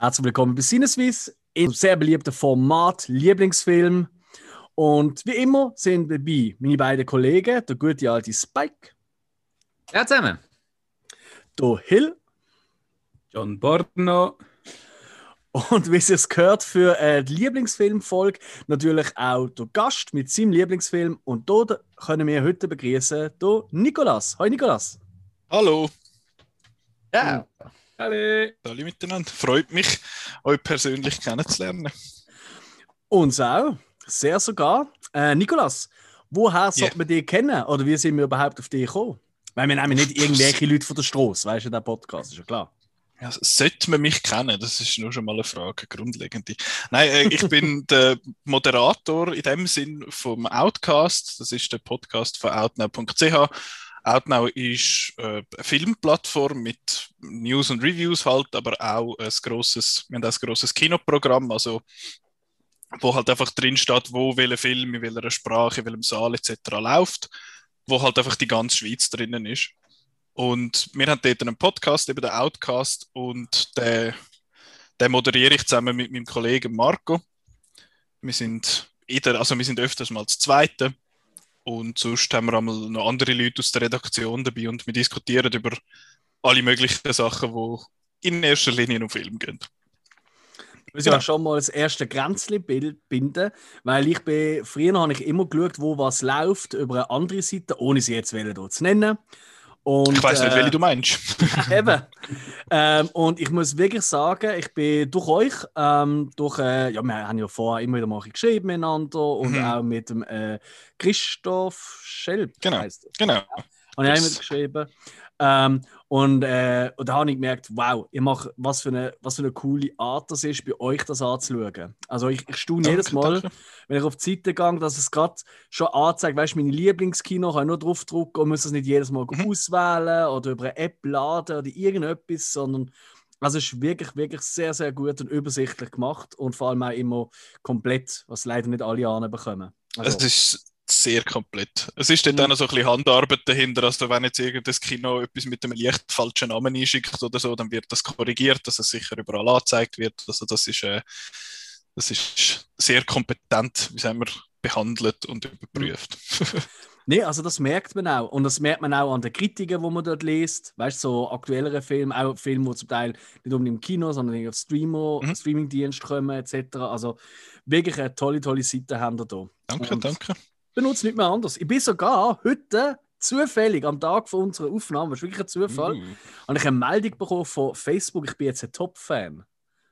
Herzlich willkommen bei Sinneswiss, im sehr beliebten Format Lieblingsfilm. Und wie immer sind dabei meine beiden Kollegen, der gute alte Spike. Ja, zusammen. Der Hill. John Borno. Und wie es sich gehört für die Lieblingsfilmfolge, natürlich auch der Gast mit seinem Lieblingsfilm. Und da können wir heute begrüßen den Nikolas. Hoi Nikolas. Hallo. Ja. Hallo. Hallo miteinander. Freut mich, euch persönlich kennenzulernen. Uns auch. Sehr sogar. Nikolas, woher sollte man dich kennen? Oder wie sind wir überhaupt auf dich gekommen? Weil wir nehmen nicht irgendwelche Leute von der Straße, weißt du, der Podcast, ist ja klar. Ja, sollte man mich kennen? Das ist nur schon mal eine Frage, grundlegende. Nein, ich bin der Moderator in dem Sinn vom Outcast. Das ist der Podcast von outnow.ch. Outnow ist eine Filmplattform mit News und Reviews halt, aber auch wir haben auch ein grosses Kinoprogramm, also wo halt einfach drin steht, wo welcher Film, in welcher Sprache, in welchem Saal etc. läuft, wo halt einfach die ganze Schweiz drinnen ist. Und wir haben dort einen Podcast, eben den Outcast, und den moderiere ich zusammen mit meinem Kollegen Marco. Wir sind öfters mal das Zweite. Und sonst haben wir einmal noch andere Leute aus der Redaktion dabei und wir diskutieren über alle möglichen Sachen, die in erster Linie um Film gehen. Wir müssen ja schon mal das erste Grenzchen binden, weil früher habe ich immer geschaut, wo was läuft, über eine andere Seite, ohne sie jetzt hier zu nennen. Und, ich weiss nicht, welche du meinst. Eben. Und ich muss wirklich sagen, ich bin durch euch, wir haben ja vorher immer wieder mal geschrieben miteinander und auch mit dem Christoph Schelp. Genau. Ja, habe ich auch mit geschrieben. Und da habe ich gemerkt, wow, ihr macht, was für eine coole Art das ist, bei euch das anzuschauen. Also ich staune jedes Mal, wenn ich auf die Seite gehe, dass es gerade schon anzeigt, weißt du, meine Lieblingskino, kann ich nur draufdrücken und muss das nicht jedes Mal auswählen oder über eine App laden oder irgendetwas, sondern also es ist wirklich, wirklich sehr, sehr gut und übersichtlich gemacht und vor allem auch immer komplett, was leider nicht alle anbekommen. Also, es ist sehr komplett. Es ist dort auch noch so ein bisschen Handarbeit dahinter, also wenn jetzt irgendein Kino etwas mit einem leicht falschen Namen einschickt oder so, dann wird das korrigiert, dass es sicher überall angezeigt wird. Also das ist sehr kompetent, wie sagen wir, behandelt und überprüft. Nee, also das merkt man auch. Und das merkt man auch an den Kritiken, die man dort liest. Weißt du, so aktuellere Filme, auch Filme, die zum Teil nicht unbedingt im Kino, sondern auf Streamingdienst kommen, etc. Also wirklich eine tolle Seite haben wir da. Danke. Benutze nicht mehr anders. Ich bin sogar heute zufällig am Tag von unserer Aufnahme, das ist wirklich ein Zufall, habe ich eine Meldung bekommen von Facebook, ich bin jetzt ein Top-Fan.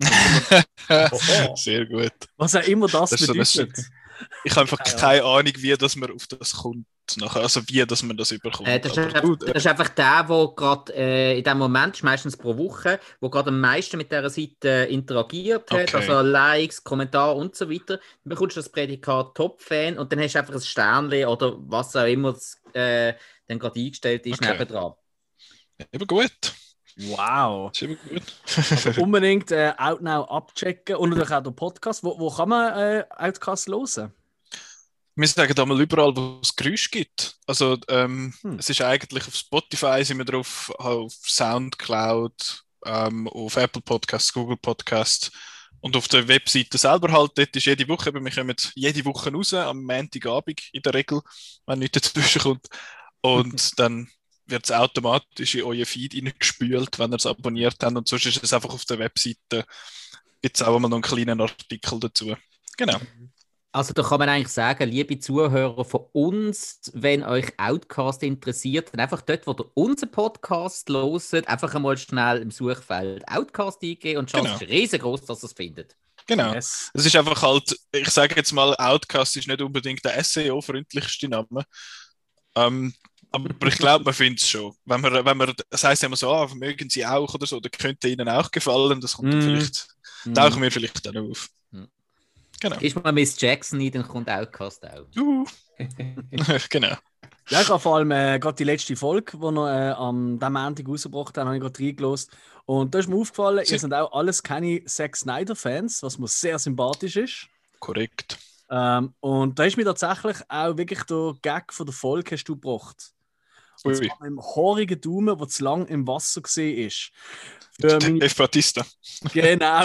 Sehr gut. Was auch immer das bedeutet. Ich habe einfach keine Ahnung, wie dass man auf das kommt. Also wie dass man das überkommt. Das ist einfach der gerade in dem Moment, ist meistens pro Woche, wo gerade am meisten mit dieser Seite interagiert hat, also Likes, Kommentare und so weiter. Dann bekommst du das Prädikat Top-Fan und dann hast du einfach ein Sternchen oder was auch immer dann gerade eingestellt ist nebendran. Eben gut. Wow. Das ist eben gut. Also unbedingt Outnow abchecken und natürlich auch den Podcast. Wo kann man Outcast hören? Wir sagen da mal überall, wo es Geräusche gibt. Also es ist eigentlich auf Spotify sind wir drauf, auf Soundcloud, auf Apple Podcasts, Google Podcasts und auf der Webseite selber halt. Dort ist jede Woche, wir kommen jede Woche raus, am Montagabend in der Regel, wenn nichts dazwischen kommt. Und dann wird es automatisch in euren Feed reingespült, wenn ihr es abonniert habt. Und sonst ist es einfach auf der Webseite, gibt es auch mal noch einen kleinen Artikel dazu. Genau. Also da kann man eigentlich sagen, liebe Zuhörer von uns, wenn euch Outcast interessiert, dann einfach dort, wo ihr unseren Podcast hört, einfach einmal schnell im Suchfeld Outcast eingeben und schaut, es ist riesengroß, dass ihr es findet. Genau. Es ist einfach halt, ich sage jetzt mal, Outcast ist nicht unbedingt der SEO-freundlichste Name. Aber ich glaube, man findet es schon. Wenn man, das heisst immer so, mögen Sie auch oder so, dann könnte Ihnen auch gefallen, das kommt vielleicht, tauchen wir vielleicht dann auf. Genau. Ist mal Miss Jackson ein, dann kommt Outcast auch. Genau. Ja, ich habe vor allem gerade die letzte Folge, die wir am Montag rausgebracht haben, habe ich gerade reingelassen. Und da ist mir aufgefallen, ihr seid auch alles keine Zack Snyder-Fans, was mir sehr sympathisch ist. Korrekt. Und da ist mir tatsächlich auch wirklich der Gag von der Folge hast du gebracht. Und zwar mit dem haarigen Daumen, der zu lang im Wasser gesehen ist. Dave Bautista. Genau.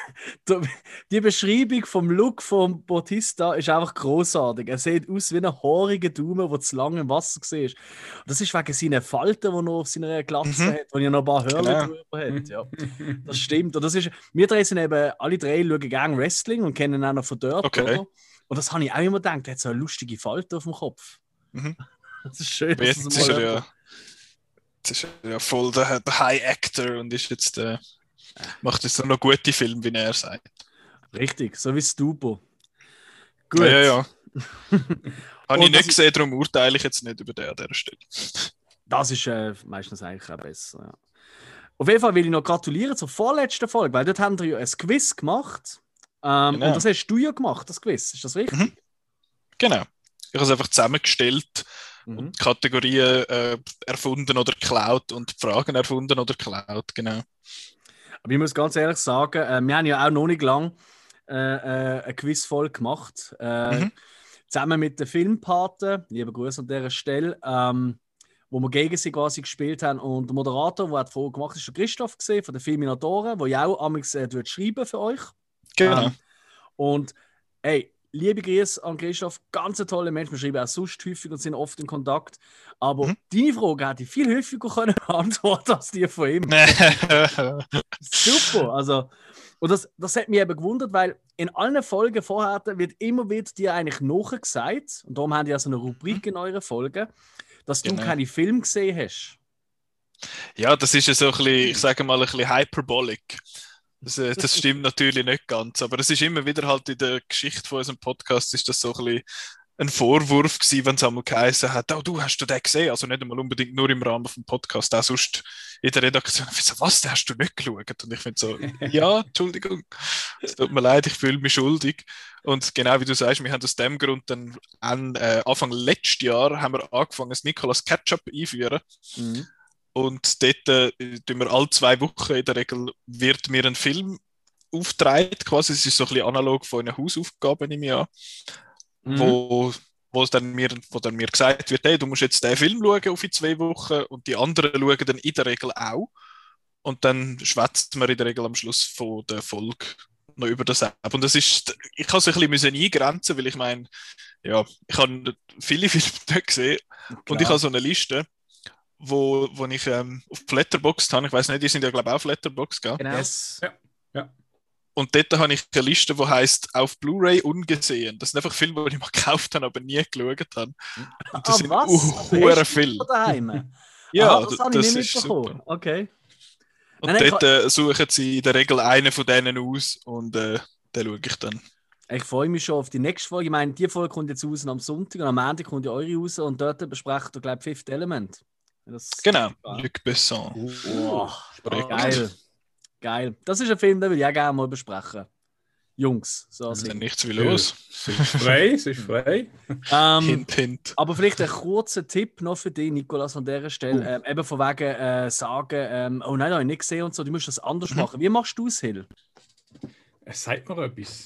Die Beschreibung vom Look von Bautista ist einfach großartig. Er sieht aus wie ein haariger Daumen, der zu lange im Wasser war. Und das ist wegen seiner Falten, die er noch auf seiner Glatze hat, wo er noch ein paar Hörner drüber hat. Ja. Das stimmt. Und das ist, wir drei sind eben, alle drei schauen gerne Wrestling und kennen ihn auch noch von dort. Okay. Oder? Und das habe ich auch immer gedacht, er hat so eine lustige Falte auf dem Kopf. Das ist schön. Jetzt ist er ja voll der High Actor und ist jetzt macht jetzt nur noch gute Filme, wie er sagt. Richtig, so wie Stubo. Gut. Ja. Habe ich nicht gesehen, darum urteile ich jetzt nicht über den an dieser Stelle. Das ist meistens eigentlich auch besser. Ja. Auf jeden Fall will ich noch gratulieren zur vorletzten Folge, weil dort haben wir ja ein Quiz gemacht. Genau. Und das hast du ja gemacht, das Quiz. Ist das richtig? Genau. Ich habe es einfach zusammengestellt und Kategorien erfunden oder geklaut und Fragen erfunden oder geklaut, genau. Aber ich muss ganz ehrlich sagen, wir haben ja auch noch nicht lange eine Quizfolge gemacht. Zusammen mit den Filmpaten, liebe Grüße an dieser Stelle, wo wir gegen sie quasi gespielt haben. Und der Moderator, der die Folge gemacht hat, ist der Christoph gesehen, von den Filminatoren, der ja auch amigs schreiben für euch. Genau. Und hey, liebe Grüße an Christoph, ganz ein toller Mensch. Wir schreiben auch sonst häufig und sind oft in Kontakt. Aber deine Frage hätte ich viel häufiger können beantworten als die von ihm. Super. Also, und das hat mich eben gewundert, weil in allen Folgen vorher wird immer wieder dir eigentlich nachgesagt, und darum haben die ja so eine Rubrik in euren Folgen, dass du keine Filme gesehen hast. Ja, das ist ja so ein bisschen, ich sage mal, ein bisschen hyperbolic. Das stimmt natürlich nicht ganz, aber es ist immer wieder halt in der Geschichte von unserem Podcast ist das so ein bisschen ein Vorwurf gewesen, wenn es einmal geheißen hat, oh, du hast den gesehen, also nicht einmal unbedingt nur im Rahmen vom Podcast, auch sonst in der Redaktion. Ich so, was, den hast du nicht geschaut? Und ich finde so, ja, Entschuldigung, es tut mir leid, ich fühle mich schuldig. Und genau wie du sagst, wir haben aus dem Grund dann Anfang letztes Jahr haben wir angefangen, das Nicolas Ketchup einführen. Und dort tun wir alle 2 Wochen in der Regel wird mir ein Film aufgetragen, quasi. Es ist so ein bisschen analog von einer Hausaufgabe im Jahr, wo dann mir gesagt wird, hey, du musst jetzt den Film schauen auf in 2 Wochen und die anderen schauen dann in der Regel auch. Und dann schwätzt man in der Regel am Schluss von der Folge noch über das ab. Und das ist, ich habe es ein bisschen eingrenzen, weil ich meine, ja, ich habe viele Filme nicht gesehen. Klar. Und ich habe so eine Liste, wo ich auf Letterboxd habe. Ich weiß nicht, die sind ja, glaube ich, auch auf Letterboxd, gell? Genau. Yes. Ja. Und dort habe ich eine Liste, die heisst «Auf Blu-ray ungesehen». Das sind einfach Filme, die ich mal gekauft habe, aber nie geschaut habe. Und das sind hure Filme. Ja, das habe ich nicht mitbekommen. Okay. Und dort suchen sie in der Regel einen von denen aus und den schaue ich dann. Ich freue mich schon auf die nächste Folge. Ich meine, die Folge kommt jetzt raus am Sonntag und am Montag kommt ja eure raus und dort besprecht ihr, glaube ich, Fifth Element. Genau, Luc Besson. Geil. Das ist ein Film, den will ich auch gerne mal besprechen. Jungs. So ist dann nichts wie los. Es ist frei. Hint. Aber vielleicht ein kurzer Tipp noch für dich, Nicolas, an dieser Stelle. Eben von wegen sagen, oh nein, habe ich nicht gesehen und so, du musst das anders machen. Wie machst du es, Hill? Es sagt mir etwas.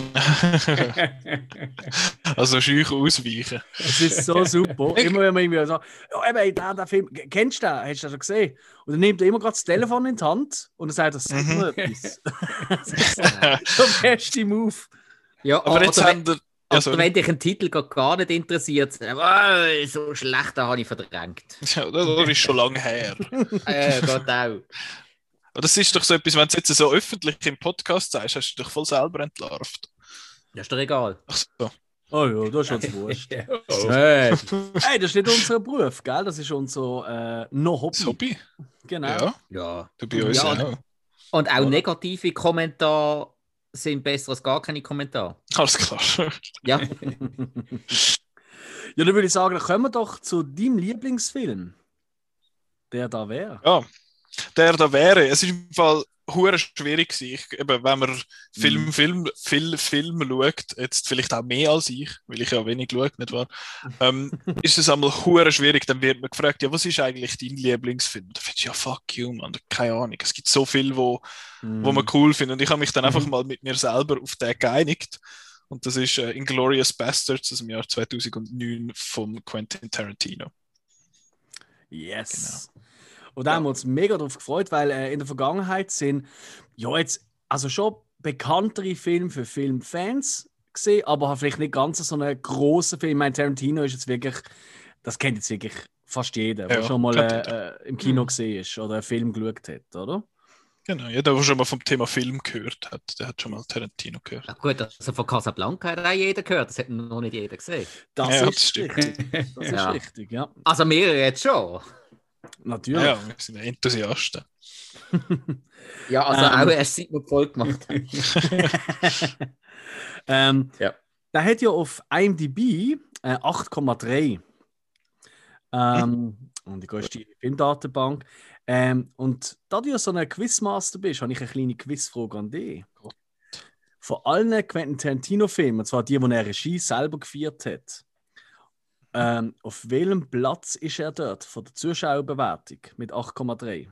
Also scheu ausweichen. Es ist so super. Immer wenn man irgendwie sagt, ja, eben, der Film, kennst du den? Hast du den schon gesehen? Und dann nimmt er immer gerade das Telefon in die Hand und er sagt, das sagt mir etwas. Das ist der beste Move. Ja, aber jetzt wenn dich ein Titel gar nicht interessiert, so schlecht, da habe ich verdrängt. Ja, das ist schon lange her. Gott auch. Das ist doch so etwas, wenn du jetzt so öffentlich im Podcast sagst, hast du dich voll selber entlarvt. Ja, ist doch egal. Ach so. Oh ja, das ist uns wurscht. Hey, das ist nicht unser Beruf, gell? Das ist unser noch Hobby. Das Hobby? Genau. Ja. Du bei uns auch. Und auch negative Kommentare sind besser als gar keine Kommentare. Alles klar. Ja. Ja, dann würde ich sagen, dann kommen wir doch zu deinem Lieblingsfilm. Der da wäre. Ja. Der da wäre. Es ist im Fall hure schwierig gewesen. Wenn man viel Film schaut, jetzt vielleicht auch mehr als ich, weil ich ja wenig schaue, nicht wahr? Ist es einmal hure schwierig, dann wird man gefragt, ja, was ist eigentlich dein Lieblingsfilm? Da findest du, ja, fuck you, man, keine Ahnung. Es gibt so viel, wo man cool findet. Und ich habe mich dann einfach mal mit mir selber auf den geeinigt. Und das ist Inglourious Basterds aus dem Jahr 2009 von Quentin Tarantino. Yes. Genau. Und da haben wir uns mega drauf gefreut, weil in der Vergangenheit sind jetzt also schon bekanntere Filme für Filmfans gesehen, aber vielleicht nicht ganz so einen grossen Film. Ich meine, Tarantino ist jetzt wirklich, das kennt jetzt wirklich fast jeder, der schon mal im Kino gesehen ist oder einen Film geschaut hat, oder? Genau, jeder, der schon mal vom Thema Film gehört hat, der hat schon mal Tarantino gehört. Ja, gut, also von Casablanca hat auch jeder gehört, das hat noch nicht jeder gesehen. Das ist richtig. Das ist richtig, ja. Also wir jetzt schon. Natürlich. Ja, wir sind Enthusiasten. Ja, also auch erst seit wir die Folge gemacht haben. Der hat ja auf IMDb 8,3. Und ich gehe in die Filmdatenbank. Und da du ja so ein Quizmaster bist, habe ich eine kleine Quizfrage an dich. Von allen Quentin Tarantino-Filmen, und zwar die er Regie selber geführt hat, auf welchem Platz ist er dort von der Zuschauerbewertung mit 8,3?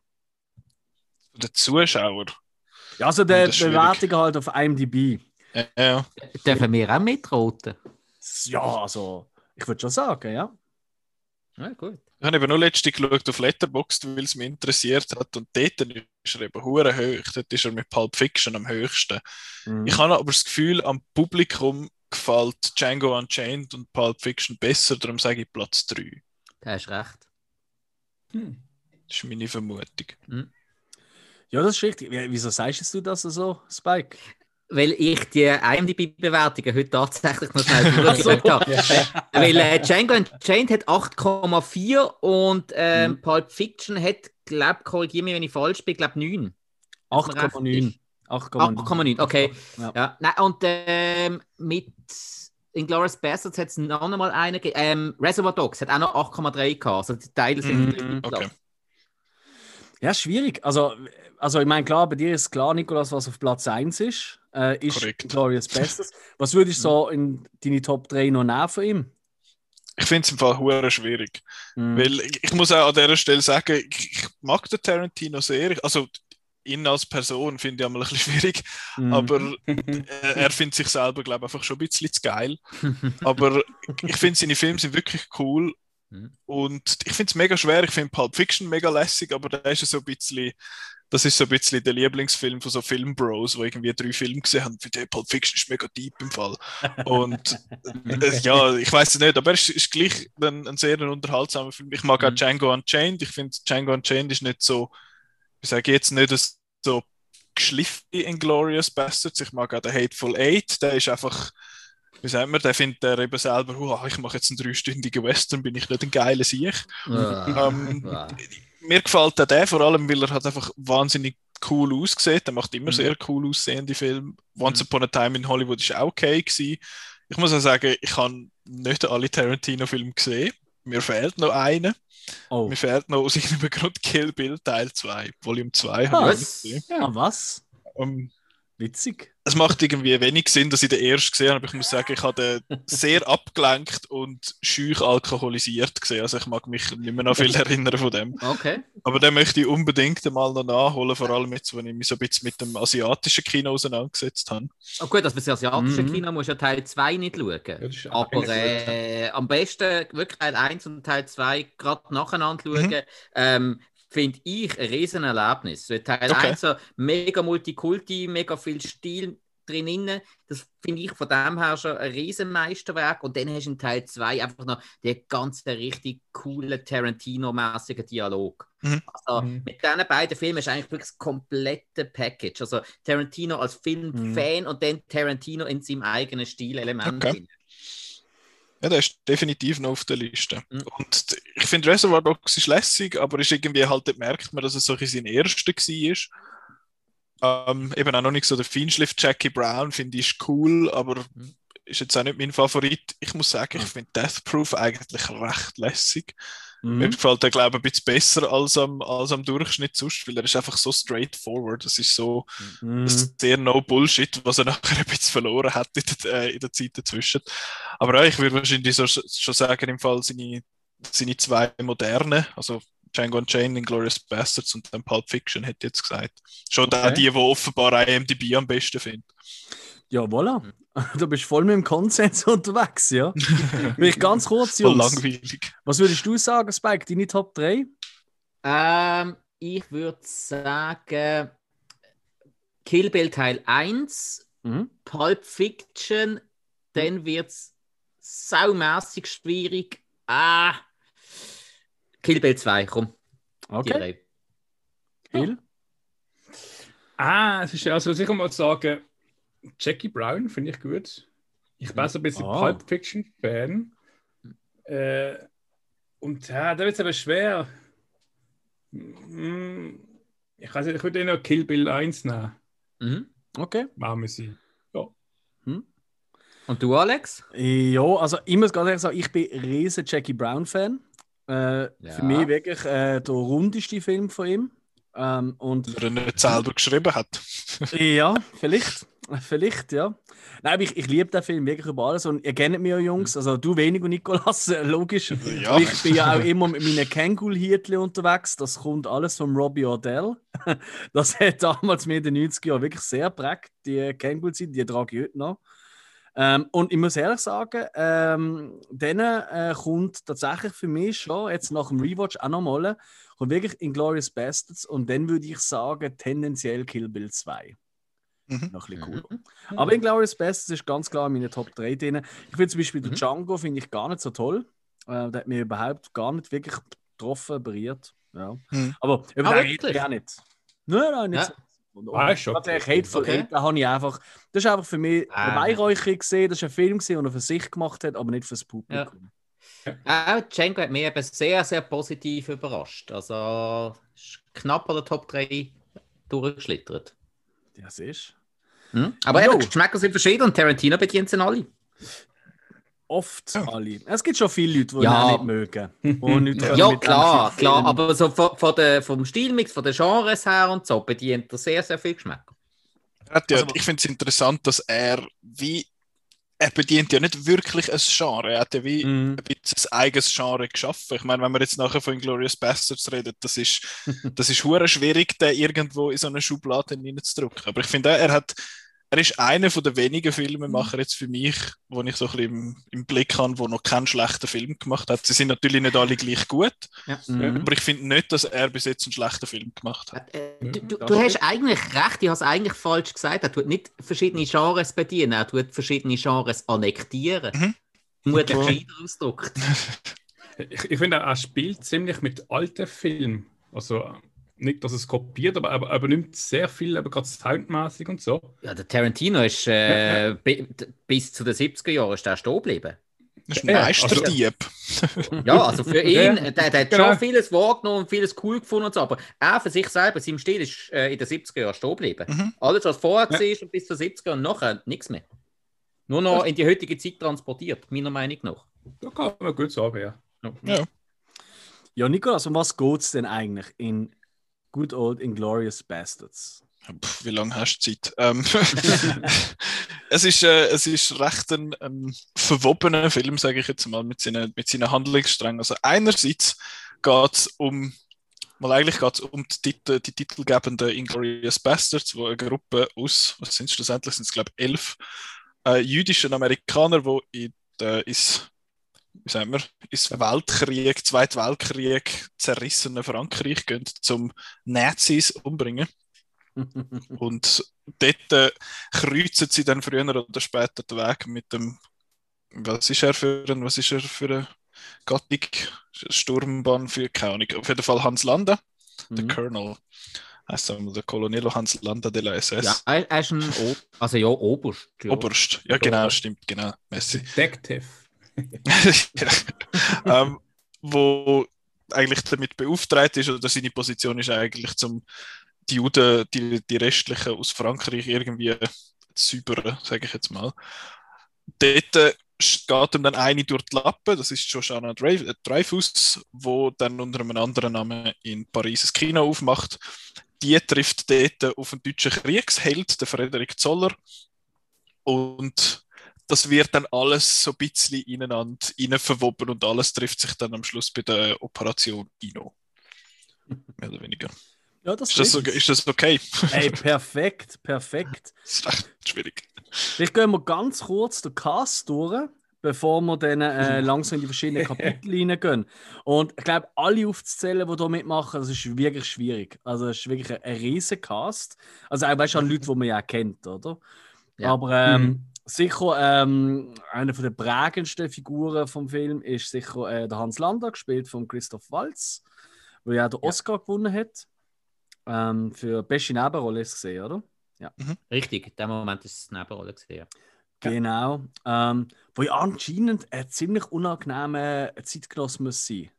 Der Zuschauer? Ja, also der Bewertung halt auf IMDb. Ja. Dürfen wir auch mitroten? Ja, also ich würde schon sagen, ja. Ja, gut. Ich habe eben nur letztens geschaut auf Letterboxd, weil es mich interessiert hat. Und dort ist er eben hure hoch. Dort ist er mit Pulp Fiction am höchsten. Ich habe aber das Gefühl, am Publikum gefällt Django Unchained und Pulp Fiction besser. Darum sage ich Platz 3. Da hast recht. Das ist meine Vermutung. Ja, das ist richtig. Wieso sagst du das so, Spike? Weil ich die IMDb-Bewertungen heute tatsächlich noch schnell durchgeschaut habe. Weil Django Unchained hat 8,4 und Pulp Fiction hat, korrigiere mich, wenn ich falsch bin, 9. 8,9. 8,9, okay. Ja. Nein, und mit Inglourious Basterds hat es noch einmal einen gegeben. Reservoir Dogs hat auch noch 8,3 gehabt. Also die Teile sind okay. Ja, schwierig. Also ich meine, klar, bei dir ist klar, Nicolas, was auf Platz 1 ist Inglourious Basterds. Was würdest du so in deine Top 3 noch nehmen von ihm? Ich finde es im Fall hure schwierig. Weil ich muss auch an dieser Stelle sagen, ich mag den Tarantino sehr. Also ihn als Person finde ich einmal ein bisschen schwierig. Aber er findet sich selber, glaube ich, einfach schon ein bisschen zu geil. Aber ich finde, seine Filme sind wirklich cool. Und ich finde es mega schwer. Ich finde Pulp Fiction mega lässig, aber das ist so ein bisschen der Lieblingsfilm von so Filmbros, wo irgendwie 3 Filme gesehen haben. Für den Pulp Fiction ist mega deep im Fall. Und ja, ich weiß es nicht, aber es ist gleich ein sehr unterhaltsamer Film. Ich mag auch Django Unchained. Ich finde, Django Unchained ist nicht so, ich sage jetzt nicht so geschliffen wie Inglourious Basterds. Ich mag auch den Hateful Eight. Der ist einfach, wie sagt man, der findet er eben selber, ich mache jetzt einen 3-stündigen Western, bin ich nicht ein geiler Sieg. Mir gefällt auch der, vor allem, weil er halt einfach wahnsinnig cool aussieht. Er macht immer sehr cool aussehende Filme. Once Upon a Time in Hollywood war auch okay gewesen. Ich muss auch sagen, ich habe nicht alle Tarantino-Filme gesehen. Mir fehlt noch einer. Mir fehlt noch aus irgendeinem Grund Kill Bill Teil 2. Volume 2 habe ich nicht gesehen. Ja, was? Witzig. Es macht irgendwie wenig Sinn, dass ich den ersten gesehen habe, aber ich muss sagen, ich habe den sehr abgelenkt und schüch alkoholisiert gesehen. Also ich mag mich nicht mehr noch viel erinnern von dem. Okay. Aber den möchte ich unbedingt mal noch nachholen, vor allem jetzt, wenn ich mich so ein bisschen mit dem asiatischen Kino auseinandergesetzt habe. Oh gut, also für das asiatische Kino musst du ja Teil 2 nicht schauen. Ja, aber am besten wirklich Teil 1 und Teil 2 gerade nacheinander schauen. Finde ich ein riesen Erlebnis. So Teil 1 so mega Multikulti, mega viel Stil drin. Das finde ich von dem her schon ein riesen Meisterwerk. Und dann hast du in Teil 2 einfach noch den ganzen richtig coolen Tarantino-mäßigen Dialog. Also mit diesen beiden Filmen ist eigentlich wirklich das komplette Package. Also Tarantino als Filmfan und dann Tarantino in seinem eigenen Stilelement. Ja, der ist definitiv noch auf der Liste. Und ich finde Reservoir Dogs ist lässig, aber ist irgendwie halt, merkt man, dass es so sein erster war. Eben auch noch nicht so der Feinschliff. Jackie Brown finde ich cool, aber ist jetzt auch nicht mein Favorit. Ich muss sagen, ich finde Death Proof eigentlich recht lässig. Mir gefällt der, glaube ich, ein bisschen besser als am Durchschnitt sonst, weil er ist einfach so straightforward. Das ist so sehr no Bullshit, was er nachher ein bisschen verloren hat in der Zeit dazwischen. Aber ja, ich würde wahrscheinlich schon sagen, im Fall seine 2 moderne, also Django Unchained, Inglourious Basterds und dann Pulp Fiction, hätte ich jetzt gesagt. Schon auch die offenbar IMDb am besten finden. Ja, voilà. Du bist voll mit dem Konsens unterwegs, ja? Will ich ganz kurz, Voll Jungs. langweilig. Was würdest du sagen, Spike, deine Top 3? Ich würde sagen Kill Bill Teil 1, Pulp Fiction, dann wird es saumässig schwierig. Kill Bill 2, komm. Okay. Bill? Es ist also sicher mal sagen, Jackie Brown finde ich gut. Ich bin so ein bisschen Pulp Fiction-Fan. Und da wird es aber schwer. Ich weiß nicht, ich würde noch Kill Bill 1 nehmen. Okay. Machen wir sie. Ja. Und du, Alex? Ja, also ich muss ganz ehrlich sagen, ich bin ein riesen Jackie Brown-Fan. Für mich wirklich der rundeste Film von ihm. Und Weil er nicht selber geschrieben hat. ja, vielleicht, ja. Nein, aber ich liebe den Film wirklich über alles und ihr kennt mich ja, Jungs, also du wenig und Nikolas, logisch. Ja. Ich bin ja auch immer mit meinen Kängul-Hirtli unterwegs, das kommt alles von Robbie O'Dell. Das hat damals mir in den 90er Jahren wirklich sehr geprägt, die Kängul-Zeit, die trage ich heute noch. Und ich muss ehrlich sagen, dann kommt tatsächlich für mich schon, jetzt nach dem Rewatch auch nochmal, kommt wirklich Inglourious Basterds und dann würde ich sagen, tendenziell Kill Bill 2. Noch ein bisschen cool. Aber Inglourious Basterds ist ganz klar in meinen Top 3 drin. Ich finde zum Beispiel den Django finde ich gar nicht so toll. Der hat mich überhaupt gar nicht wirklich getroffen, berührt. Ja. Aber über den rede ich auch nicht. Nein, nicht so. Hateful Eight, da habe ich einfach, das ist einfach für mich eine Weihräucherung gesehen, das ist ein Film gesehen, den er für sich gemacht hat, aber nicht fürs Publikum. Django hat mich eben sehr, sehr positiv überrascht. Also ist knapp an der Top 3 durchgeschlittert. Ja, siehst aber eben, die Geschmäcker sind verschieden und Tarantino bedient sie alle. Oft alle. Es gibt schon viele Leute, die ihn auch nicht mögen. Ja, klar, aber so vom Stilmix, von den Genres her und so, bedient er sehr, sehr viel Geschmäcker. Ich finde es interessant, dass er bedient ja nicht wirklich ein Genre, er hat ja wie ein bisschen ein eigenes Genre geschaffen. Ich meine, wenn wir jetzt nachher von Inglourious Basterds reden, das ist hure schwierig, den irgendwo in so eine Schublade hineinzudrücken. Aber ich finde, er ist einer von den wenigen Filmemacher jetzt für mich, wo ich so ein bisschen im Blick habe, der noch keinen schlechten Film gemacht hat. Sie sind natürlich nicht alle gleich gut, aber ich finde nicht, dass er bis jetzt einen schlechten Film gemacht hat. Du hast eigentlich recht, ich habe es eigentlich falsch gesagt. Er tut nicht verschiedene Genres bedienen, er tut verschiedene Genres annektieren. Mutig gescheiter ausgedrückt. Ich finde, er spielt ziemlich mit alten Filmen. Also nicht, dass es kopiert, aber nimmt sehr viel, aber gerade soundmäßig und so. Ja, der Tarantino ist bis zu den 70er Jahren ist der stehen geblieben. Das ist ein Meisterdieb. Ja, also für ihn, der hat schon vieles wahrgenommen und vieles cool gefunden und so, aber er für sich selber, sein Stil ist in den 70er Jahren stehen geblieben. Alles, was vorher war und bis zu 70er und nachher, nichts mehr. Nur noch in die heutige Zeit transportiert, meiner Meinung nach. Da kann man gut sagen, Ja, Nikolas, um was geht es denn eigentlich in Good Old Inglourious Basterds? Wie lange hast du Zeit? Es ist recht ein verwobener Film, sage ich jetzt mal, mit seinen Handlungssträngen. Also einerseits geht es um die titelgebenden Inglourious Basterds, wo eine Gruppe aus, was sind es schlussendlich, sind es glaube ich 11 jüdischen Amerikaner, die ins Zweiten Weltkrieg zerrissene Frankreich gehen, zum Nazis umbringen. Und dort kreuzen sie dann früher oder später den Weg mit dem, was ist er für eine Gattung? Sturmbahn für, keine Ahnung, auf jeden Fall Hans Landa, der Colonel. Heißt der Colonel Hans Landa de la SS. Ja, er ist ein Oberst. Ja. Oberst, ja genau, stimmt, genau. Messi. Detective. Wo eigentlich damit beauftragt ist, oder seine Position ist eigentlich, die Juden, die restlichen aus Frankreich irgendwie zu säubern, sage ich jetzt mal. Dort geht ihm dann eine durch die Lappen, das ist Shoshana Dreyfus, wo dann unter einem anderen Namen in Paris ein Kino aufmacht. Die trifft dort auf einen deutschen Kriegsheld, den Frederik Zoller, und das wird dann alles so ein bisschen ineinander verwoben und alles trifft sich dann am Schluss bei der Operation Ino. Mehr oder weniger. Ja, Ist das okay? Hey, perfekt. Das ist echt schwierig. Vielleicht gehen wir ganz kurz den Cast durch, bevor wir dann langsam in die verschiedenen Kapitel hineingehen. Und ich glaube, alle aufzuzählen, die hier mitmachen, das ist wirklich schwierig. Also es ist wirklich ein riesen Cast. Also auch, weißt du, Leute, die man ja kennt, oder? Ja. Aber sicher eine der prägendsten Figuren vom Film ist sicher der Hans Landa, gespielt von Christoph Waltz, der ja den Oscar gewonnen hat. Für beste Nebenrolle ist es gesehen, oder? Ja. Richtig, in dem Moment ist es eine Nebenrolle gesehen. Genau. Wo ja anscheinend ein ziemlich unangenehmer Zeitgenosse muss sein.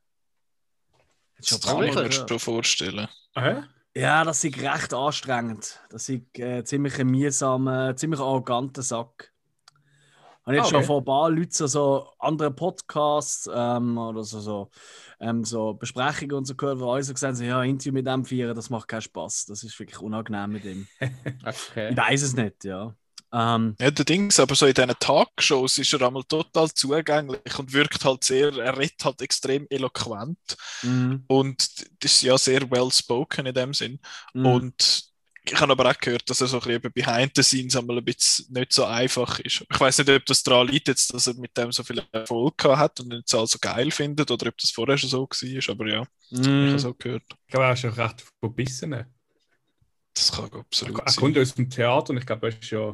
Das kann ich mir schon vorstellen. Ja, das ist recht anstrengend. Das ist ziemlich ein mühsamer, ziemlich arroganter Sack. Ich habe jetzt schon von ein paar Leuten so andere Podcasts oder so Besprechungen und so gehört, wo alle so gesagt haben, ja, Interview mit dem Vieren, das macht keinen Spaß. Das ist wirklich unangenehm mit ihm. Okay. Ich weiß es nicht, ja. Ja, der Dings, aber so in diesen Talkshows ist er einmal total zugänglich und wirkt halt er redet halt extrem eloquent und das ist ja sehr well spoken in dem Sinn. Und ich habe aber auch gehört, dass er so ein bisschen behind the scenes einmal ein bisschen nicht so einfach ist. Ich weiß nicht, ob das daran liegt, jetzt, dass er mit dem so viel Erfolg gehabt hat und ihn so geil findet oder ob das vorher schon so war, aber ja, ich habe so gehört. Ich glaube, er ist auch recht verbissen. Das kann absolut sein. Er kommt aus dem Theater und ich glaube, er ist ja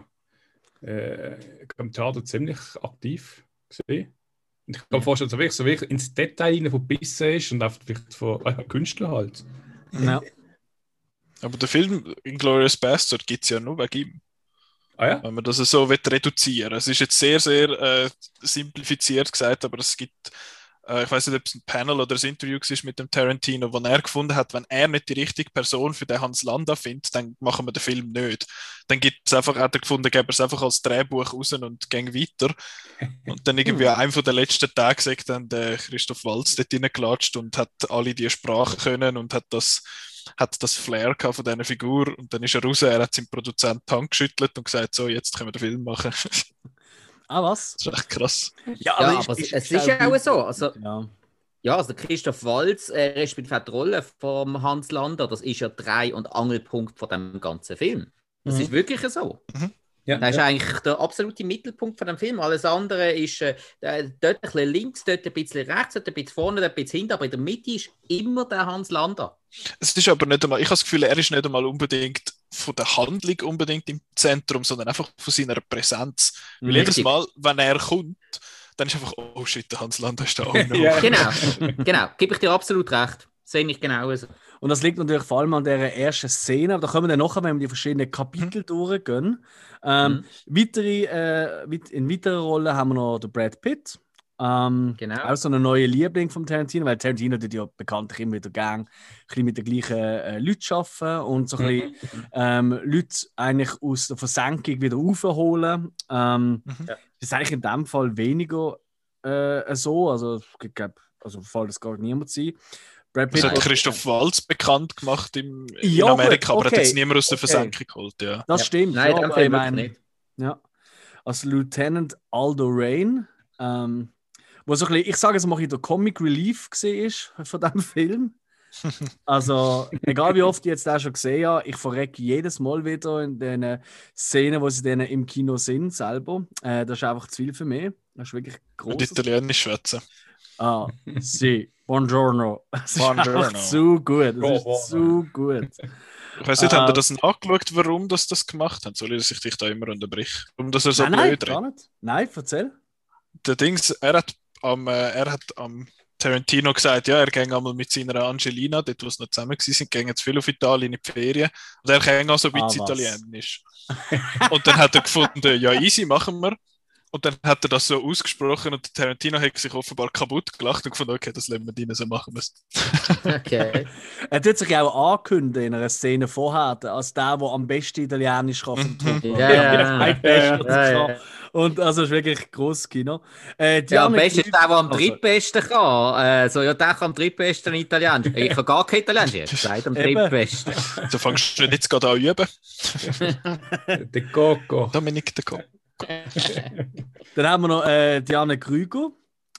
im Theater ziemlich aktiv gesehen. Und ich kann mir vorstellen, dass er so wirklich ins Detail hinein verbissen ist und einfach von Künstlern halt. Ja. Aber der Film Inglourious Bastard gibt es ja nur wegen ihm. Ah ja? Wenn man das so reduzieren will. Es ist jetzt sehr, sehr simplifiziert gesagt, aber es gibt, ich weiß nicht, ob es ein Panel oder ein Interview war mit dem Tarantino, wo er gefunden hat, wenn er nicht die richtige Person für den Hans Landa findet, dann machen wir den Film nicht. Dann gibt es einfach, hat er gefunden, geben wir es einfach als Drehbuch raus und gehen weiter. Und dann irgendwie an einem von den letzten Tagen sagt dann der Christoph Waltz dort reingelatscht und hat alle die Sprache können und hat das Flair von dieser Figur. Und dann ist er raus, er hat seinem Produzenten die Hand geschüttelt und gesagt, so, jetzt können wir den Film machen. Ah, was? Das ist echt krass. Ja, aber es ist ja auch so. Also, also Christoph Waltz, respektive die Rolle von Hans Landa, das ist ja Dreh- und Angelpunkt von dem ganzen Film. Das ist wirklich so. Ja, das ist eigentlich der absolute Mittelpunkt von dem Film. Alles andere ist dort ein bisschen links, dort ein bisschen rechts, dort ein bisschen vorne, dort ein bisschen hinten, aber in der Mitte ist immer der Hans Landa. Es ist aber nicht einmal, ich habe das Gefühl, er ist nicht einmal unbedingt von der Handlung unbedingt im Zentrum, sondern einfach von seiner Präsenz. Weil jedes Mal, wenn er kommt, dann ist einfach, oh shit, der Hans Landa ist da. Oh no. Genau, gebe ich dir absolut recht. Sehe ich genau so. Und das liegt natürlich vor allem an dieser ersten Szene, aber da kommen wir dann nachher, wenn wir die verschiedenen Kapitel durchgehen. In weiterer Rolle haben wir noch den Brad Pitt. Genau. Auch so eine neue Liebling von Tarantino, weil Tarantino tut ja bekanntlich immer wieder gerne ein bisschen mit den gleichen Leuten arbeiten und so ein bisschen Leute eigentlich aus der Versenkung wieder aufholen. Das ist eigentlich in dem Fall weniger so. Also ich glaube, fällt das gar niemand sein. Das hat Christoph Waltz bekannt gemacht in Amerika, aber hat jetzt niemand aus der Versenkung geholt. Ja. Das stimmt. Nein, ja, aber ich meine nicht. Ja. Als Lieutenant Aldo Rain, wo so ein bisschen, ich sage jetzt mal, der Comic Relief war von diesem Film. Also, egal wie oft ich jetzt auch schon gesehen habe, ich verrecke jedes Mal wieder in den Szenen, wo sie dann im Kino sind, selber. Das ist einfach zu viel für mich. Das ist wirklich groß. Und Italienisch schwätzen. Ah, sì. Buongiorno. Das ist zu gut. Das ist zu gut. Ich weiß nicht, haben Sie das nachgeschaut, warum das gemacht haben? Soll ich dich da immer unterbrechen? Warum das er so blöd redet? Gar nicht. Nein, erzähl. Der Dings, er hat am Tarantino gesagt, ja, er ging einmal mit seiner Angelina, dort wo sie noch zusammen waren, gehen jetzt viel auf Italien in die Ferien und er kann auch so ein bisschen Italienisch. Und dann hat er gefunden, ja easy, machen wir. Und dann hat er das so ausgesprochen und der Tarantino hat sich offenbar kaputt gelacht und gefunden, okay, das lassen wir rein, so machen wir es. Okay. Er tut sich auch ankündigen in einer Szene vorher, als der am besten Italienisch kann. Und also ist wirklich grosses Kino. Am besten ist der am drittbesten kann. Der kann am drittbesten Italienisch. Ich kann gar kein Italienisch. Jetzt sagt am drittbesten. So fängst du jetzt gerade an üben. Der Coco. Dominik de Coco. Dann haben wir noch Diane Krüger.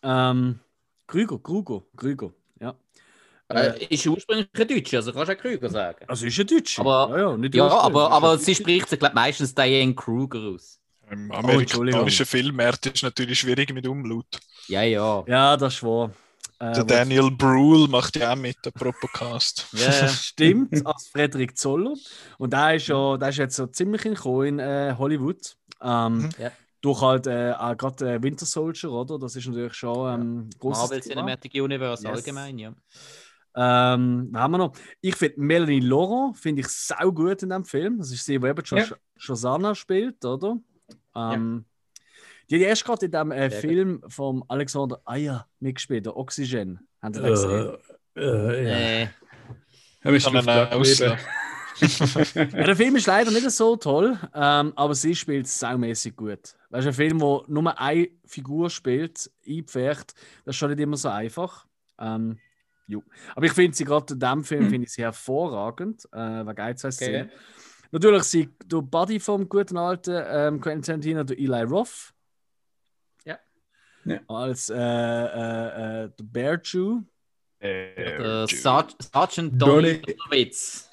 Krüger, ja. Ist ursprünglich ein Deutscher, also kannst du auch Krüger sagen. Also ist ein Deutscher. Aber, nicht aber sie spricht sich, glaube meistens Diane Kruger aus. Im amerikanischen Filmmarkt ist es natürlich schwierig mit Umlaut. Ja. Ja, das ist wahr. Der Daniel Brühl macht ja auch mit, der Propocast. Ja, stimmt, als Frederik Zoller. Und der ist jetzt so ziemlich in Hollywood. Durch halt gerade Winter Soldier, oder? Das ist natürlich schon großes Marvel Cinematic Universe allgemein, ja. Was haben wir noch? Ich finde Melanie Laurent finde ich sau gut in dem Film. Das ist sie, die eben Shosanna spielt, oder? Die hat erst gerade in dem Film von Alexander Ayer mitgespielt, der Oxygen. Haben Sie das gesehen? Der Film ist leider nicht so toll, aber sie spielt saumäßig gut. Weißt du, ein Film, wo nur eine Figur spielt, einpfercht, das ist schon nicht immer so einfach. Aber ich finde sie gerade in diesem Film finde ich sie hervorragend. Wegen ein, zwei Szenen. Natürlich sie der Buddy vom guten alten Quentin Tarantino, der Eli Roth. Ja. Als der Bear Jew. Sergeant Donny Witz.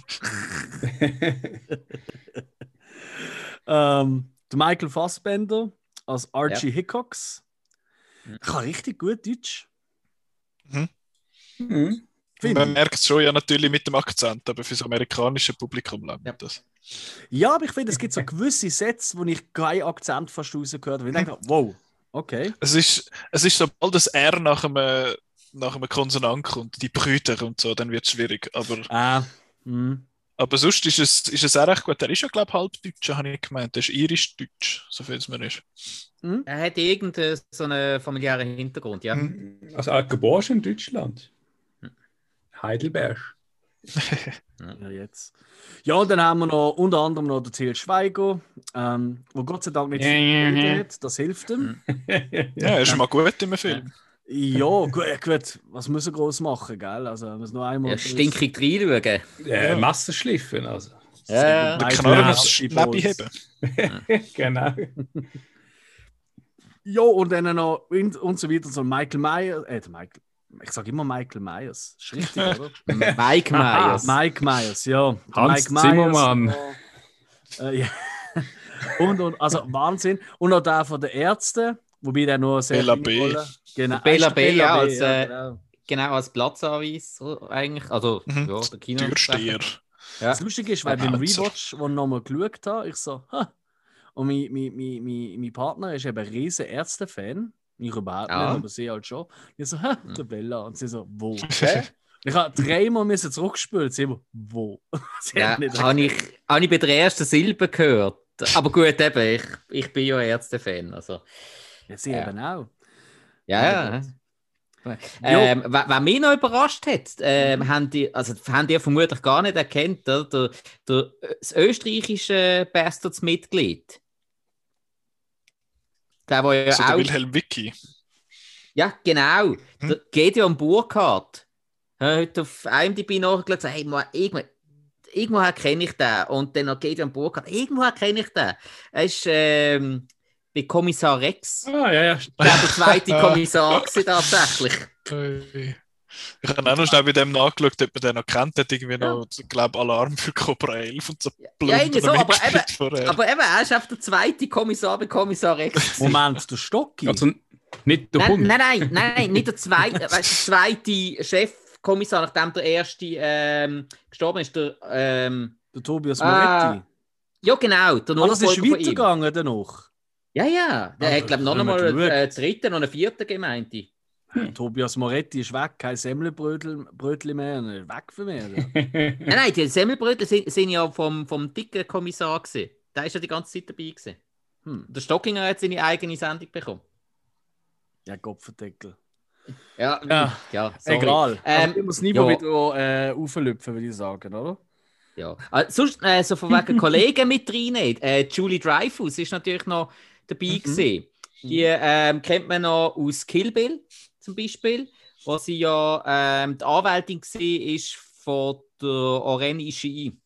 Der Michael Fassbender als Archie Hickox. Kann richtig gut Deutsch. Man merkt es schon ja natürlich mit dem Akzent, aber für das amerikanische Publikum lernt das. Ja, aber ich finde, es gibt so gewisse Sätze, wo ich keinen Akzent fast rausgehört habe. Ich denke, wow, okay. Es ist sobald das R nach einem Konsonant kommt, die Brüder und so, dann wird es schwierig. Aber sonst ist es auch recht gut. Er ist ja, glaube ich, halb Deutsch, habe ich gemeint. Er ist irisch-deutsch, so viel es mir ist. Er hat irgendeinen so einen familiären Hintergrund, ja. Also geboren in Deutschland. Heidelberg. Ja, jetzt. Ja, und dann haben wir noch unter anderem noch den Til Schweiger, wo Gott sei Dank nicht viel hat. Das hilft ihm. Ja, er ist mal gut im Film. Ja, gut. Was muss er groß machen, gell? Also, muss noch einmal. Ja, stinkig reinschauen. Ja, Massenschliffen, also. Ja, der Knarren muss nebenheben. Genau. Ja, und dann noch und so weiter. So Michael Myers. Ich sage immer Michael Myers. Ist richtig, oder? Mike Myers. Mike Myers, ja. Hans Mike Zimmermann. Ja. und also Wahnsinn. Und auch der von den Ärzten, wobei der nur sehr Bela B. Genau. Bela B, ja, als als Platzanweis eigentlich. Also, der Kino. Türsteher. Ja. Das Lustige ist, weil beim Rewatch, wo ich nochmal geschaut habe, ich so, und mein Partner ist eben ein riesen Ärzte-Fan. Ich überhaupt nicht, aber sie halt schon. Ich so, der Bella. Und sie so, wo? Ich habe 3 Mal zurückgespielt. Sie immer, wo? Habe ich bei der ersten Silbe gehört. Aber gut, eben, ich bin ja Ärzte-Fan. Also. Ja, sie eben auch. Ja. Was mich noch überrascht hat, haben die vermutlich gar nicht erkannt, oder? Das österreichische Bastards-Mitglied. Der war ja auch... Wilhelm Wicki. Ja, genau. Der Gedeon Burkhardt. Heute auf IMDb nachgeschaut, hey, irgendwoher kenne ich den. Und dann noch Gedeon Burkhardt. Irgendwoher kenne ich den. Er ist bei Kommissar Rex. Ja. Der zweite Kommissar tatsächlich. Ich habe auch noch schnell bei dem nachgeschaut, ob man den noch kennt. Hat irgendwie noch, ich glaube, Alarm für Cobra 11 und so. Ja, irgendwie so, aber eben, er ist einfach der zweite Kommissar bei Kommissar Rex. Moment, der Stocki? Also nicht der Hund? Nein, nicht der zweite. Der zweite Chefkommissar, nachdem der erste gestorben ist, der Tobias Moretti. Ja, genau. Das ist weitergegangen danach. Ja. Der hat, glaube ich, noch einmal einen dritten und einen vierten gemeint. Tobias Moretti ist weg, kein Semmelbrötli mehr, weg von mir. Nein, die Semmelbrötli sind ja vom dicken Kommissar gewesen. Der war ja die ganze Zeit dabei gewesen. Der Stockinger hat seine eigene Sendung bekommen. Ja, Kopfendeckel. Ja, sorry. Egal. Ich muss nie wieder auflüpfen, würde ich sagen, oder? Ja. Sonst, so von wegen Kollegen mit reinnehmen. Julie Dreyfus ist natürlich noch dabei gewesen. Die kennt man noch aus Kill Bill zum Beispiel, wo sie ja die Anwältin war von der Oren Ishii.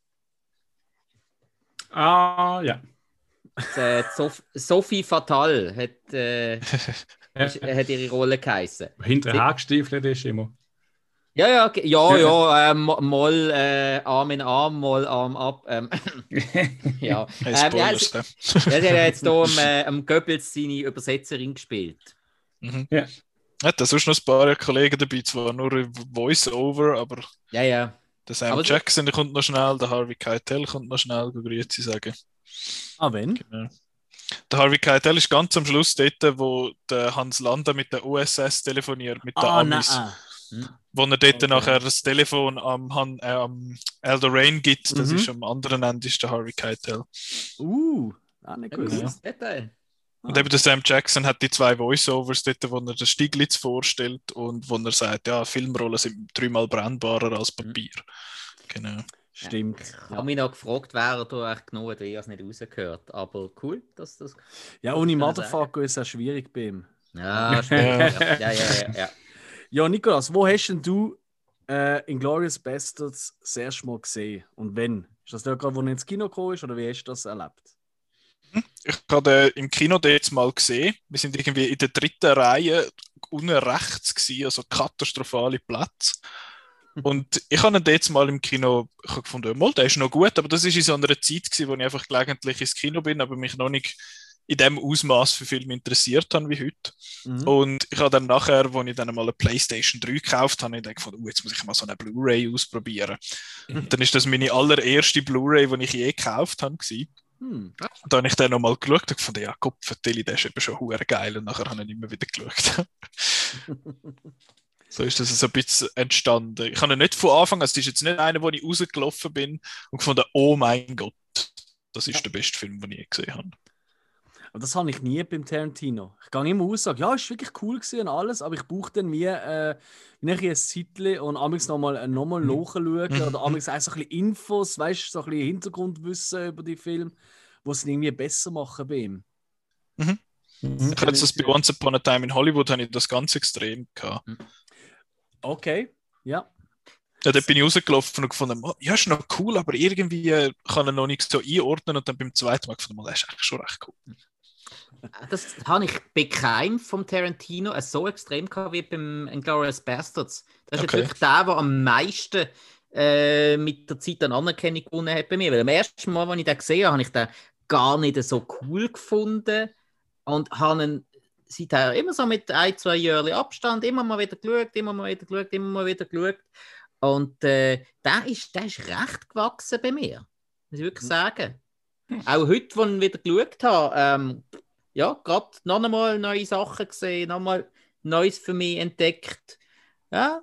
Ja. Sophie Fatal hat ihre Rolle geheißen. Hinterher gestiefelt ist immer. Mal Arm in Arm, mal Arm ab. Ja. Hey, Spoilers, Er hat ja jetzt hier am Goebbels seine Übersetzerin gespielt. Mhm. Ja. Hat da sonst noch ein paar Kollegen dabei, zwar nur Voice-Over, aber Ja. der Sam Aber Jackson der kommt noch schnell, der Harvey Keitel kommt noch schnell, grüezi sagen. Ah, wenn? Genau. Der Harvey Keitel ist ganz am Schluss dort, wo der Hans Landa mit der USS telefoniert, mit der Amis. Wo er dort nachher das Telefon am Eldorain gibt, das ist am anderen Ende ist der Harvey Keitel. Nicht gut. Ja. Detail. Und eben der Sam Jackson hat die 2 Voice-Overs dort, wo er den Stieglitz vorstellt und wo er sagt, ja, Filmrollen sind 3-mal brennbarer als Papier. Genau. Stimmt. Ich habe mich noch gefragt, wer da echt genug hat, ich habe es nicht rausgehört. Aber cool, dass das... Ja, ohne Motherfucker ist es auch schwierig bei ihm. Ja, schwierig. Ja. Ja, Nikolas, wo hast denn du Inglourious Basterds das erste Mal gesehen? Und wenn? Ist das der gerade, wo er ins Kino gekommen ist, oder wie hast du das erlebt? Ich habe im Kino dort mal gesehen. Wir sind irgendwie in der 3. Reihe unten rechts gewesen, also katastrophale Plätze. Und ich habe ihn dort mal im Kino gefunden, mal, der ist noch gut, aber das war in so einer Zeit gewesen, wo ich einfach gelegentlich ins Kino bin, aber mich noch nicht in dem Ausmaß für Filme interessiert habe wie heute. Und ich habe dann nachher, als ich dann mal eine PlayStation 3 gekauft habe, ich gedacht, jetzt muss ich mal so eine Blu-ray ausprobieren. Und dann ist das meine allererste Blu-ray, die ich je gekauft habe. Und da habe ich dann nochmal geschaut und fand, ja, Kopfvertilli, der ist eben schon hure geil. Und nachher habe ich nicht mehr wieder geschaut. So ist das so ein bisschen entstanden. Ich habe ihn nicht von Anfang an, es ist jetzt nicht einer, wo ich rausgelaufen bin und gefunden, oh mein Gott, das ist der beste Film, den ich je gesehen habe. Aber das habe ich nie beim Tarantino. Ich gehe immer aus und sage, ja, ist wirklich cool gewesen und alles, aber ich brauche dann wie ein Zeitchen und abends nochmal nachschauen oder abends auch so ein bisschen Infos, weißt du, so ein bisschen Hintergrundwissen über die Filme, die es irgendwie besser machen bei ihm. Ich hatte jetzt das bei Once Upon a Time in Hollywood, habe ich das ganz extrem gehabt. Okay, ja. Ja, dort bin ich rausgelaufen und gefunden, ja, ist noch cool, aber irgendwie kann er noch nicht so einordnen und dann beim zweiten Mal gefunden, das ist eigentlich schon recht cool. Das habe ich bei keinem vom Tarantino so extrem gehabt wie beim Inglourious Basterds. Das ist jetzt wirklich der am meisten mit der Zeit an Anerkennung gewonnen hat bei mir. Weil am ersten Mal, als ich den gesehen habe, habe ich den gar nicht so cool gefunden und habe ihn seither immer so mit 1-2 Jahren Abstand immer mal wieder geschaut. Und der ist recht gewachsen bei mir, muss ich wirklich sagen. Auch heute, als ich wieder geschaut habe, gerade noch einmal neue Sachen gesehen, noch einmal Neues für mich entdeckt. Ja.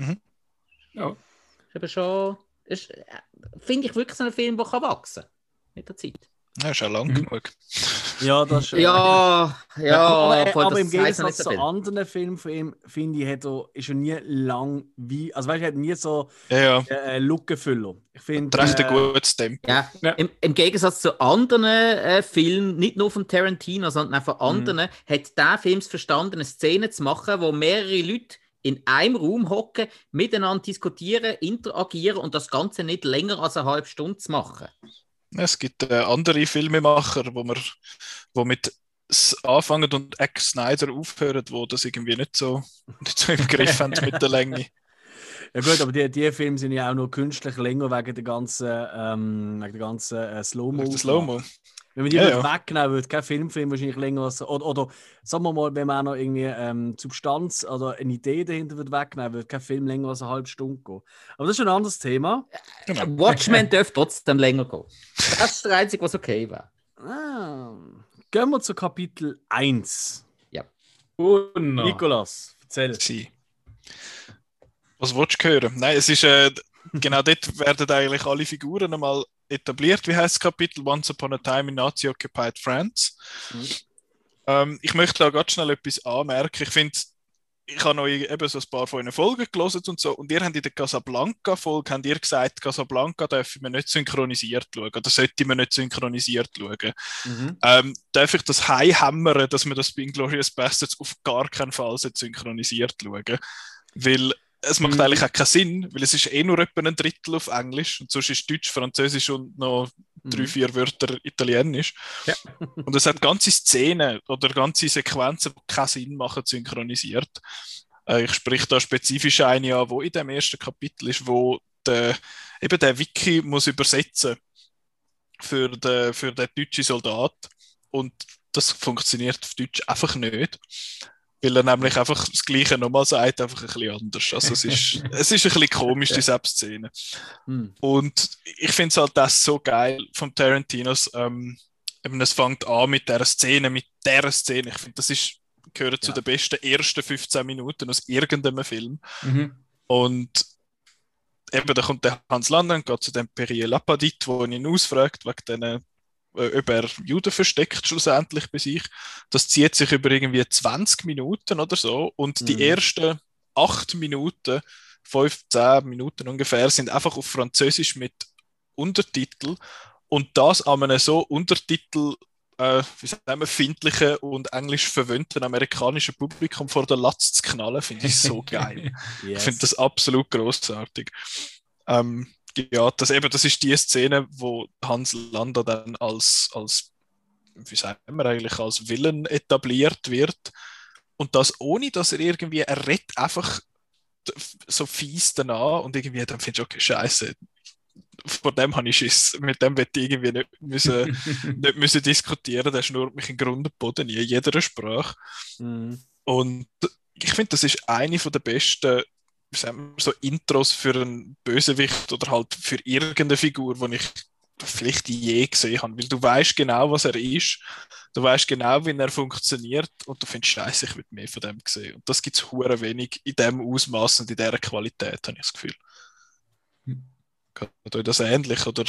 Ja. Ist eben schon, finde ich wirklich so ein Film, der wachsen kann mit der Zeit. Ja, ist ja lang genug. Ja, das ist Ja, aber im Gegensatz zu anderen Filmen von ihm, finde ich, ist er nie lang wie. Also, weißt du, er hat nie so Lückenfüller. Ich finde. Recht ein gutes Tempo. Ja. Im Gegensatz zu anderen Filmen, nicht nur von Tarantino, sondern auch von anderen, hat der Film es verstanden, eine Szene zu machen, wo mehrere Leute in einem Raum hocken, miteinander diskutieren, interagieren und das Ganze nicht länger als eine halbe Stunde zu machen. Es gibt andere Filmemacher, die mit anfangen und Zack Snyder aufhören, die das irgendwie nicht so im Griff haben mit der Länge. Ja gut, aber die Filme sind ja auch nur künstlich länger wegen der ganzen Slow-Mo. Slow-Mo. Wenn man die wegnehmen würde, kein Film wahrscheinlich länger als... Oder sagen wir mal, wenn man auch noch irgendwie Substanz oder eine Idee dahinter wegnehmen würde, kein Film länger als eine halbe Stunde gehen. Aber das ist ein anderes Thema. Genau. Watchmen dürfte trotzdem länger gehen. Das ist das Einzige, was okay wäre. Gehen wir zu Kapitel 1. Ja. Nikolas, erzähl. Was willst du hören? Nein, es ist... genau dort werden eigentlich alle Figuren einmal etabliert. Wie heißt das Kapitel? Once Upon a Time in Nazi-Occupied France. Ich möchte da ganz schnell etwas anmerken. Ich finde, ich habe noch eben so ein paar von euren Folgen gelesen und so. Und ihr habt in der Casablanca-Folge gesagt, Casablanca dürfen wir nicht synchronisiert schauen. Oder sollte man nicht synchronisiert schauen. Darf ich das heimhämmern, dass man das bei Inglourious Basterds auf gar keinen Fall synchronisiert schauen? Weil es macht eigentlich auch keinen Sinn, weil es ist nur etwa ein Drittel auf Englisch und sonst ist Deutsch, Französisch und noch 3-4 Wörter Italienisch. Ja. Und es hat ganze Szenen oder ganze Sequenzen, die keinen Sinn machen, synchronisiert. Ich spreche da spezifisch eine an, wo in dem ersten Kapitel ist, wo der Wiki muss übersetzen für den deutschen Soldat. Und das funktioniert auf Deutsch einfach nicht. Weil er nämlich einfach das Gleiche nochmal sagt, einfach ein bisschen anders. Also es ist ein bisschen komisch, die Szene. Und ich finde es halt das so geil von Tarantinos. Es fängt an mit dieser Szene. Ich finde, das gehört zu den besten ersten 15 Minuten aus irgendeinem Film. Und eben, da kommt der Hans Lander und geht zu dem Perrier Lapadit, wo ihn ausfragt, wegen diesen, ob er Juden versteckt schlussendlich bei sich. Das zieht sich über irgendwie 20 Minuten oder so. Und die ersten 8 Minuten, 15 Minuten ungefähr, sind einfach auf Französisch mit Untertitel. Und das an einem so Untertitel findlichen und englisch verwöhnten amerikanischen Publikum vor der Latz zu knallen, finde ich so geil. Yes. Ich finde das absolut großartig. Das ist die Szene, wo Hans Landa dann als wie sagen wir eigentlich, als Villain etabliert wird. Und das ohne, dass er redet einfach so fies danach und irgendwie dann findest du, okay, scheiße, vor dem habe ich Schiss. Mit dem will ich irgendwie nicht müssen diskutieren. Der schnurrt mich in Grund und Boden in jeder Sprache. Und ich finde, das ist eine der besten so Intros für einen Bösewicht oder halt für irgendeine Figur, die ich vielleicht je gesehen habe. Weil du weißt genau, was er ist. Du weißt genau, wie er funktioniert und du findest, scheiße, ich will mehr von dem sehen. Und das gibt es hure wenig in dem Ausmaß und in dieser Qualität, habe ich das Gefühl. Geht euch das ähnlich, oder?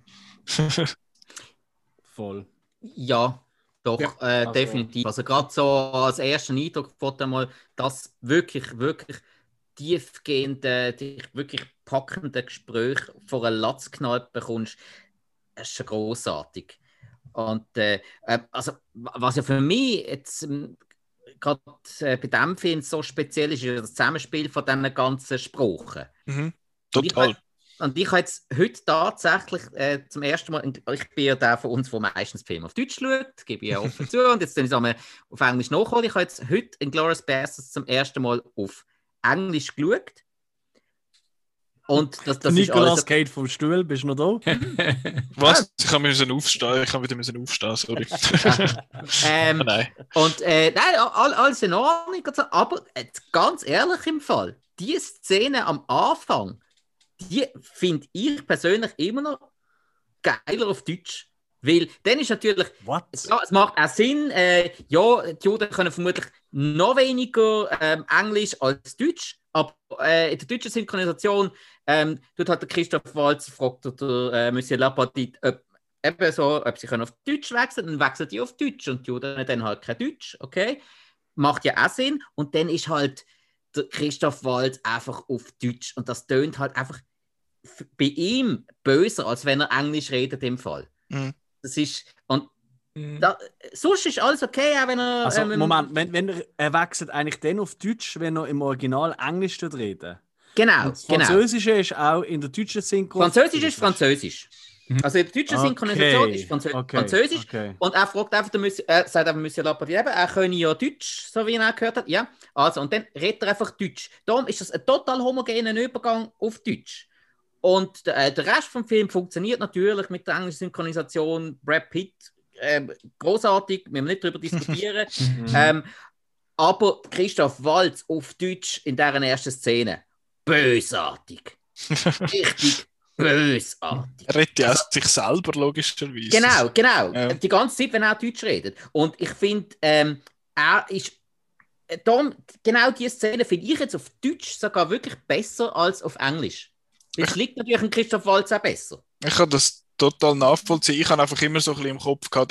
Voll. Ja, doch, ja, definitiv. Also gerade so als ersten Eindruck von einmal, das wirklich tiefgehende, wirklich packende Gespräch vor einer Latz geknallt bekommst, das ist schon grossartig. Und also, was ja für mich jetzt gerade bei diesem Film so speziell ist, ist das Zusammenspiel von diesen ganzen Sprachen. Total. Und ich habe jetzt heute tatsächlich zum ersten Mal, ich bin ja der von uns, der meistens Filme auf Deutsch schaut, gebe ich ja offen zu, und jetzt dann ich auf Englisch nachholen. Ich habe jetzt heute Inglourious Basterds zum ersten Mal auf Englisch geschaut. Und das Nicolas ist Cage vom Stuhl, bist du noch da? Was? Ich habe wieder aufstehen, sorry. Nein. Und alles in Ordnung, aber ganz ehrlich im Fall, die Szene am Anfang, die finde ich persönlich immer noch geiler auf Deutsch. Weil dann ist natürlich, es macht auch Sinn, die Juden können vermutlich noch weniger Englisch als Deutsch, aber in der deutschen Synchronisation tut halt der Christoph Waltz, fragt der Monsieur Lapadit, ob sie können auf Deutsch wechseln, dann wechseln die auf Deutsch und die Juden dann halt kein Deutsch, okay? Macht ja auch Sinn. Und dann ist halt der Christoph Waltz einfach auf Deutsch und das tönt halt einfach bei ihm böser, als wenn er Englisch redet im Fall. Das ist, und sonst ist alles okay, auch wenn er... Also, Moment, wenn er wechselt eigentlich dann auf Deutsch, wenn er im Original Englisch reden. Genau, das Französische ist auch in der deutschen Synchronisation. Französisch ist Französisch. Also in der deutschen Synchronisation ist Französisch. Okay. Und er fragt einfach, sagt einfach, Monsieur Lapadit, er könne ja Deutsch, so wie er gehört hat. Ja, also, und dann redet er einfach Deutsch. Darum ist das ein total homogener Übergang auf Deutsch. Und der Rest vom Film funktioniert natürlich mit der englischen Synchronisation. Brad Pitt, großartig, wir müssen nicht darüber diskutieren. Aber Christoph Waltz auf Deutsch in dieser ersten Szene, bösartig. Richtig bösartig. Er redet ja aus sich selber, logischerweise. Genau. Ja. Die ganze Zeit, wenn er Deutsch redet. Und ich finde, er ist. Genau diese Szene finde ich jetzt auf Deutsch sogar wirklich besser als auf Englisch. Das liegt natürlich an Christoph Waltz auch besser. Ich kann das total nachvollziehen. Ich habe einfach immer so ein bisschen im Kopf gehabt,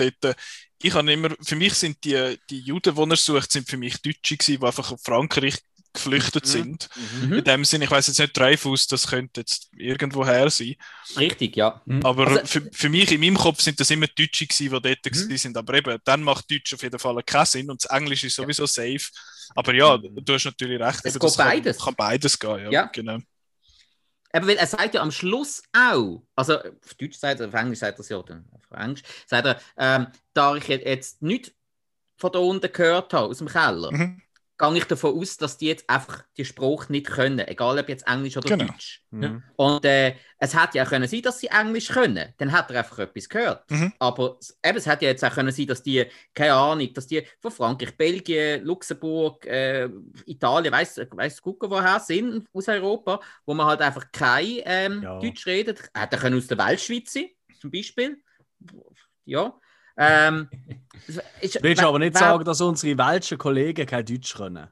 für mich sind die Juden, die er sucht, sind für mich Deutsche gewesen, die einfach auf Frankreich geflüchtet sind. In dem Sinne, ich weiss jetzt nicht, Dreyfus, das könnte jetzt irgendwo her sein. Richtig, ja. Aber also, für mich, in meinem Kopf sind das immer Deutsche gewesen, die dort sind. Aber eben, dann macht Deutsch auf jeden Fall keinen Sinn und das Englisch ist sowieso safe. Aber ja, du hast natürlich recht. Es geht beides. Kann beides gehen, ja. Genau. Aber weil er sagt ja am Schluss auch, also auf Deutsch sagt er, auf Englisch sagt er es ja, auf Englisch sagt er, da ich jetzt nicht von da unten gehört habe, aus dem Keller, gehe ich davon aus, dass die jetzt einfach die Sprache nicht können, egal ob jetzt Englisch oder Deutsch. Mhm. Und es hätte ja können sein, dass sie Englisch können. Dann hat er einfach etwas gehört. Aber eben, es hätte ja jetzt auch können sein, dass die, keine Ahnung, dass die von Frankreich, Belgien, Luxemburg, Italien, weiss gut woher sind aus Europa, wo man halt einfach kein Deutsch redet. Hätte er können aus der Weltschweiz sein, zum Beispiel. Ja. Willst du aber nicht sagen, dass unsere welschen Kollegen kein Deutsch können?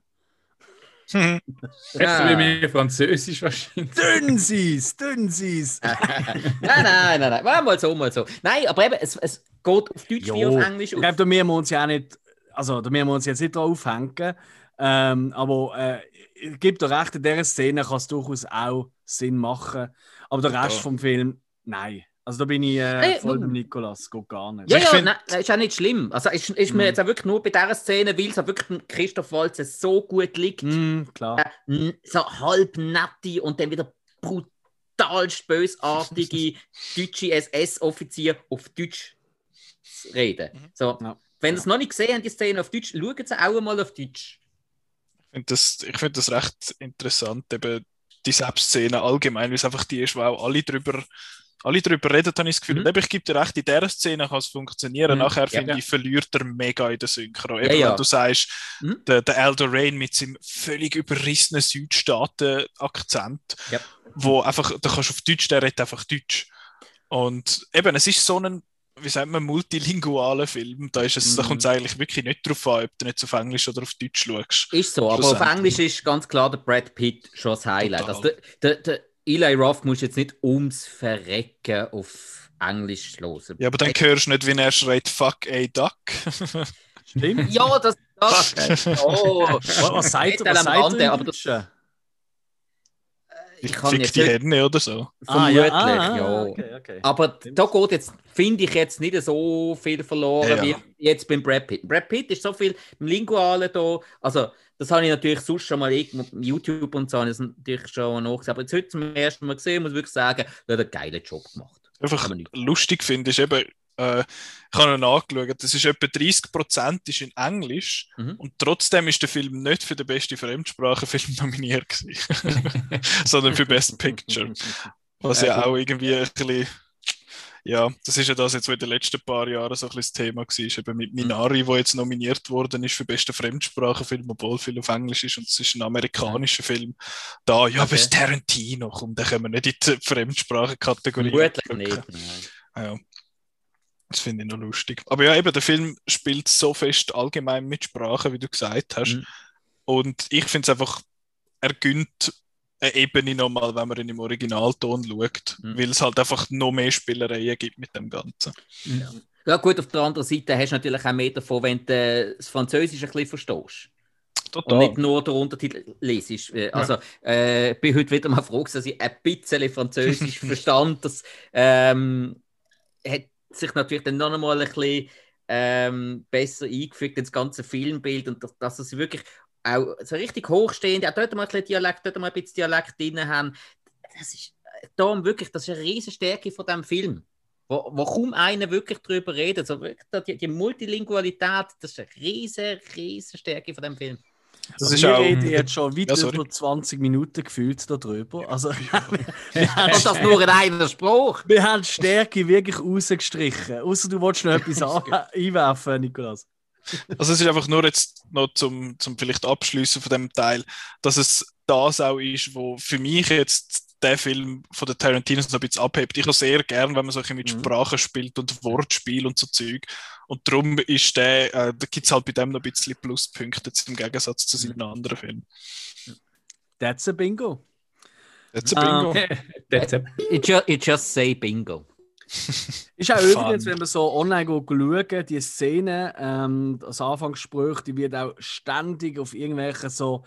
Besser wie mir Französisch wahrscheinlich. Dünn sie's! Nein. Mal so. Nein, aber eben, es geht auf Deutsch wie auf Englisch. Ich glaube, da müssen wir uns ja nicht, also da müssen wir uns jetzt nicht drauf aufhängen. Aber es gibt doch recht, in dieser Szene kann es durchaus auch Sinn machen. Aber der Rest vom Film, nein. Also da bin ich voll beim Nikolas, geht gar nicht. Nein, ist auch nicht schlimm. Also ist mir jetzt auch wirklich nur bei dieser Szene, weil es auch wirklich Christoph Waltz so gut liegt. Klar. So halb nette und dann wieder brutalst bösartige deutsche SS-Offizier auf Deutsch reden. So. Ja. Wenn ihr es noch nicht gesehen habt, die Szene auf Deutsch, schaut sie auch einmal auf Deutsch. Ich finde das recht interessant, eben die Selbstszene allgemein, weil es einfach die ist, wo auch alle drüber reden, habe ich das Gefühl. Und ich gebe dir recht, in dieser Szene kann es funktionieren. Nachher, finde ich, verliert er mega in der Synchro. Eben, wenn du sagst, der Aldo Rain mit seinem völlig überrissenen Südstaaten-Akzent, wo einfach, da kannst du auf Deutsch, der redet einfach Deutsch. Und eben, es ist so ein, wie sagt man, multilingualer Film. Da kommt es eigentlich wirklich nicht drauf an, ob du nicht auf Englisch oder auf Deutsch schaust. Ist so, aber auf Englisch ist ganz klar der Brad Pitt schon das Highlight. Also der Eli Roth muss jetzt nicht ums Verrecken auf Englisch hören. Ja, aber dann hörst du nicht, wie er schreit, fuck a duck. Stimmt. Ja, das was seid ihr? Aber das ich kann jetzt die Hände oder so. Vermutlich, Okay. Aber da geht jetzt, finde ich, jetzt nicht so viel verloren wie jetzt beim Brad Pitt. Brad Pitt ist so viel im Lingualen da. Also, das habe ich natürlich sonst schon mal irgendwo auf YouTube und so, habe ich das natürlich schon nachgesehen. Aber jetzt heute zum ersten Mal gesehen, muss ich wirklich sagen, er hat einen geilen Job gemacht. Einfach lustig finde ich eben, ich habe ihn angeschaut, das ist etwa 30% ist in Englisch und trotzdem ist der Film nicht für den besten Fremdsprachenfilm nominiert gewesen, sondern für Best Picture. Was ja auch irgendwie ein bisschen, ja, das ist ja das jetzt, was in den letzten paar Jahren so ein bisschen das Thema war, eben mit Minari, wo jetzt nominiert worden ist für besten Fremdsprachenfilm, obwohl viel auf Englisch ist und es ist ein amerikanischer Film. Da, ja, bis Tarantino kommt, dann können wir nicht in die Fremdsprachenkategorie. Vermutlich nicht. Ja. Das finde ich noch lustig. Aber ja, eben, der Film spielt so fest allgemein mit Sprache, wie du gesagt hast. Und ich finde es einfach, er gönnt eine Ebene nochmal, wenn man ihn im Originalton schaut, weil es halt einfach noch mehr Spielereien gibt mit dem Ganzen. Ja gut, auf der anderen Seite hast du natürlich auch mehr davon, wenn du das Französisch ein bisschen verstehst. Total. Und nicht nur den Untertitel lesest. Also, bin heute wieder mal froh, dass ich ein bisschen Französisch verstand. Das hat sich natürlich dann noch einmal ein bisschen besser eingefügt ins ganze Filmbild und dass es wirklich auch so richtig hochstehend, auch dort mal ein bisschen Dialekt, dort mal ein bisschen Dialekt drin haben. Das ist eine riesige Stärke von diesem Film, wo kaum einer wirklich darüber redet. Also wirklich, die Multilingualität, das ist eine riesige Stärke von diesem Film. Das ist wir reden jetzt schon weit über 20 Minuten gefühlt darüber. Also, und das nur in einer Spruch. Wir haben die Stärke wirklich rausgestrichen. Außer du wolltest noch etwas einwerfen, Nikolas. Also es ist einfach nur jetzt noch zum vielleicht Abschliessen von dem Teil, dass es das auch ist, wo für mich jetzt der Film von den Tarantinos noch ein bisschen abhebt. Ich habe sehr gern, wenn man so mit Sprache spielt und Wortspiel und so Zeug. Und darum ist da gibt es halt bei dem noch ein bisschen Pluspunkte im Gegensatz zu seinen anderen Filmen. That's a bingo. That's a bingo. It just say bingo. Ist auch übrigens, wenn man so online schaut, die Szene, das Anfangsgespräch, die wird auch ständig auf irgendwelchen so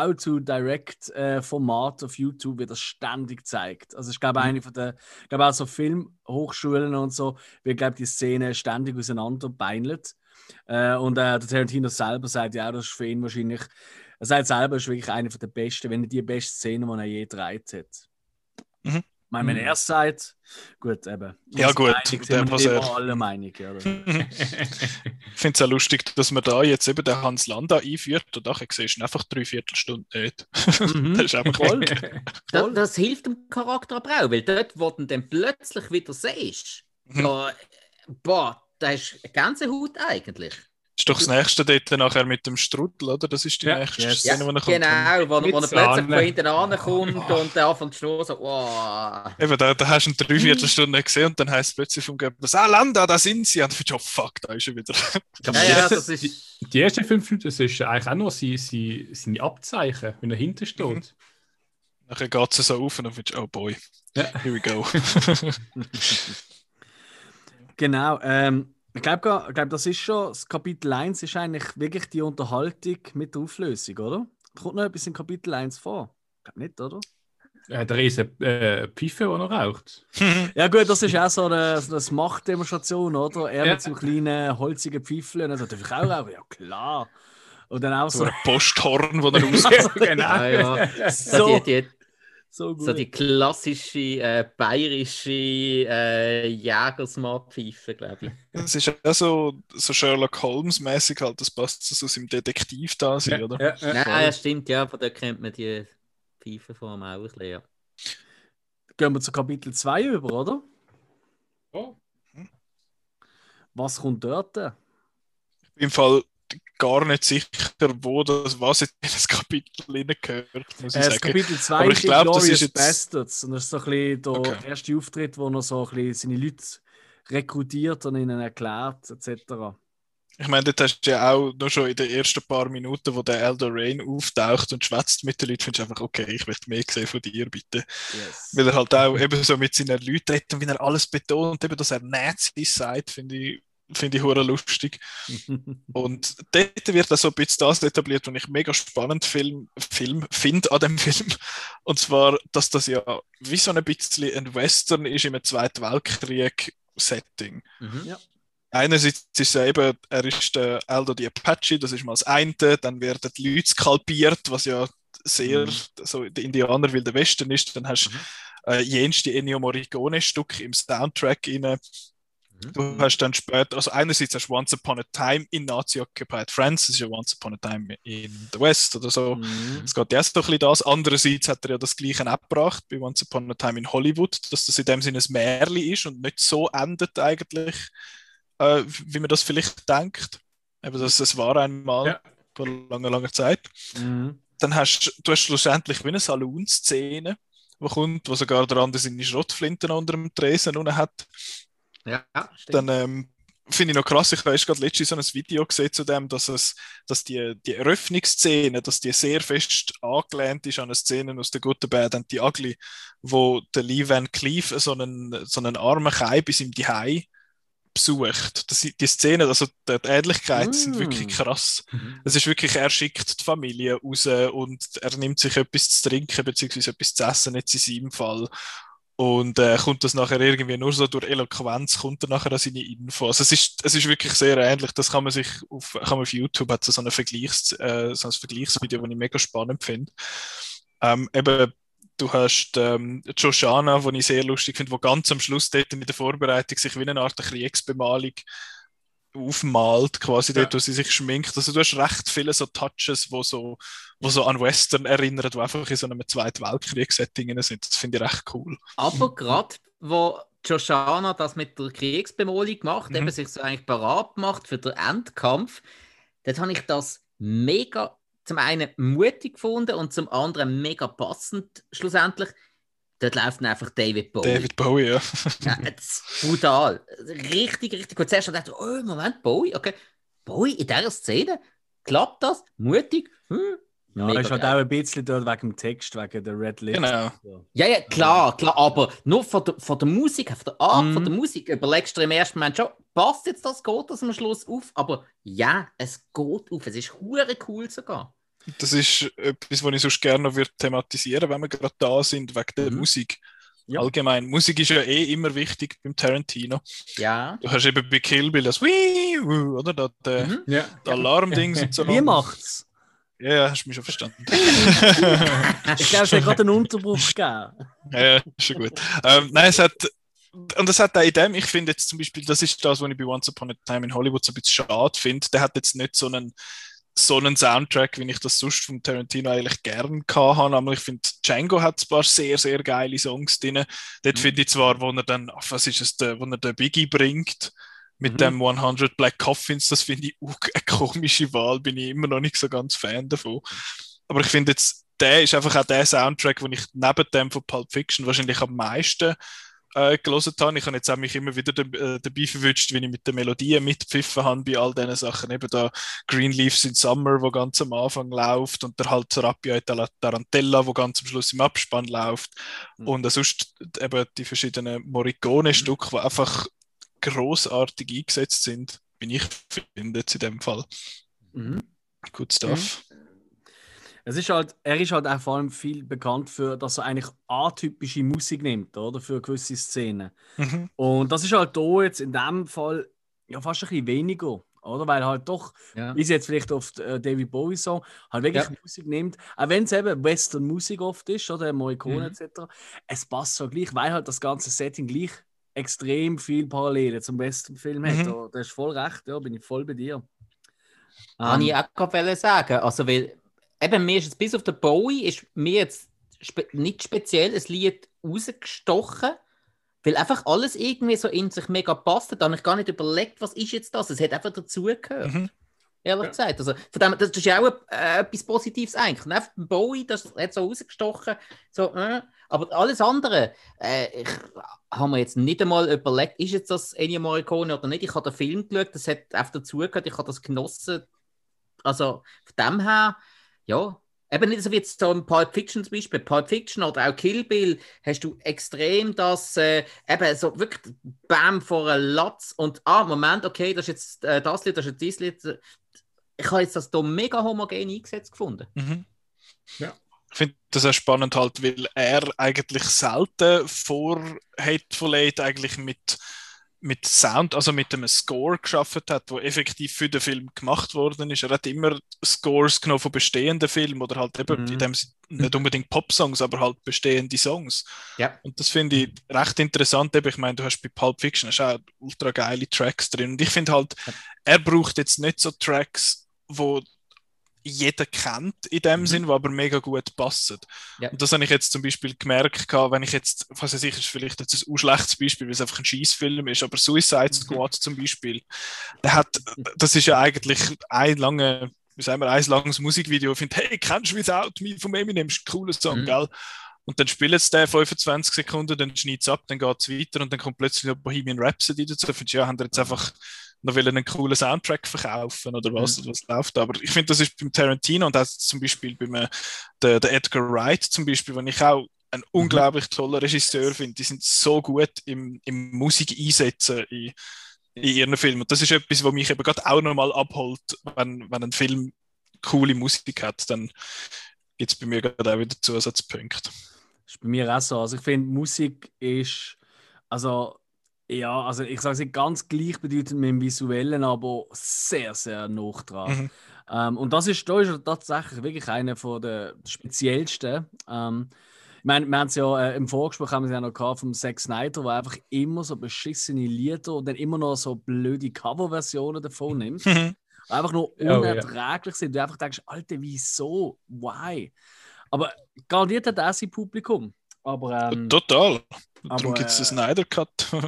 How-to-Direct-Formaten auf YouTube wird das ständig gezeigt. Also ich glaube, eine von den, auch so Filmhochschulen und so, wird, glaube die Szene ständig auseinanderbeinelt. Und der Tarantino selber sagt ja auch, das ist für ihn wahrscheinlich, er sagt selber, das ist wirklich eine der besten, wenn nicht die beste Szene, die er je gedreht hat. Wenn er es sagt, gut, eben. Ja, gut. Sind wir nicht immer alle Meinung. Ja, ich finde es auch lustig, dass man da jetzt eben den Hans Landa einführt und nachher siehst du einfach 3/4 Stunde nicht. Das ist einfach voll. Das hilft dem Charakter aber auch, weil dort, wo du dann plötzlich wieder siehst, da ist eine Gänsehaut eigentlich. Das ist doch das nächste dort nachher mit dem Strudel, oder? Das ist die nächste Szene, wo er kommt. Genau, wo er plötzlich von hinten ankommt und der anfängt zu so, wow. Eben, da hast du eine 3/4 Stunde nicht gesehen und dann heisst es plötzlich vom Goebbels, Landa, da sind sie. Und du findest, oh fuck, da ist er wieder. Das ist... Die ersten 5 Minuten, das ist eigentlich auch nur seine Abzeichen, wenn er hinten steht. Nachher geht es so auf und dann findest du, oh boy, here we go. Genau, ich glaube, das ist schon, das Kapitel 1 ist eigentlich wirklich die Unterhaltung mit der Auflösung, oder? Kommt noch etwas in Kapitel 1 vor? Ich glaube nicht, oder? Der riesen Pfeife, der noch raucht. Ja gut, das ist auch so eine Machtdemonstration, oder? Er mit so einem kleinen, holzigen Pfeifchen und dann so, darf ich auch rauchen? Ja klar. Und dann auch so... ein Posthorn, wo er rausgeht. Genau. Ja. So gut. So die klassische bayerische Jägersmartpfeife, glaube ich. Das ist auch so Sherlock Holmes-mäßig halt, das passt so aus dem Detektiv da sein, oder? Ja, stimmt, ja, von da kennt man die Pfeifenform auch ein bisschen, ja. Gehen wir zu Kapitel 2 über, oder? Oh. Was kommt dort? Ich bin im Fall gar nicht sicher, was in das Kapitel hineingehört, muss ich sagen. Das Kapitel 2 aber ich glaube, das ist jetzt... Bastards. Und das ist so ein bisschen der erste Auftritt, wo er so ein bisschen seine Leute rekrutiert und ihnen erklärt, etc. Ich meine, dort hast du ja auch noch schon in den ersten paar Minuten, wo der Elder Rain auftaucht und schwätzt mit den Leuten, findest du einfach, okay, ich möchte mehr sehen von dir, bitte. Yes. Weil er halt auch eben so mit seinen Leuten redet und wie er alles betont, eben, dass er Nazis sagt, finde ich hure lustig. Und dort wird auch so ein bisschen das etabliert, was ich mega spannend finde an dem Film. Und zwar, dass das ja wie so ein bisschen ein Western ist im Zweiten Weltkrieg-Setting. Ja. Einerseits ist es ja eben, er ist der Aldo die Apache, das ist mal das eine, dann werden die Leute skalpiert, was ja sehr so der Indianer Wilde Westen ist, dann hast du jenste Ennio Morricone-Stück im Soundtrack rein. Du hast dann später, also einerseits hast du Once Upon a Time in Nazi-Occupied France, das ist ja Once Upon a Time in the West oder so. Es geht erst noch ein bisschen das. Andererseits hat er ja das Gleiche abgebracht bei Once Upon a Time in Hollywood, dass das in dem Sinne ein Märchen ist und nicht so endet eigentlich, wie man das vielleicht denkt. Eben, das war einmal vor langer Zeit. Dann hast du schlussendlich wie eine Saloon-Szene, die kommt, wo sogar der andere seine Schrottflinten unter dem Tresen unten hat. Ja, stimmt. Dann finde ich noch krass, ich habe gerade letztens so ein Video gesehen zu dem, dass die Eröffnungsszene, dass die sehr fest angelehnt ist an eine Szene aus The Good, The Bad and The Ugly, wo der Lee Van Cleef so einen armen Kai bis im Zuhause besucht. Die Szenen, also die Ähnlichkeiten sind wirklich krass. Es ist wirklich, er schickt die Familie raus und er nimmt sich etwas zu trinken bzw. etwas zu essen, jetzt in seinem Fall. Und kommt das nachher irgendwie nur so durch Eloquenz, kommt er nachher an seine Infos. Es ist wirklich sehr ähnlich. Das kann man auf YouTube, hat so ein Vergleichsvideo, das ich mega spannend finde. Eben, du hast Joshana, die ich sehr lustig finde, die ganz am Schluss dort in der Vorbereitung sich wie eine Art Kriegsbemalung aufmalt, quasi dort, wo sie sich schminkt. Also du hast recht viele so Touches, wo so an Western erinnern, die einfach in so einem Zweiten Weltkrieg-Setting sind. Das finde ich recht cool. Aber gerade, wo Joshana das mit der Kriegsbemalung macht, eben sich so eigentlich parat macht für den Endkampf, dort habe ich das mega, zum einen mutig gefunden und zum anderen mega passend schlussendlich. Dort läuft dann einfach David Bowie. David Bowie, ja. Ja, brutal. Richtig, richtig gut. Zuerst dachte ich, oh, Moment, Bowie, okay. Bowie in dieser Szene? Klappt das? Mutig? Ja, er ist halt auch ein bisschen dort wegen dem Text, wegen der Red List. Genau. Ja, klar, aber nur von der Musik, von der Art von der Musik überlegst du im ersten Moment schon, passt jetzt das, geht das am Schluss auf? Aber ja, es geht auf, es ist hure cool sogar. Das ist etwas, was ich sonst gerne noch thematisieren würde, wenn wir gerade da sind, wegen der Musik. Ja. Allgemein, Musik ist ja immer wichtig beim Tarantino. Ja. Du hast eben bei Kill Bill das oder? Das Alarmdings und so. Wie macht's? Ja, hast du mich schon verstanden. Ich glaube, es hat gerade einen Unterbruch gegeben. Ja, schon gut. Nein, es hat auch in dem, ich finde jetzt zum Beispiel, das ist das, was ich bei Once Upon a Time in Hollywood so ein bisschen schade finde, der hat jetzt nicht so einen Soundtrack, wie ich das sonst von Tarantino eigentlich gern gehabt habe. Aber ich finde, Django hat ein paar sehr, sehr geile Songs drin. Dort finde ich zwar, wo er dann, was ist es, wo er den Biggie bringt, mit dem 100 Black Coffins, das finde ich auch eine komische Wahl, bin ich immer noch nicht so ganz Fan davon. Aber ich finde jetzt, der ist einfach auch der Soundtrack, den ich neben dem von Pulp Fiction wahrscheinlich am meisten gelesen habe. Ich habe jetzt auch mich immer wieder dabei verwünscht, wie ich mit den Melodien mitpfiffen habe bei all diesen Sachen. Eben da Green Leaves in Summer, wo ganz am Anfang läuft, und der halt Rapia et la Tarantella, wo ganz am Schluss im Abspann läuft. Und sonst eben die verschiedenen Morricone-Stücke, die einfach grossartig eingesetzt sind, bin ich finde jetzt in dem Fall. Good stuff. Er ist halt auch vor allem viel bekannt für, dass er eigentlich atypische Musik nimmt, oder? Für gewisse Szenen. Und das ist halt hier jetzt in dem Fall ja fast ein bisschen weniger, oder? Weil halt doch, wie sie jetzt vielleicht auf David Bowie Song, halt wirklich Musik nimmt, auch wenn es eben Western-Musik oft ist, oder Morricone etc. Es passt so gleich, weil halt das ganze Setting gleich extrem viel Parallelen zum Western-Film hat. Du hast voll recht, ja, bin ich voll bei dir. Kann ich auch gerade sagen, also weil eben, mir ist jetzt bis auf den Bowie ist mir jetzt nicht speziell ein Lied rausgestochen, weil einfach alles irgendwie so in sich mega passt. Da habe ich gar nicht überlegt, was ist jetzt das? Es hat einfach dazugehört. Ehrlich gesagt. Also, von dem, das ist ja auch etwas Positives eigentlich. Und einfach den Bowie, das hat so rausgestochen. So, aber alles andere, ich habe mir jetzt nicht einmal überlegt, ist jetzt das Ennio Morricone oder nicht. Ich habe den Film geschaut, das hat einfach dazugehört, ich habe das genossen. Also von dem her, ja, eben nicht so wie jetzt so ein Pulp Fiction zum Beispiel. Pulp Fiction oder auch Kill Bill hast du extrem das, eben so wirklich Bam vor einem Latz und Moment, okay, das ist jetzt das Lied, das ist jetzt dieses Lied. Ich habe jetzt das hier mega homogen eingesetzt gefunden. Ja. Ich finde das auch spannend halt, weil er eigentlich selten vorhat eigentlich mit Sound, also mit einem Score geschaffen hat, der effektiv für den Film gemacht worden ist. Er hat immer Scores genommen von bestehenden Filmen oder halt eben in dem nicht unbedingt Popsongs, aber halt bestehende Songs. Ja. Und das finde ich recht interessant. Ich meine, du hast bei Pulp Fiction hast auch ultra geile Tracks drin. Und ich finde halt, er braucht jetzt nicht so Tracks, wo jeder kennt in dem Sinn, die aber mega gut passen. Ja. Und das habe ich jetzt zum Beispiel gemerkt, wenn ich jetzt, was weiß ich, ist vielleicht jetzt ein schlechtes Beispiel, weil es einfach ein Scheissfilm ist, aber Suicide Squad zum Beispiel, das ist ja eigentlich ein langes Musikvideo. Ich finde, hey, kennst du Without Me von Eminem? Ist ein cooler Song, gell? Und dann spielt es der 25 Sekunden, dann schneidet es ab, dann geht es weiter und dann kommt plötzlich noch Bohemian Rhapsody dazu. Ich finde, ja, haben wir jetzt einfach noch einen coolen Soundtrack verkaufen oder was läuft. Aber ich finde, das ist beim Tarantino und auch zum Beispiel beim der Edgar Wright zum Beispiel, wenn ich auch ein unglaublich toller Regisseur finde. Die sind so gut im Musik einsetzen in ihren Filmen. Und das ist etwas, was mich eben gerade auch nochmal abholt, wenn ein Film coole Musik hat, dann gibt es bei mir gerade auch wieder Zusatzpunkte. Das ist bei mir auch so. Also ich finde, Musik ist, also ich sage es nicht ganz gleichbedeutend mit dem Visuellen, aber sehr, sehr nah dran. Und da ist tatsächlich wirklich einer der speziellsten. Ich meine, wir haben es ja im Vorgespräch haben wir es ja noch gehabt vom Zack Snyder, der einfach immer so beschissene Lieder und dann immer noch so blöde Coverversionen davon nimmt. Einfach nur unerträglich sind. Du einfach denkst, Alter, wieso? Why? Aber garantiert hat er sein Publikum. Aber, total. Darum gibt es den Snyder Cut.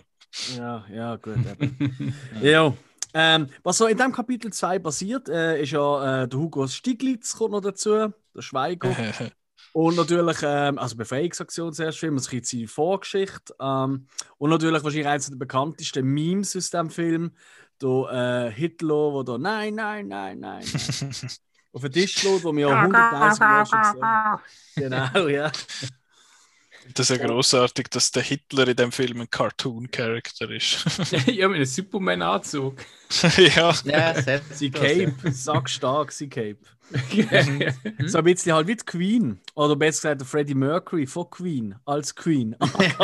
Ja, gut. Ja. Was so in diesem Kapitel 2 passiert, ist ja der Hugo Stiglitz kommt noch dazu, der Schweiger. Und natürlich, also Befreiungsaktion zuerst, Film, das ist seine Vorgeschichte. Und natürlich wahrscheinlich eines der bekanntesten Memes aus diesem Film, der Hitler, der da Nein. Auf den Tisch schlägt, wo wir ja 100.000 Mal schon gesehen haben. Genau, ja. Das ist ja grossartig, dass der Hitler in dem Film ein Cartoon-Character ist. Ja, mit einem Superman-Anzug. Ja. Sie Cape, sackstark, sie Cape. So ein bisschen halt wie die Queen. Oder besser gesagt, der Freddie Mercury von Queen als Queen.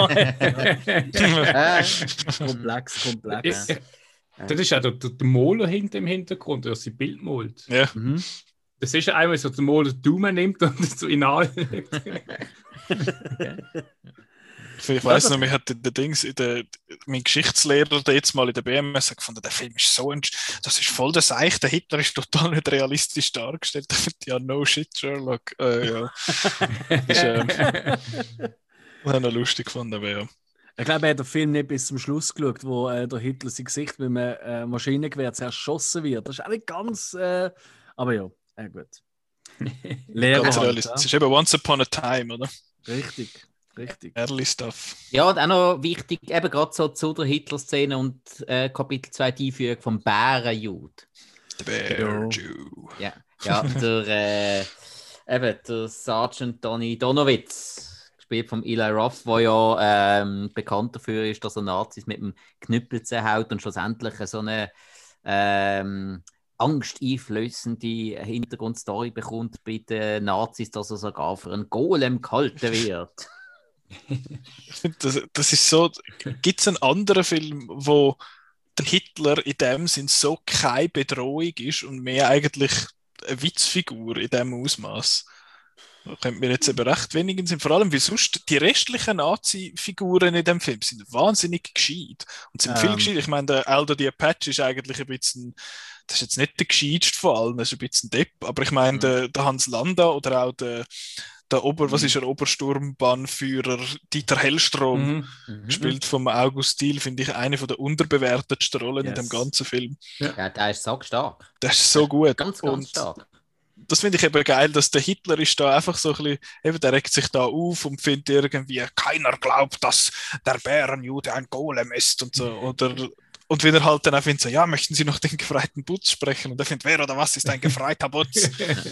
Komplex. Das ist auch der Maler im Hintergrund, der sein Bild malt. Ja. Das ist ja einmal so, der Mol den Daumen nimmt und so in anlegt. Ich weiss noch, mir hat mein Geschichtslehrer jetzt mal in der BMS gefunden, der Film ist so das ist voll der Seich, der Hitler ist total nicht realistisch dargestellt. Ich finde, ja, no shit, Sherlock. Ja. Ist noch lustig gefunden, aber ja. Ich glaube, er hat den Film nicht bis zum Schluss geschaut, wo der Hitler sein Gesicht mit einem Maschinengewehr zerschossen wird. Das ist auch nicht ganz... aber ja, gut. Ganz realistisch. Es ist eben Once Upon a Time, oder? Richtig. Early Stuff. Ja, und auch noch wichtig, eben gerade so zu der Hitler-Szene und Kapitel 2 die Einführung vom Bärenjude. Der Bärenjude. Ja, der Sergeant Donny Donowitz, gespielt von Eli Roth, der ja bekannt dafür ist, dass er Nazis mit dem Knüppel zerhaut und schlussendlich so eine angsteinflößende Hintergrundstory bekommt bei den Nazis, dass er sogar für einen Golem gehalten wird. Ich finde, das ist so. Gibt es einen anderen Film, wo der Hitler in dem Sinn so keine Bedrohung ist und mehr eigentlich eine Witzfigur in diesem Ausmaß? Da könnte mir jetzt eben recht wenig sind. Vor allem, wie sonst die restlichen Nazi-Figuren in dem Film sind wahnsinnig gescheit. Und sind viel gescheit. Ich meine, der Aldo the Apache ist eigentlich ein bisschen. Das ist jetzt nicht der gescheiteste von allen, das ist ein bisschen Depp. Aber ich meine, der Hans Landa oder auch der Obersturmbannführer Dieter Hellstrom, gespielt vom August Diehl, finde ich eine der unterbewertetsten Rollen in dem ganzen Film. Ja, der ist so stark. Der ist so gut. Ganz stark. Das finde ich eben geil, dass der Hitler ist da einfach so ein bisschen, eben, der regt sich da auf und findet irgendwie, keiner glaubt, dass der Bärenjude ein Golem ist und so. Und wenn er halt dann auch findet, so, ja, möchten Sie noch den gefreiten Putz sprechen? Und er findet, wer oder was ist ein gefreiter Putz?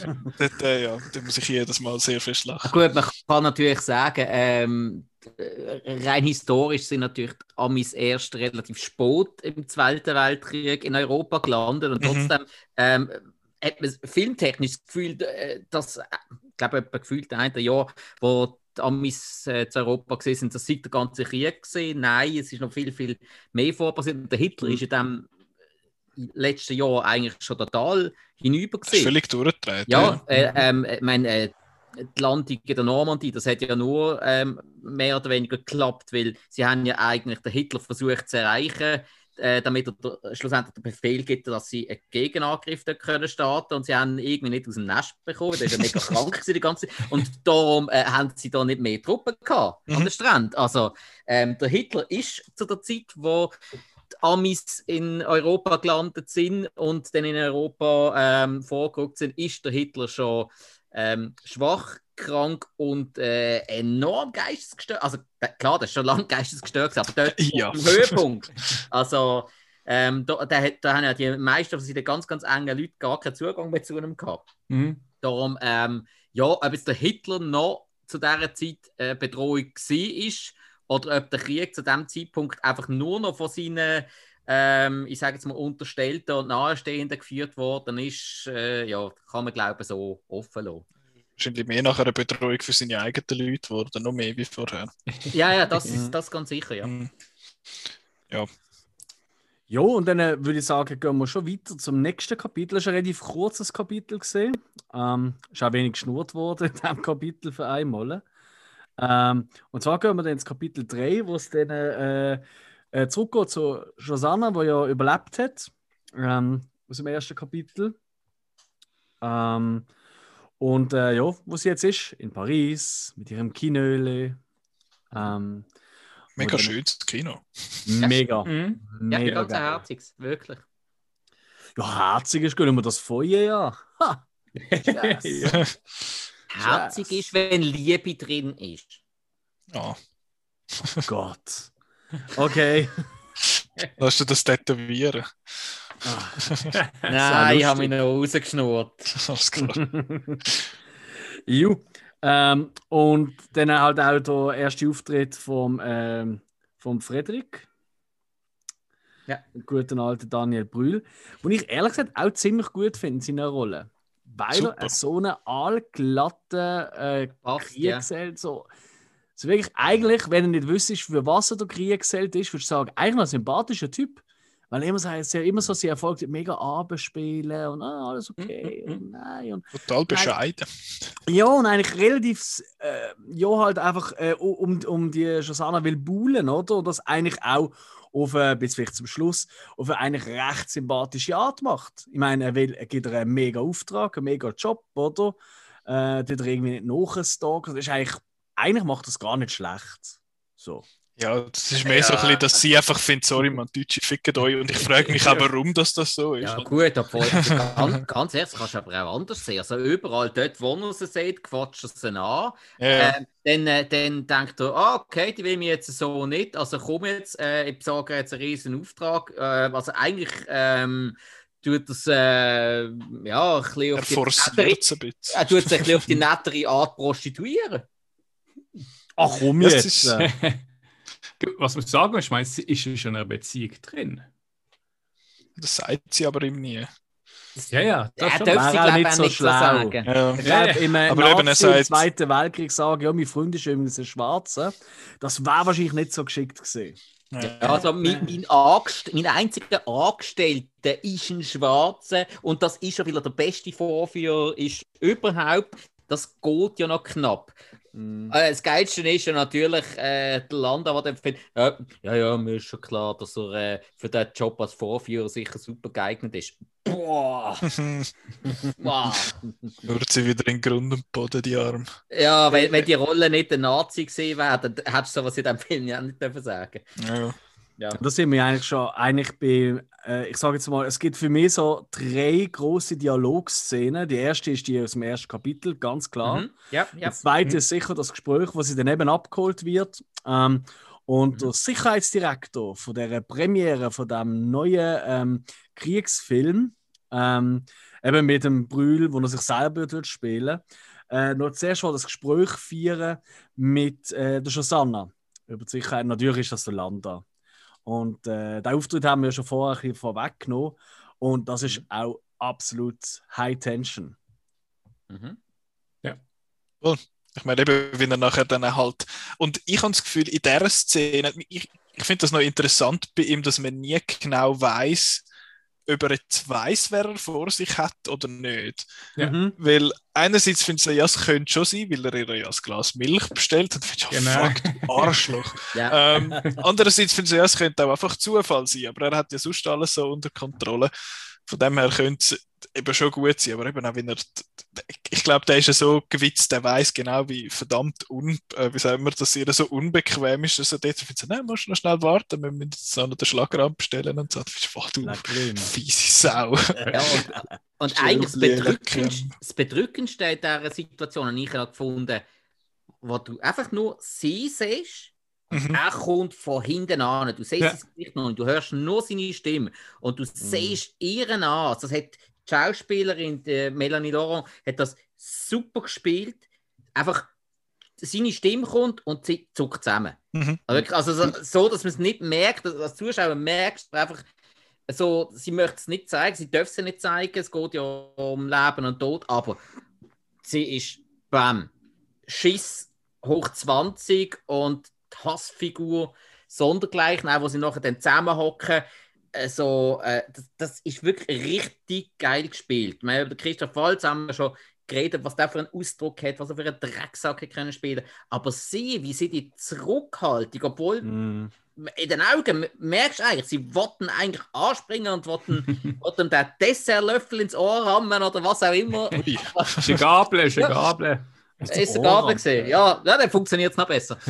Da muss ich jedes Mal sehr viel lachen. Gut, man kann natürlich sagen, rein historisch sind natürlich die Amis erst relativ spät im Zweiten Weltkrieg in Europa gelandet und trotzdem hat man filmtechnisch das Gefühl, dass, ich glaube, etwa gefühlt ein Jahr, wo die Amis zu Europa gesehen sind, das sei der ganze Krieg gesehen. Nein, es ist noch viel, viel mehr vorpassiert. Der Hitler ist in dem letzten Jahr eigentlich schon total hinüber gesehen. Völlig durchgedreht. Ja, ich meine, die Landung in der Normandie, das hat ja nur mehr oder weniger geklappt, weil sie haben ja eigentlich den Hitler versucht zu erreichen, damit er schlussendlich den Befehl gibt, dass sie einen Gegenangriff können starten, und sie haben irgendwie nicht aus dem Nest bekommen, der ist ja mega krank die ganze Zeit, und darum haben sie da nicht mehr Truppen gehabt an den Strand. Also der Hitler ist zu der Zeit, wo die Amis in Europa gelandet sind und dann in Europa vorgerückt sind, ist der Hitler schon schwach, krank und enorm geistesgestört. Also klar, das ist schon lange geistesgestört, aber dort am Höhepunkt. Also da haben ja die meisten von den ganz, ganz engen Leuten gar keinen Zugang mehr zu ihm gehabt. Darum, ob jetzt der Hitler noch zu dieser Zeit Bedrohung war oder ob der Krieg zu diesem Zeitpunkt einfach nur noch von seinen ich sage jetzt mal Unterstellten und Nahestehenden geführt worden ist, kann man glaube ich so offen lassen. Wahrscheinlich mehr nach einer Betreuung für seine eigenen Leute geworden, noch mehr wie vorher. Ja, das ist das ganz sicher, ja. Ja. Ja, und dann würde ich sagen, gehen wir schon weiter zum nächsten Kapitel. Das ist ein relativ kurzes Kapitel gesehen. Ist auch wenig geschnurrt worden in diesem Kapitel für einmal. Und zwar gehen wir dann ins Kapitel 3, wo es dann zurückgeht zu Josanna, die ja überlebt hat, aus dem ersten Kapitel. Und wo sie jetzt ist, in Paris, mit ihrem Kinöle. Mega schönes Kino. Mega. Ja, ganz herziges, wirklich. Ja, herzig ist gut, immer das Feuer, ja. Ha! Yes. Herzig ist, wenn Liebe drin ist. Ja. Oh Gott. Okay. Lass du das tätowieren? Nein, ich habe mich noch rausgeschnurrt. Alles klar. Und dann halt auch der erste Auftritt vom Frederik. Ja. Guten alten Daniel Brühl. Den ich ehrlich gesagt auch ziemlich gut finde in seiner Rolle. Weil er so einen allglatten Kriegsheld so wirklich, eigentlich, wenn er nicht wüsstest, für was er der Kriegsheld ist, würdest du sagen, eigentlich ein sympathischer Typ. Weil immer so, sie erfolgt mega abspielen und alles okay und nein. Und total bescheiden. Ja, und eigentlich relativ, halt einfach um die Shosanna will buhlen, oder? Und das eigentlich auch bis vielleicht zum Schluss, auf eine eigentlich recht sympathische Art macht. Ich meine, er gibt ihr einen mega Auftrag, einen mega Job, oder? Der irgendwie nicht nachstalkt. Das ist eigentlich macht das gar nicht schlecht. So. Ja, das ist mehr so ein bisschen, dass sie einfach findet, sorry, man, Deutsche ficken euch. Und ich frage mich auch, warum das so ist. Ja, gut, obwohl, ganz ehrlich, das kannst du aber auch anders sehen. Also überall dort, wo er sie sieht, quatscht er sie an. Ja. Dann denkt er, okay, die will mich jetzt so nicht. Also komm jetzt, ich sage jetzt einen riesen Auftrag. Also eigentlich tut das ein bisschen auf tut sich ein bisschen auf die nettere Art prostituieren. Ach komm jetzt! Was man sagen muss, ich meine, sie ist schon in einer Beziehung drin. Das sagt sie aber ihm nie. Ja, das darf sie, glaube nicht so schlau. Sagen. Ja. Ich glaube, im Nazi- im Zweiten Weltkrieg sagen, ja, mein Freund ist übrigens ein Schwarzer. Das wäre wahrscheinlich nicht so geschickt gewesen. Ja, also mein einziger Angestellter ist ein Schwarzer und das ist ja, weil er der beste Vorführer ist überhaupt. Das geht ja noch knapp. Das Geilste ist ja natürlich der Landau, der findet, mir ist schon klar, dass er für den Job als Vorführer sicher super geeignet ist. Boah! Wow! Hört sie wieder in Grund und Boden, die Arme. Ja, wenn die Rolle nicht der Nazi gewesen wäre, dann hättest du sowas in diesem Film ja nicht dürfen sagen. Ja. Da sind wir eigentlich bei, ich sage jetzt mal, es gibt für mich so 3 große Dialogszenen. Die erste ist die aus dem ersten Kapitel, ganz klar. Ja. Die zweite ist sicher das Gespräch, wo sie dann eben abgeholt wird. Und der Sicherheitsdirektor von der Premiere von dem neuen Kriegsfilm, eben mit dem Brühl, wo er sich selber spielen noch zuerst mal das Gespräch führen mit der Shosanna über die Sicherheit. Natürlich ist das der Landau. Und den Auftritt haben wir schon vorher ein bisschen vorweggenommen. Und das ist auch absolut High Tension. Ja. Cool. Ich meine, eben, wie er nachher dann halt. Und ich habe das Gefühl, in dieser Szene, ich finde das noch interessant bei ihm, dass man nie genau weiß, ob er jetzt weiss, wer er vor sich hat oder nicht. Ja. Weil einerseits findet er, ja, es könnte schon sein, weil er ihr ja ein Glas Milch bestellt und findet, fuck, du Arschloch. Andererseits findet er, ja, es könnte auch einfach Zufall sein, aber er hat ja sonst alles so unter Kontrolle. Von dem her könnte es eben schon gut sein, aber eben auch, wenn er, ich glaube, der ist ja so gewitzt, der weiß genau, wie verdammt wie sagen wir, dass ihr so unbequem ist, dass er dort findet, nein, musst du noch schnell warten, wir müssen jetzt noch den Schlagrahmen bestellen und so. Du fiese Sau. Ja, und eigentlich das Bedrückendste in dieser Situation habe ich ja gefunden, wo du einfach nur sie siehst. Er kommt von hinten an, du siehst sein Gesicht noch und du hörst nur seine Stimme und du siehst ihren an. Das hat die Schauspielerin die Melanie Laurent hat das super gespielt. Einfach seine Stimme kommt und sie zuckt zusammen. Also so, dass man es nicht merkt, als Zuschauer merkst du einfach so, sie möchte es nicht zeigen, sie darf es nicht zeigen, es geht ja um Leben und Tod, aber sie ist Schiss hoch 20 und die Hassfigur sondergleichen, auch wo sie nachher dann zusammenhocken. Das ist wirklich richtig geil gespielt. Wir haben über Christoph Waltz haben wir schon geredet, was der für einen Ausdruck hat, was er für einen Drecksack können spielen. Aber sie, wie sie die Zurückhaltung, obwohl in den Augen merkst du eigentlich, sie wollten eigentlich anspringen und wollten den Dessertlöffel ins Ohr rammen oder was auch immer. Ist eine Gabel. Ist eine Gabel gesehen? Ja, dann funktioniert es noch besser.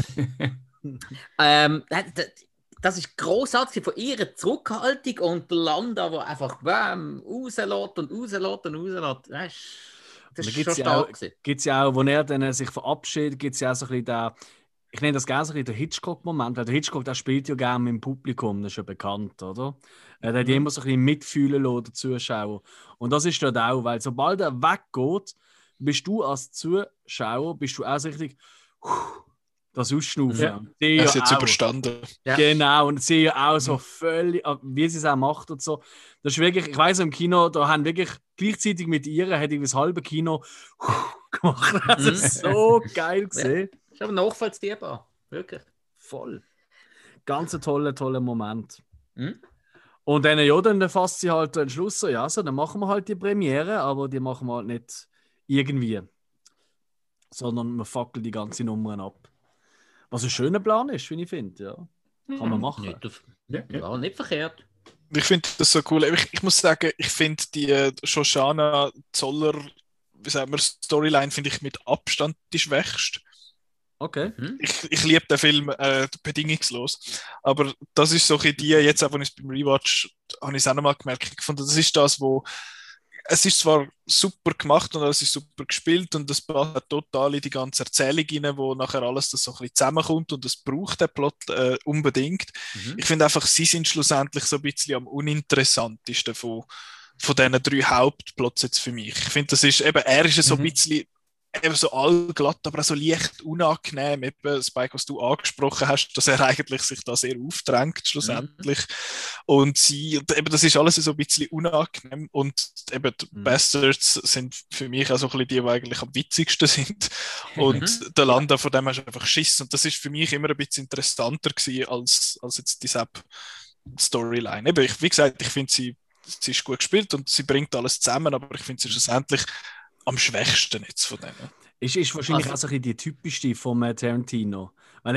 Das ist grossartig von ihrer Zurückhaltung und der Landau, der einfach rauslässt und rauslässt. Das ist schon stark. Gibt es ja auch, wo er dann sich verabschiedet, gibt es ja auch so ein bisschen den, ich nenne das gerne so ein bisschen den Hitchcock-Moment, weil der Hitchcock, der spielt ja gerne mit dem Publikum, das ist ja bekannt, oder? Er hat immer so ein bisschen mitfühlen lassen, der Zuschauer. Und das ist dort auch, weil sobald er weggeht, bist du als Zuschauer, auch so richtig das Ausschnaufen. Ja. Er ist jetzt überstanden. Ja. Genau, und sie ja auch so völlig, wie sie es auch macht und so. Das ist wirklich, ich weiss, im Kino, da haben wirklich gleichzeitig mit ihr, hätte ich das halbe Kino gemacht. Das ist so geil gesehen. Ja. Ist aber nachvollziehbar, wirklich. Voll. Ganz ein toller Moment. Und dann, ja, dann fasst sie halt den Schluss so, ja, so, dann machen wir halt die Premiere, aber die machen wir halt nicht irgendwie, sondern wir fackeln die ganze Nummern ab. Was ein schöner Plan ist, wie ich finde, ja. Kann man machen. Ja, nicht verkehrt. Ich finde das so cool. Ich muss sagen, ich finde die Shoshana Zoller, wie sagt man, Storyline finde ich mit Abstand die schwächste. Okay. Ich liebe den Film bedingungslos. Aber das ist so ein bisschen die, jetzt auch, wenn ich es beim Rewatch, habe ich es auch nochmal gemerkt, ich fand, das ist das, wo es ist zwar super gemacht und es ist super gespielt und es passt total in die ganze Erzählung rein, wo nachher alles das so ein bisschen zusammenkommt und es braucht den Plot unbedingt. Ich finde einfach, sie sind schlussendlich so ein bisschen am uninteressantesten von diesen 3 Hauptplots jetzt für mich. Ich finde, das ist eben, er ist so ein bisschen eben so allglatt, aber auch so leicht unangenehm. Eben, Spike, was du angesprochen hast, dass er eigentlich sich da sehr aufdrängt, schlussendlich. Und sie, und eben, das ist alles so ein bisschen unangenehm. Und eben, die Bastards sind für mich auch so ein bisschen die eigentlich am witzigsten sind. Und der Landa, von dem hast du einfach Schiss. Und das ist für mich immer ein bisschen interessanter gewesen, als jetzt die Storyline. Eben, wie gesagt, ich finde, sie ist gut gespielt und sie bringt alles zusammen, aber ich finde sie schlussendlich am schwächsten jetzt von denen. Ist wahrscheinlich auch so ein bisschen die typischste von Tarantino.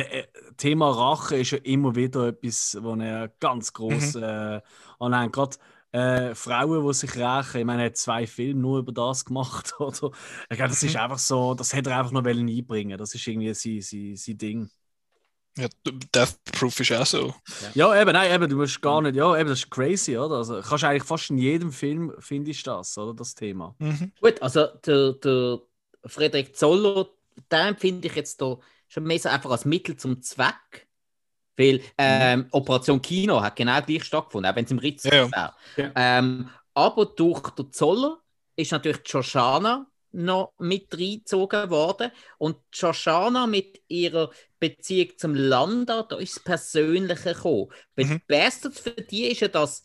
Thema Rache ist ja immer wieder etwas, wo er ganz groß anhängt. Gerade Frauen, die sich rächen. Ich meine, er hat 2 Filme nur über das gemacht. Oder? Ich glaube, das ist einfach so, das hätte er einfach noch einbringen. Das ist irgendwie sein Ding. Ja, Death Proof ist auch so. Ja, eben, du musst gar nicht, ja, eben, das ist crazy, oder? Also, kannst eigentlich fast in jedem Film findest du das, oder? Das Thema. Gut, also der Frederik Zoller, den empfinde ich jetzt da schon mehr so einfach als Mittel zum Zweck. Weil Operation Kino hat genau gleich stattgefunden, auch wenn es im Ritz war. Ja. Aber durch den Zoller ist natürlich Shoshana noch mit reingezogen worden. Und Shoshana mit ihrer Beziehung zum Landa, da ist das Persönliche gekommen. Weil Bastards für die ist ja das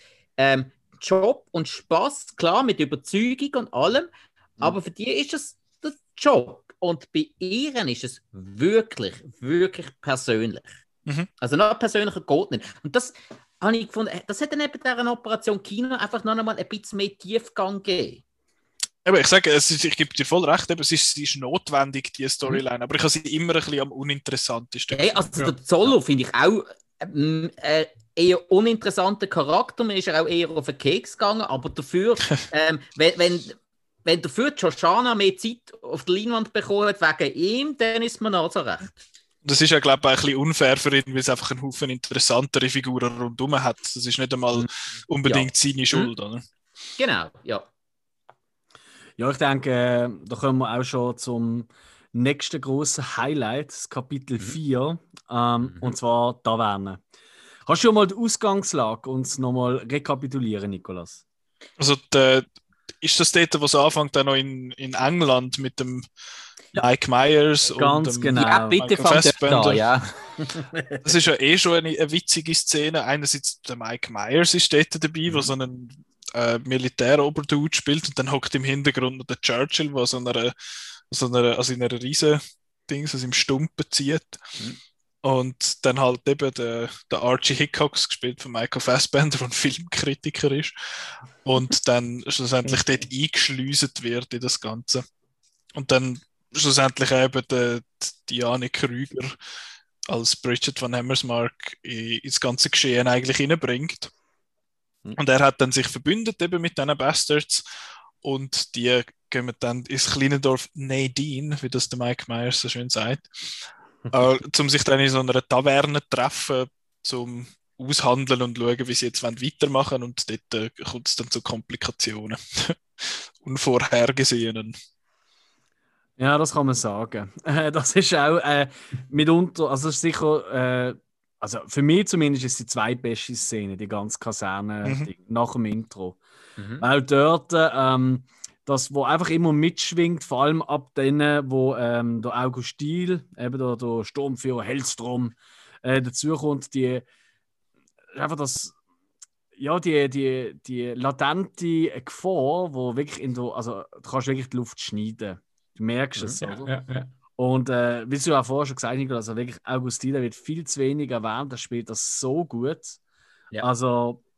Job und Spaß, klar, mit Überzeugung und allem, aber für die ist es der Job. Und bei ihren ist es wirklich, wirklich persönlich. Also noch persönlicher geht nicht. Und das habe ich gefunden, das hat dann eben dieser Operation Kino einfach noch einmal ein bisschen mehr Tiefgang gegeben. Aber ich sage, ich gebe dir voll recht, eben, sie ist notwendig, diese Storyline, aber ich habe sie immer ein bisschen am uninteressantesten gefunden. Also der Zollo finde ich auch eher uninteressanter Charakter, man ist ja auch eher auf den Keks gegangen, aber dafür, wenn dafür Shoshana mehr Zeit auf der Leinwand bekommen hat wegen ihm, dann ist man also recht. Das ist ja, glaube ich, ein bisschen unfair für ihn, weil es einfach einen Haufen interessantere Figuren rundherum hat. Das ist nicht einmal unbedingt seine Schuld, oder? Genau, ja. Ja, ich denke, da kommen wir auch schon zum nächsten grossen Highlight, das Kapitel 4, und zwar Taverne. Kannst du mal die Ausgangslage uns nochmal rekapitulieren, Nicolas? Also, ist das dort, wo es anfängt, dann noch in England mit dem Mike Myers ganz und genau. Ja, bitte fangt da, ja. Das ist ja eh schon eine witzige Szene. Einerseits der Mike Myers ist dort dabei, wo so einen Militäroberdude spielt und dann hockt im Hintergrund noch der Churchill, der also in einer riesen Dings, also im Stumpen zieht. Und dann halt eben der Archie Hickox, gespielt von Michael Fassbender, der ein Filmkritiker ist. Und dann schlussendlich dort eingeschleuset wird in das Ganze. Und dann schlussendlich eben die Diane Krüger als Bridget von Hammersmark ins ganze Geschehen eigentlich reinbringt. Und er hat dann sich verbündet eben mit diesen Bastards und die gehen dann ins kleine Dorf Nadine, wie das der Mike Myers so schön sagt, um sich dann in so einer Taverne zu treffen, zum aushandeln und schauen, wie sie jetzt weitermachen wollen. Und dort kommt es dann zu Komplikationen. Unvorhergesehenen. Ja, das kann man sagen. Das ist auch mitunter, also das ist sicher, also für mich zumindest ist die zweitbeste Szene, die ganze Kaserne nach dem Intro. Weil dort das, wo einfach immer mitschwingt, vor allem ab denen, wo der August Diehl, eben der Sturmführer Hellstrom, dazukommt, einfach das, ja, die latente Gefahr, wo wirklich also du kannst wirklich die Luft schneiden. Du merkst es, oder? Ja. Und wie du auch vorher schon gesagt hast, also wirklich August Diehl wird viel zu wenig erwähnt, der spielt das so gut. Ja. Also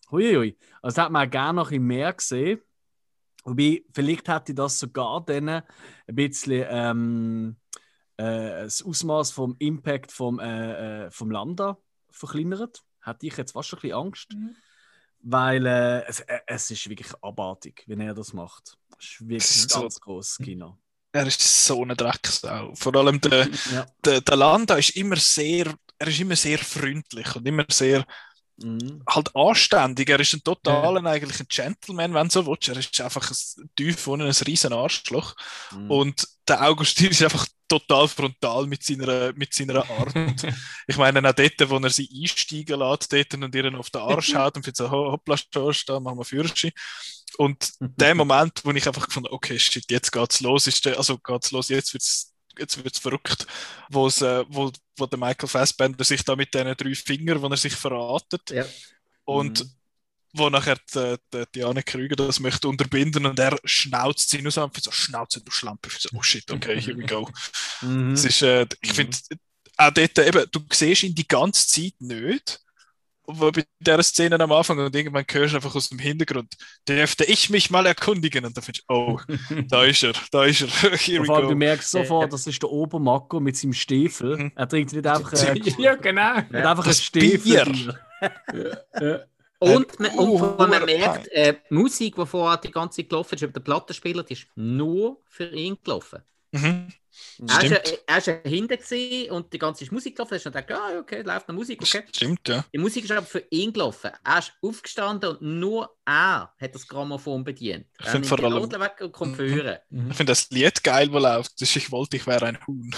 Huiui. Also das hat man auch gerne noch ein bisschen mehr gesehen. Wobei, vielleicht hätte ich das sogar dann ein bisschen das Ausmaß vom Impact vom Landa verkleinert. Hätte ich jetzt fast ein bisschen Angst. Weil es ist wirklich abartig, wenn er das macht. Es ist wirklich ein ganz grosses Kino. Er ist so eine Drecksau. Vor allem der Landa ist immer sehr freundlich und immer sehr halt anständig. Er ist ein totaler eigentlich ein Gentleman, wenn du so willst. Er ist einfach tief unten ein riesen Arschloch. Und der Augustin ist einfach total frontal mit seiner Art. Ich meine, auch dort, wo er sie einsteigen lässt dort und ihren auf den Arsch haut und so, hoppla, da machen wir Führerschein. Und der Moment, wo ich einfach gefunden habe, okay, shit, jetzt geht's los, jetzt wird's verrückt, wo der Michael Fassbender sich da mit diesen 3 Fingern, wo er sich verratet, und wo nachher die Diane Krüger das möchte unterbinden und er schnauzt sie nur so, so Schnauze, du Schlampe, so, oh shit, okay, here we go. Das ist, ich finde, auch dort eben, du siehst ihn die ganze Zeit nicht, aber bei dieser Szene am Anfang und irgendwann hörst du einfach aus dem Hintergrund, dürfte ich mich mal erkundigen, und dann findest du, oh, da ist er, here we go. Du merkst sofort, das ist der Obermako mit seinem Stiefel. Er trinkt nicht einfach ja, genau. Einfach ein Stiefel. Und man merkt, die Musik, die vorher die ganze Zeit gelaufen ist, über den Plattenspieler, die ist nur für ihn gelaufen. Er war ja hinten und die ganze Musik gelaufen. Er hat gedacht, okay, läuft noch Musik, okay. Stimmt, ja. Die Musik ist aber für ihn gelaufen. Er ist aufgestanden und nur er hat das Grammophon bedient. Ich finde vor allem, weg und kommt hören. Ich finde das Lied geil, das läuft. Das ist «Ich wollte, ich wäre ein Huhn».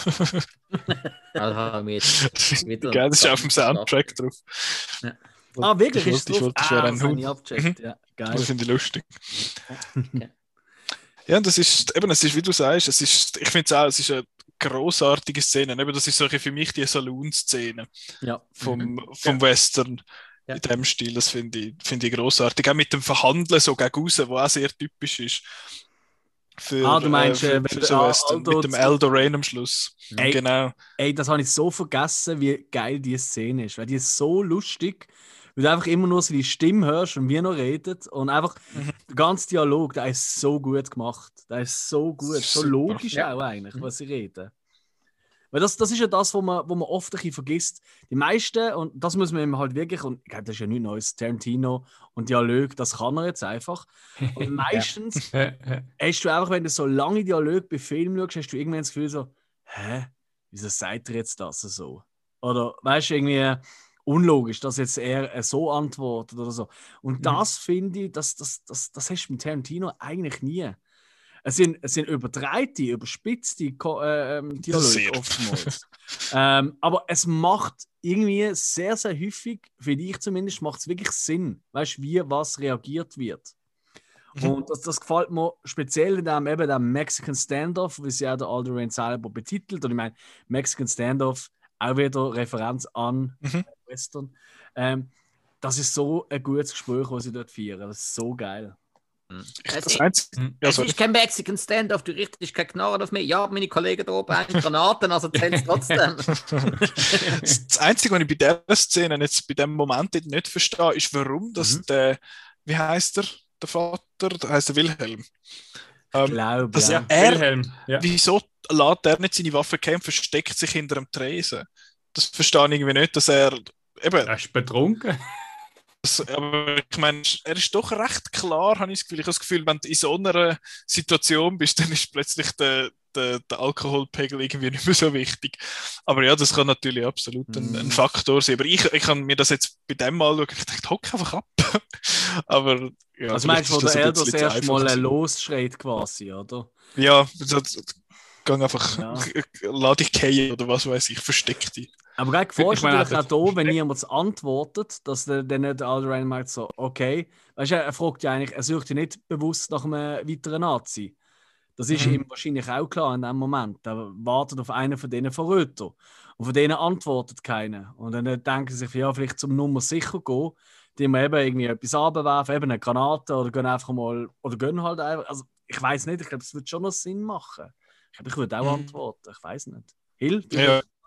Das ist auf dem Soundtrack drauf. Ja. Wirklich? Ich wollte, ich wäre ein Huhn. Ja, geil. Das finde ich lustig. Ja, das ist, eben, es ist, wie du sagst, ich finde es auch, es ist eine grossartige Szene. Eben, das ist so für mich die Saloon-Szene vom Western in dem Stil. Das finde ich grossartig. Auch mit dem Verhandeln so gegen raus, was auch sehr typisch ist. Du meinst, für so Western, mit dem Eldorain am Schluss. Genau. Ey, das habe ich so vergessen, wie geil die Szene ist. Weil die ist so lustig. Weil du einfach immer nur seine Stimme hörst und wie noch redet. Und einfach der ganze Dialog, der ist so gut gemacht. Der ist so gut, so logisch auch eigentlich, was sie reden. Weil das ist ja das, wo man oft ein bisschen vergisst. Die meisten, und das muss man ihm halt wirklich, und ich glaube, das ist ja nichts Neues, Tarantino und Dialog, das kann er jetzt einfach. Und meistens hast du einfach, wenn du so lange Dialog bei Filmen schaust, hast du irgendwann das Gefühl so, wieso sagt er jetzt das so? Oder weißt du, irgendwie unlogisch, dass jetzt er so antwortet oder so. Und das finde ich, das hast du mit Tarantino eigentlich nie. Es sind überdrehte, überspitzte Dialoge oftmals. Aber es macht irgendwie sehr, sehr häufig, finde ich zumindest, macht es wirklich Sinn, weißt du, wie was reagiert wird. Und das gefällt mir speziell in dem Mexican Standoff, wie sie ja der Alderaan selber betitelt. Und ich meine, Mexican Standoff, auch wieder Referenz an Western. Das ist so ein gutes Gespräch, das sie dort feiern. Das ist so geil. Es ist kein Mexican Standoff, du richtest keine Knarren auf mich. Ja, meine Kollegen da oben haben Granaten, also zählen es trotzdem. Das Einzige, was ich bei dieser Szene, jetzt bei dem Moment nicht verstehe, ist, warum das der, wie heißt der Vater, der heißt der Wilhelm. Ich glaube, Wilhelm. Ja. Wieso lässt er nicht seine Waffe kämpfen, versteckt sich hinter einem Tresen? Das verstehe ich irgendwie nicht, dass er eben... Er ist betrunken. Aber ich meine, er ist doch recht klar, habe ich das Gefühl. Ich habe das Gefühl, wenn du in so einer Situation bist, dann ist plötzlich der Alkoholpegel irgendwie nicht mehr so wichtig. Aber ja, das kann natürlich absolut ein Faktor sein. Aber ich kann mir das jetzt bei dem mal schauen, ich dachte, hock einfach ab. Aber ja, also meinst du, wo der Elder das erste Mal losschreit quasi, oder? Ja, gang einfach, lade dich fallen oder was weiß ich, versteck dich. Aber gleich vorstellt auch da, wenn jemand antwortet, dass dann nicht der Alderaan meint so, okay, weißt du, er fragt ja eigentlich, er sucht ja nicht bewusst nach einem weiteren Nazi. Das ist ihm wahrscheinlich auch klar in dem Moment. Er wartet auf einen von diesen Verrätern. Und von denen antwortet keiner. Und dann denken sie sich, ja, vielleicht zum Nummer sicher gehen, die wir eben irgendwie etwas runterwerfen, eben eine Granate oder gehen einfach mal, oder gehen halt einfach. Also, ich weiß nicht, ich glaube, es würde schon noch Sinn machen. Ich glaube, ich würde auch antworten, ich weiß nicht. Hilf? Ja.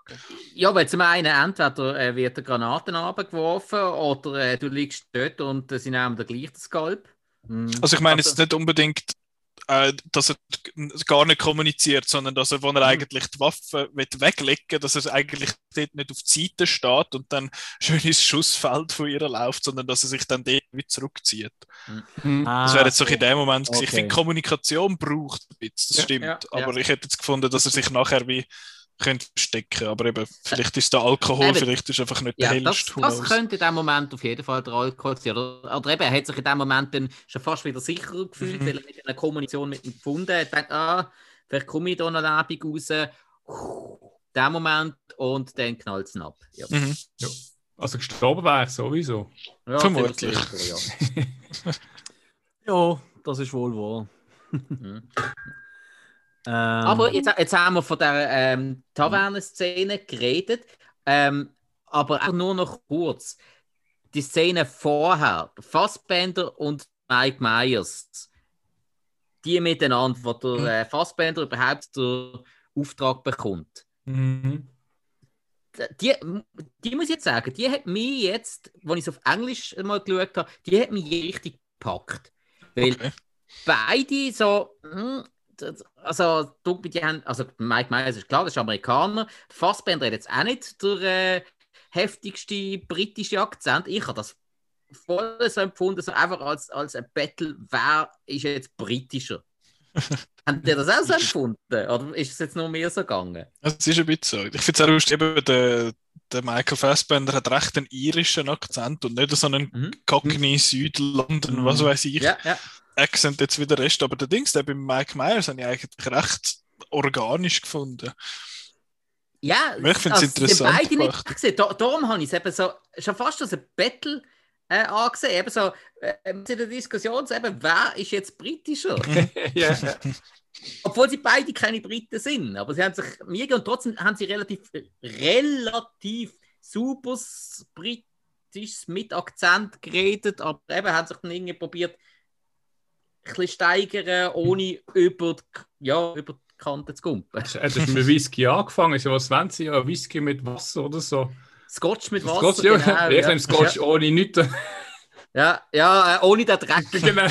Ja, weil zum einen entweder wird eine Granaten runtergeworfen oder du liegst dort und sie nehmen dir gleich das Skalp. Also ich meine jetzt nicht unbedingt, dass er gar nicht kommuniziert, sondern dass er, wenn er eigentlich die Waffe weglegen will, dass er eigentlich dort nicht auf die Seite steht und dann schön ins Schussfeld von ihr läuft, sondern dass er sich dann dort wieder zurückzieht. Das wäre jetzt so in dem Moment gewesen. Ich finde, Kommunikation braucht ein bisschen, das stimmt. Aber ich hätte jetzt gefunden, dass er sich nachher wie könnte verstecken, aber eben, vielleicht ist der Alkohol, vielleicht ist einfach nicht der hellste. Das könnte in dem Moment auf jeden Fall der Alkohol sein. Oder eben, er hat sich in dem Moment dann schon fast wieder sicherer gefühlt, weil er mit einer Kommunikation mit ihm gefunden hat. Er denkt, vielleicht komme ich da noch lebig raus. Der Moment und dann knallt es ihn ab. Ja. Ja. Also gestorben wäre sowieso. Ja, vermutlich. Ja, das ist wohl wahr. Aber jetzt haben wir von der Taverne-Szene geredet, aber auch nur noch kurz. Die Szene vorher, Fassbender und Mike Myers, die miteinander, wo der Fassbender überhaupt den Auftrag bekommt. Die muss ich jetzt sagen, die hat mich jetzt, als ich es auf Englisch mal geschaut habe, die hat mich richtig gepackt. Weil beide so... Also, Mike Myers ist klar, das ist Amerikaner. Fassbender hat jetzt auch nicht der heftigste britische Akzent. Ich habe das voll so empfunden, so einfach als ein Battle, wer ist jetzt britischer? Habt ihr das auch so empfunden? Oder ist es jetzt nur mehr so gegangen? Es ist ein bisschen so. Ich finde es auch lustig, der Michael Fassbender hat recht einen irischen Akzent und nicht so einen Cockney Südlondon, was weiß ich. Ja. Accent jetzt wieder Rest, aber der bei Mike Myers habe ich eigentlich recht organisch gefunden. Ja, ich finde es interessant. Beide nicht gesehen. Darum habe ich es eben so, schon fast als ein Battle angesehen. Eben so, in der Diskussion, so eben, wer ist jetzt britischer? Ja. Obwohl sie beide keine Briten sind. Aber sie haben sich mir und trotzdem haben sie relativ super britisch mit Akzent geredet, aber eben haben sich dann irgendwie probiert, ein bisschen steigern, ohne über die Kante zu kumpen. Hast du mit Whisky angefangen? Ist ja was 20 Jahre Whisky mit Wasser oder so? Scotch mit Wasser, Scotch, genau. Ich nehme Scotch ohne nichts. Ja, ohne den Dreck. Genau.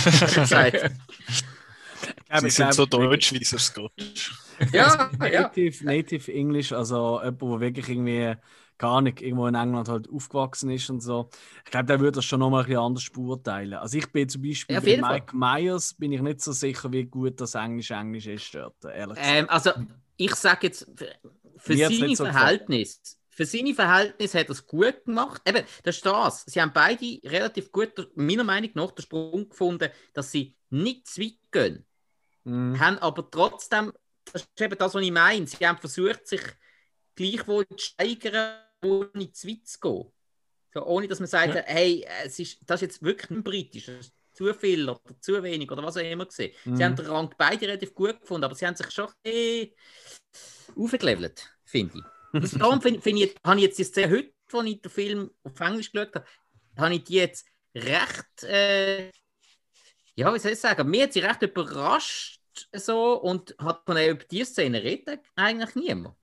Sie sind so deutsch wie dieser Scotch. Ja. Native English, also jemand, der wirklich irgendwie gar nicht irgendwo in England halt aufgewachsen ist und so. Ich glaube, der würde das schon nochmal ein bisschen anders beurteilen. Also ich bin zum Beispiel bei Mike Myers bin ich nicht so sicher, wie gut das Englisch ist dort, ehrlich gesagt. Also ich sage jetzt, für seine Verhältnisse hat er es gut gemacht. Eben, das ist das. Sie haben beide relativ gut, meiner Meinung nach, den Sprung gefunden, dass sie nicht zu weit gehen. Haben aber trotzdem, das ist eben das, was ich meine, sie haben versucht, sich gleichwohl zu steigern, ohne zu weit zu gehen. So, ohne dass man sagt, hey, das ist jetzt wirklich nicht britisch, das ist zu viel oder zu wenig oder was auch immer gesehen. Sie haben den Rang beide relativ gut gefunden, aber sie haben sich schon aufgelevelt, finde ich. Und darum habe ich jetzt die Szene heute, als ich den Film auf Englisch geschaut habe, habe ich die jetzt recht, wie soll ich sagen, mir hat sie recht überrascht so, und hat von über diese Szene redet eigentlich niemand.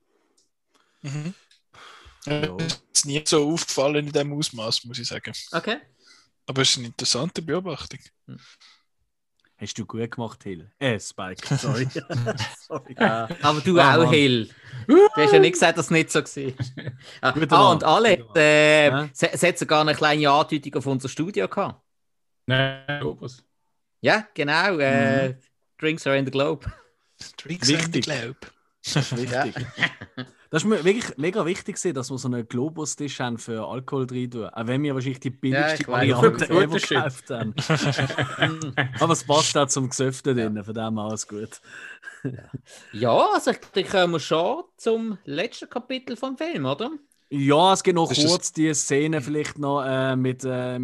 Ja. Ist nie so aufgefallen in diesem Ausmaß, muss ich sagen. Okay. Aber es ist eine interessante Beobachtung. Hast du gut gemacht, Hill? Spike, sorry. Sorry. Aber du auch, Mann. Hill. Du hast ja nicht gesagt, dass es nicht so war. Und alle, es hat sogar eine kleine Andeutung auf unser Studio gehabt. Nein, was? Ja, genau. Drinks are in the globe. Drinks are in the globe. Das ist wichtig. Das ist mir wirklich mega wichtig, dass wir so einen Globus-Tisch haben für Alkohol rein tun. Auch wenn wir wahrscheinlich die billigste Variante ever gekauft haben. Aber es passt auch zum Gesöften drin, von dem alles gut. Ja, also ich kommen wir schon zum letzten Kapitel vom Film, oder? Ja, es gibt noch kurz die Szene vielleicht noch mit der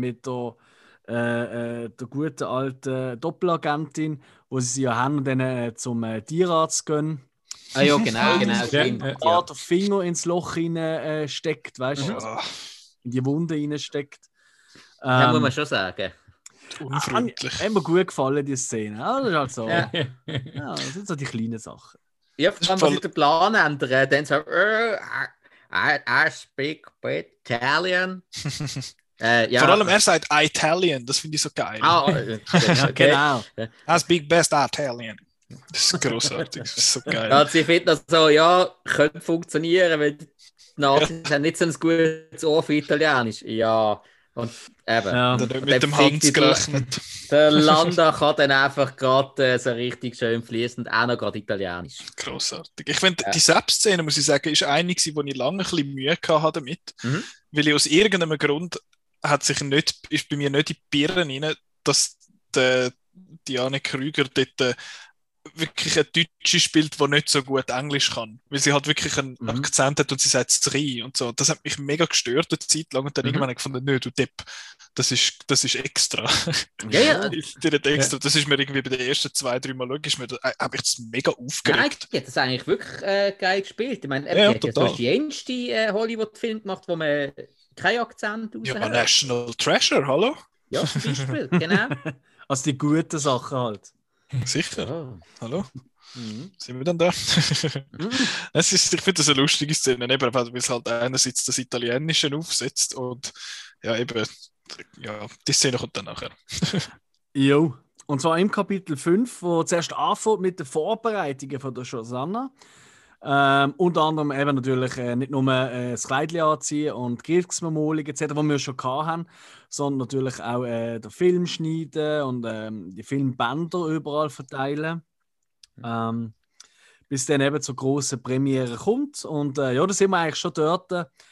guten alten Doppelagentin, wo sie ja haben und dann zum Tierarzt gehen. Ah ja, genau. Den Finger ins Loch steckt, weißt du? In die Wunde reinsteckt. Das muss man schon sagen. Unfreundlich. Hat mir gut gefallen, die Szene. Das ist halt so. Ja, das sind so die kleinen Sachen. Ja, vor allem, wenn sie den Plan ändern, dann so, I speak Italian. Ja. Vor allem er sagt Italian, das finde ich so geil. Ja, genau. I speak best Italian. Das ist großartig, das ist so geil. Ja, sie finden das so, ja, könnte funktionieren, weil die Nazis haben nicht so ein gutes Ohr für Italienisch. Ja, und eben. Ja. Und dann mit dem Hans gerechnet. Der Landa kann dann einfach gerade so richtig schön fließend auch noch gerade Italienisch. Großartig. Ich finde, die Sepp-Szene, muss ich sagen, ist eine, wo ich lange ein bisschen Mühe hatte damit. Weil ich aus irgendeinem Grund ist bei mir nicht in die Birnen rein, dass Diane Krüger dort wirklich eine Deutsche spielt, die nicht so gut Englisch kann. Weil sie halt wirklich einen Akzent hat und sie sagt «Zri» und so. Das hat mich mega gestört eine Zeit lang und dann irgendwann gefunden, nö, du Depp, das ist extra. Ja. Extra. Das ist mir irgendwie bei den ersten 2-3 Mal habe ich das mega aufgeregt. Nein, die hat das eigentlich wirklich geil gespielt. Ich meine, Ja, die hat die einzige Hollywood-Film gemacht, wo man keinen Akzent raus Ja, hat. National Treasure, hallo? Ja, zum Beispiel, genau. Also die guten Sachen halt. Sicher. Oh. Hallo? Sind wir dann da? Ich finde das eine lustige Szene, eben, weil es halt einerseits das Italienische aufsetzt und ja, eben, ja, die Szene kommt dann nachher. Jo. Und zwar im Kapitel 5, wo zuerst anfängt mit den Vorbereitungen von der Shosanna. Unter anderem eben natürlich nicht nur das Kleidchen anziehen und Kriegsmemolung etc., die wir schon hatten, sondern natürlich auch den Film schneiden und die Filmbänder überall verteilen. Bis dann eben zur grossen Premiere kommt. Und ja, da sind wir eigentlich schon dort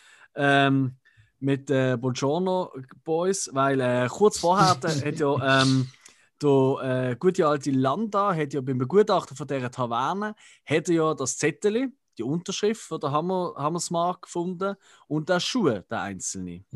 mit Buongiorno Boys, weil kurz vorher hat ja der gute alte Landa hat ja beim Begutachten von dieser Taverne hat er ja das Zettel, die Unterschrift von der Hammersmark gefunden und der Schuhe, der einzelne.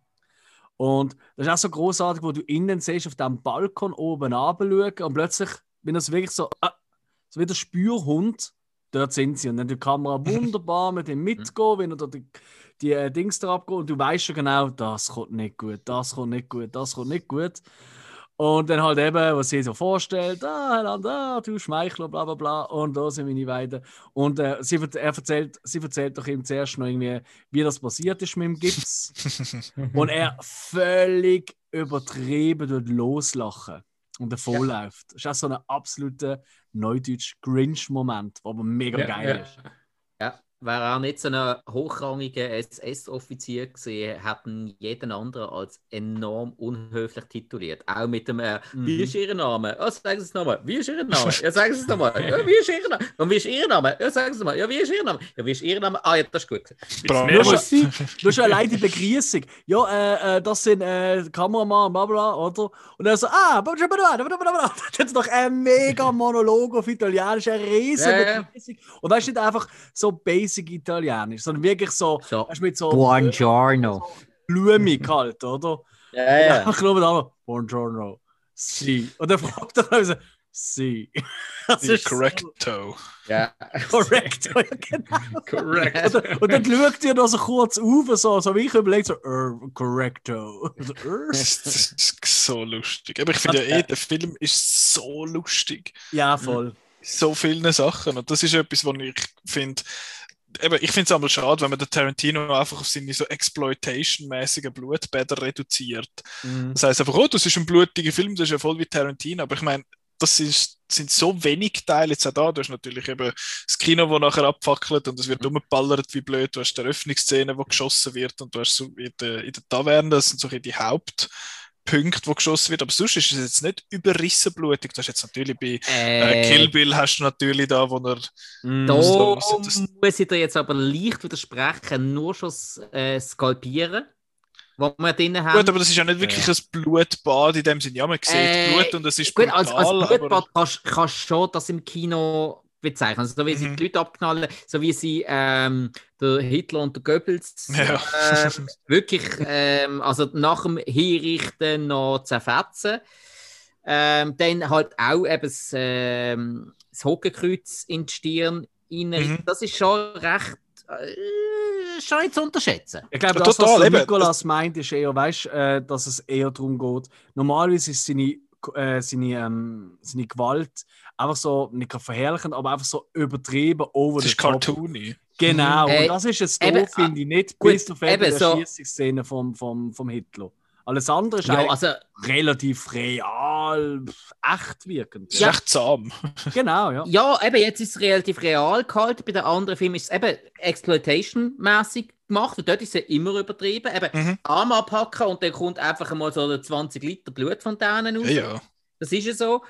Und das ist auch so großartig, wo du innen siehst, auf dem Balkon oben runter und plötzlich, wenn das wirklich so wie der Spürhund, dort sind sie. Und dann die Kamera wunderbar mit dem mitgehen, wenn er da die Dings da abgeht und du weißt schon genau, das kommt nicht gut, das kommt nicht gut, das kommt nicht gut. Und dann halt eben, was sie so vorstellt, du Schmeichler, bla bla bla, und da sind meine beiden. Und sie erzählt doch ihm zuerst noch irgendwie, wie das passiert ist mit dem Gips. Und er völlig übertrieben dort loslachen und davonläuft. Das ist auch so ein absoluter Neudeutsch-Grinch-Moment, der aber mega geil ist. Ja, wäre er nicht so ein hochrangiger SS-Offizier gewesen, hätten jeden anderen als enorm unhöflich tituliert. Auch mit dem wie ist Ihr Name? Oh, sagen Sie es nochmal. Wie ist Ihr Name? Ja, sagen Sie es nochmal. Ja, wie ist Ihr Name? Und wie ist Ihr Name? Ja, sagen Sie es mal. Ja, wie ist Ihr Name? Ja, wie ist Ihr Name? Ah, ja, das ist gut. Du hast allein die Begrüßung. Ja, das sind Kameramann, bla bla, oder? Und er so, das ist doch ein mega Monolog auf Italienisch, eine riesen Begrüßung. Und das ist nicht einfach so basic Italienisch, sondern wirklich so mit so Buongiorno. blumig halt, oder? Ja. Ich glaube dann, Buongiorno, si. Und dann fragt er also, si. Das ist correcto. So, ja. Correcto, ja genau. Correct. Und dann schaut ihr noch so kurz auf, so wie ich überlege, so, correcto. Das ist so lustig. Aber ich finde ja der Film ist so lustig. Ja, voll. So viele Sachen. Und das ist etwas, was ich finde, ich finde es einmal schade, wenn man den Tarantino einfach auf seine so Exploitation-mäßigen Blutbäder reduziert. Das heisst einfach, oh, das ist ein blutiger Film, das ist ja voll wie Tarantino. Aber ich meine, sind so wenig Teile jetzt auch da. Du hast natürlich eben das Kino, das nachher abfackelt und es wird umgeballert wie blöd. Du hast die Eröffnungsszene, wo geschossen wird und du hast so in der Taverne, das sind so die Hauptpunkte, wo geschossen wird. Aber sonst ist es jetzt nicht überrissen blutig. Du hast jetzt natürlich bei Kill Bill hast du natürlich da, wo er... Da muss ich dir jetzt aber leicht widersprechen. Nur schon Skalpieren, was wir drin haben. Gut, aber das ist ja nicht wirklich ein Blutbad in dem Sinne. Ja, man sieht Blut und es ist gut, brutal. als Blutbad kannst du schon das im Kino bezeichnen. Also, so wie sie die Leute abknallen, so wie sie der Hitler und der Goebbels wirklich also nach dem Hinrichten noch zerfetzen. Dann halt auch eben das Hakenkreuz in die Stirn rein. Das ist schon recht schon nicht zu unterschätzen. Ich glaube, das, was Nicolas meint, ist eher, dass es eher darum geht. Normalerweise ist seine Gewalt einfach so, nicht verherrlichend, aber einfach so übertrieben over the top. Das ist cartoony. Genau, und das ist es doof, finde ich, nicht gut, bis auf die so. Erschießungsszene vom Hitler. Alles andere ist relativ real, echt wirkend. Das ist echt zahm. Genau, ja. Ja, eben, jetzt ist es relativ real gehalten. Bei den anderen Filmen ist es eben Exploitation-mäßig gemacht. Und dort ist es immer übertrieben. Eben Arm abhacken und dann kommt einfach mal so 20 Liter Blutfontänen raus. Ja. Das ist ja so.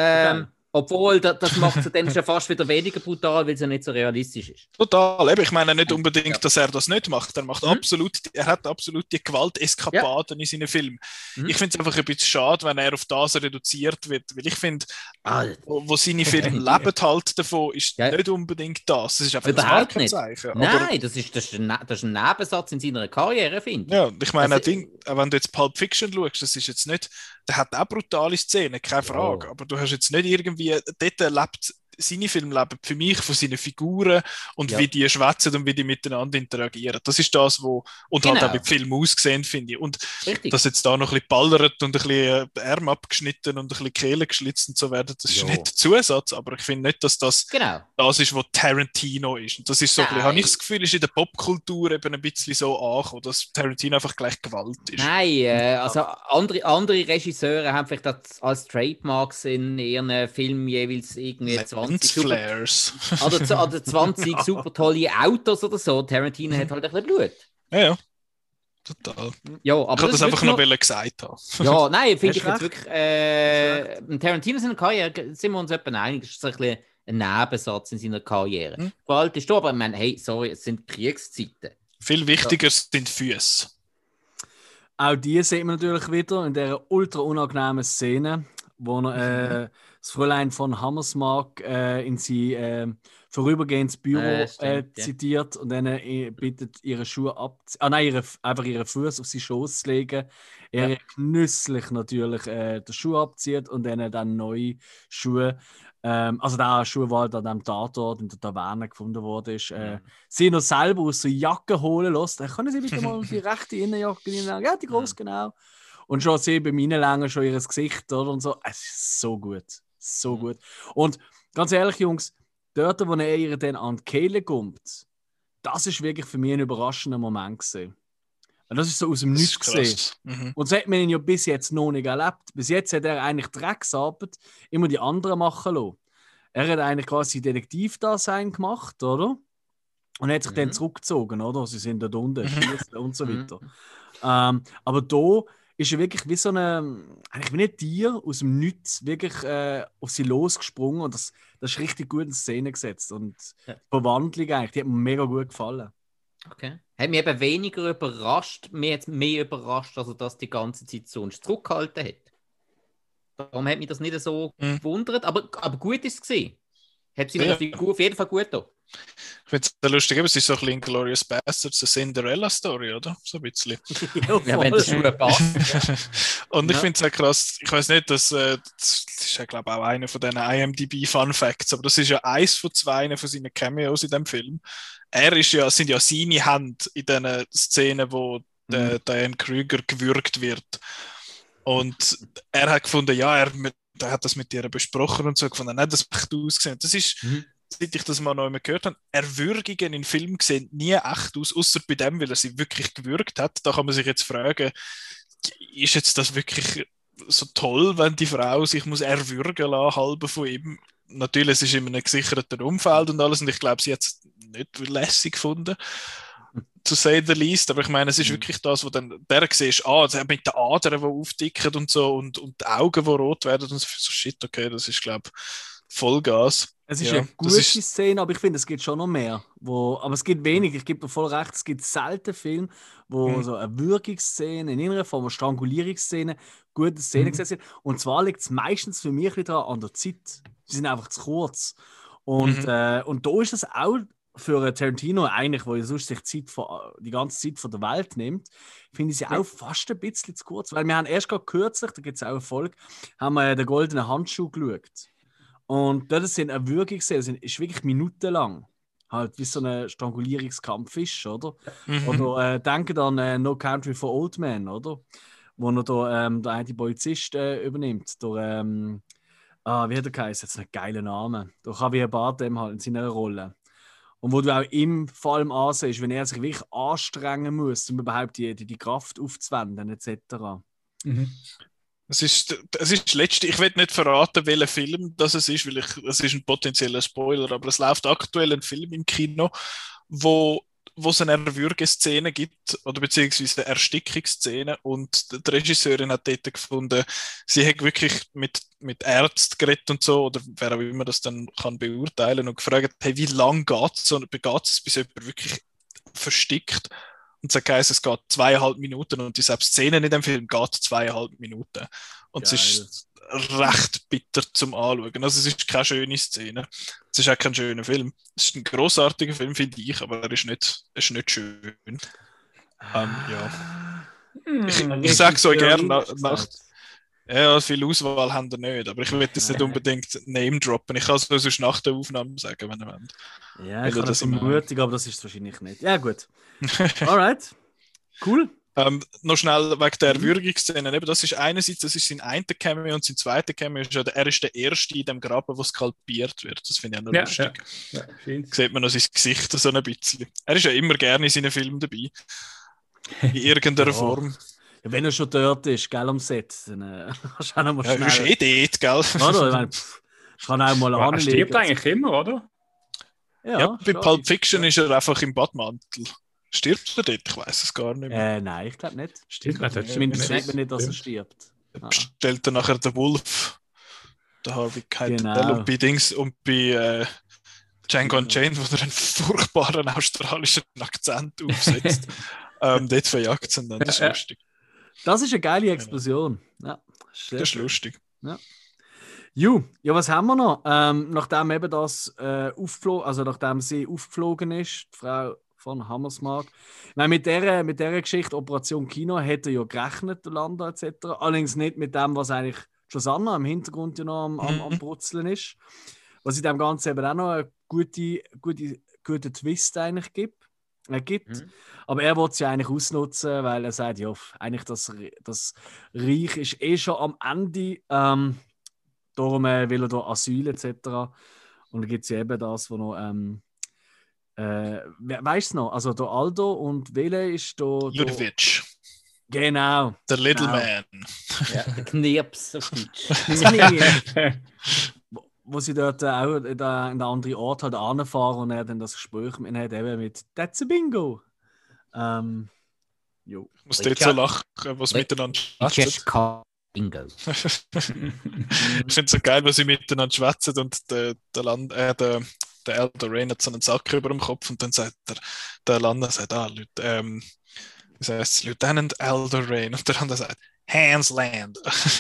Obwohl, das macht es dann schon fast wieder weniger brutal, weil es ja nicht so realistisch ist. Total. Eben, ich meine nicht unbedingt, dass er das nicht macht. Er hat absolut die Gewalteskapaden in seinen Filmen. Ich finde es einfach ein bisschen schade, wenn er auf das reduziert wird. Weil ich finde, wo seine Filme leben halt davon, ist nicht unbedingt das. Das ist einfach ein Markenzeichen. Nein, das ist ein Nebensatz in seiner Karriere, finde ich. Ja, ich meine, wenn du jetzt Pulp Fiction schaust, das ist jetzt nicht, der hat auch brutale Szenen, keine Frage. Aber du hast jetzt nicht irgendwie, dort lebt, seine Filme leben für mich von seinen Figuren und wie die schwätzen und wie die miteinander interagieren. Das ist das, und halt auch mit Film aussehen, finde ich. Und dass jetzt da noch ein bisschen ballert und ein bisschen Arm abgeschnitten und ein bisschen Kehle geschlitzt und so werden, das ist nicht der Zusatz, aber ich finde nicht, dass das das ist, was Tarantino ist. Und das ist so ein bisschen, habe ich das Gefühl, ist in der Popkultur eben ein bisschen so angekommen, dass Tarantino einfach gleich Gewalt ist. Nein, also andere Regisseure haben vielleicht das als Trademarks in ihren Filmen jeweils irgendwie 20 Flares. Oder 20 super tolle Autos oder so. Tarantino hat halt ein bisschen Blut. Ja. Total. Ja, aber ich wollte das einfach noch gesagt haben. Ja, nein, finde ich jetzt wirklich. Tarantino seiner Karriere, sind wir uns etwa einig, ist ein bisschen ein Nebensatz in seiner Karriere. Gewalt ist da, aber ich meine, hey, sorry, es sind Kriegszeiten. Viel wichtiger sind Füße. Auch die sehen wir natürlich wieder in dieser ultra unangenehmen Szene, wo das Fräulein von Hammersmark in sein vorübergehendes Büro zitiert und dann bittet, ihre Schuhe einfach ihre Füße auf seinen Schoß zu legen. Er genüsslich natürlich den Schuh abzieht und dann neue Schuhe, also der Schuh, der halt an diesem Tatort in der Taverne gefunden wurde, sie noch selber aus der Jacke holen lässt. Dann können sie bitte mal die rechte Innenjacke hineinlegen. Ja, die groß, genau. Und schon sehen beim Reinlängen schon ihr Gesicht, oder? Und so. Es ist so gut. So gut. Und ganz ehrlich, Jungs, dort, wo er ihr dann an die Kehle kommt, das ist wirklich für mich ein überraschender Moment gewesen. Und das ist so aus dem Nichts gesehen. Und so hat man ihn ja bis jetzt noch nicht erlebt. Bis jetzt hat er eigentlich Drecksarbeit immer die anderen machen lassen. Er hat eigentlich quasi Detektivdasein gemacht, oder? Und hat sich dann zurückgezogen, oder? Sie sind da unten, schießen und so weiter. Aber da ist er wirklich wie so eigentlich wie ein Tier aus dem Nichts wirklich auf sie losgesprungen und das ist richtig gut in Szene gesetzt und die Verwandlung eigentlich, die hat mir mega gut gefallen. Okay. Hat mich eben weniger überrascht, mehr überrascht, als er das die ganze Zeit so uns zurückgehalten hat. Darum hat mich das nicht so gewundert, aber gut ist es gewesen. Hat sie ihre Figur auf jeden Fall gut da. Ich finde es lustig, es ist so ein bisschen Inglourious Basterds, eine Cinderella-Story, oder? So ein bisschen. Ja, wenn das Schuhe passt. Und ich finde es auch krass, ich weiß nicht, das ist ja, glaube ich, auch einer von diesen IMDb-Fun-Facts, aber das ist ja eins von zwei von seinen Cameos in dem Film. Sind ja seine Hände in diesen Szenen, wo der Diane Kruger gewürgt wird. Und er hat gefunden, er hat das mit ihr besprochen und so gefunden, nein, das macht ausgesehen. Das ist, seit ich das mal noch einmal gehört habe, Erwürgungen in Filmen sehen nie echt aus, außer bei dem, weil er sie wirklich gewürgt hat. Da kann man sich jetzt fragen, ist jetzt das wirklich so toll, wenn die Frau sich muss erwürgen lassen, halb von ihm? Natürlich, es ist in einem gesicherten Umfeld und alles, und ich glaube, sie hat es nicht lässig gefunden, to say the least, aber ich meine, es ist wirklich das, wo dann der siehst, mit den Adern, die aufdicken und so, und die Augen, die rot werden und so shit, okay, das ist, glaube ich, Vollgas. Es ist eine gute Szene, aber ich finde, es gibt schon noch mehr. Aber es gibt wenig, ich gebe dir voll recht, es gibt selten Filme, wo so eine Würgungsszene, in irgendeiner Form eine Strangulierungsszene, gute Szenen gesetzt sind. Und zwar liegt es meistens für mich wieder an der Zeit. Sie sind einfach zu kurz. Und da ist es auch für Tarantino eigentlich, wo er sonst sich die ganze Zeit von der Welt nimmt, finde ich sie auch fast ein bisschen zu kurz. Weil wir haben erst gerade kürzlich, da gibt es auch eine Folge, haben wir den goldenen Handschuh geschaut. Und dort sind eine Würgungsszene, ist wirklich minutenlang. Halt wie so ein Strangulierungskampf ist, oder? Oder denken an No Country for Old Men, oder? Wo er da der eine Polizist übernimmt. Wie hat er geheißen? Jetzt einen geilen Namen. Da Javier Bardem halt in seiner Rolle. Und wo du auch ihm vor allem ansiehst, wenn er sich wirklich anstrengen muss, um überhaupt die Kraft aufzuwenden, etc. Mhm. Es ist letzte, ich will nicht verraten, welcher Film das es ist, weil es ist ein potenzieller Spoiler, aber es läuft aktuell ein Film im Kino, wo es eine Erwürgeszene gibt, oder beziehungsweise eine Erstickungsszene, und die Regisseurin hat dort gefunden, sie hat wirklich mit Ärzten geredet und so, oder wer auch immer das dann kann beurteilen, und gefragt, hey, wie lange geht es, bis jemand wirklich verstickt? Und es heisst, es geht 2,5 Minuten, und die selbst Szene in dem Film geht 2,5 Minuten. Und Geil. es ist recht bitter zum Anschauen. Also es ist keine schöne Szene. Es ist auch kein schöner Film. Es ist ein grossartiger Film, finde ich, aber er ist nicht schön. Ja. Ich sage es euch gerne, ja, viel Auswahl haben wir nicht, aber ich will das nicht unbedingt Name droppen. Ich kann es sonst nach der Aufnahme sagen, wenn ihr wollt. Ja, ich kann das vermuten, aber das ist es wahrscheinlich nicht. Ja, gut. Alright. Cool. Noch schnell wegen der Würgungsszene. Das ist einerseits, das ist sein einer Cameo, und sein zweiter Cameo ist er ist der Erste in dem Graben, wo skalpiert wird. Das finde ich auch noch lustig. Ja, sieht man noch sein Gesicht so ein bisschen. Er ist ja immer gerne in seinen Filmen dabei. In irgendeiner Form. Ja, wenn er schon dort ist, gell, am Set, dann kannst du auch noch mal schnell... Ja, ist dort, gell? Oder? Ich meine, kann auch mal anlegen. Er stirbt eigentlich immer, oder? Ja, bei Pulp Fiction ist er einfach im Badmantel. Stirbt er dort? Ich weiß es gar nicht mehr. Nein, ich glaube nicht. Stimmt nicht. Zumindest sieht man nicht, dass er stirbt. Stellt er nachher den Wolf, der Harvey Keitel, Genau. und bei Django Unchained, wo er einen furchtbaren australischen Akzent aufsetzt. Dort verjagt sie dann. Das ist lustig. Das ist eine geile Explosion. Ja, das ist lustig. Ja. Ja, was haben wir noch? Nachdem eben das nachdem sie aufgeflogen ist, die Frau von Hammersmark. Ich meine, mit dieser Geschichte Operation Kino hätte ja gerechnet, der Landa etc. Allerdings nicht mit dem, was eigentlich Josanna im Hintergrund ja noch am Brutzeln ist. Was in dem Ganzen eben auch noch einen guten Twist eigentlich gibt. Aber er will es ja eigentlich ausnutzen, weil er sagt, ja, eigentlich das Reich ist eh schon am Ende. Darum will er da Asyl etc. Und dann gibt es ja eben das, wo noch weißt du noch? Also der Aldo und Wele ist da. Ludovic. Genau. Der Little Man. Ja, der Knirps auf Deutsch. Wo sie dort auch in den anderen Ort halt anfahren und er dann das Gespräch mit hat, eben mit «That's a Bingo!» Jo. Ich muss dort so lachen, was miteinander schwätzen. Bingo. Ich finde es so geil, was sie miteinander schwätzen, und der Elder Rain hat so einen Sack über dem Kopf, und dann sagt der Landa Lieutenant Elder Rain, und der andere sagt Hansland.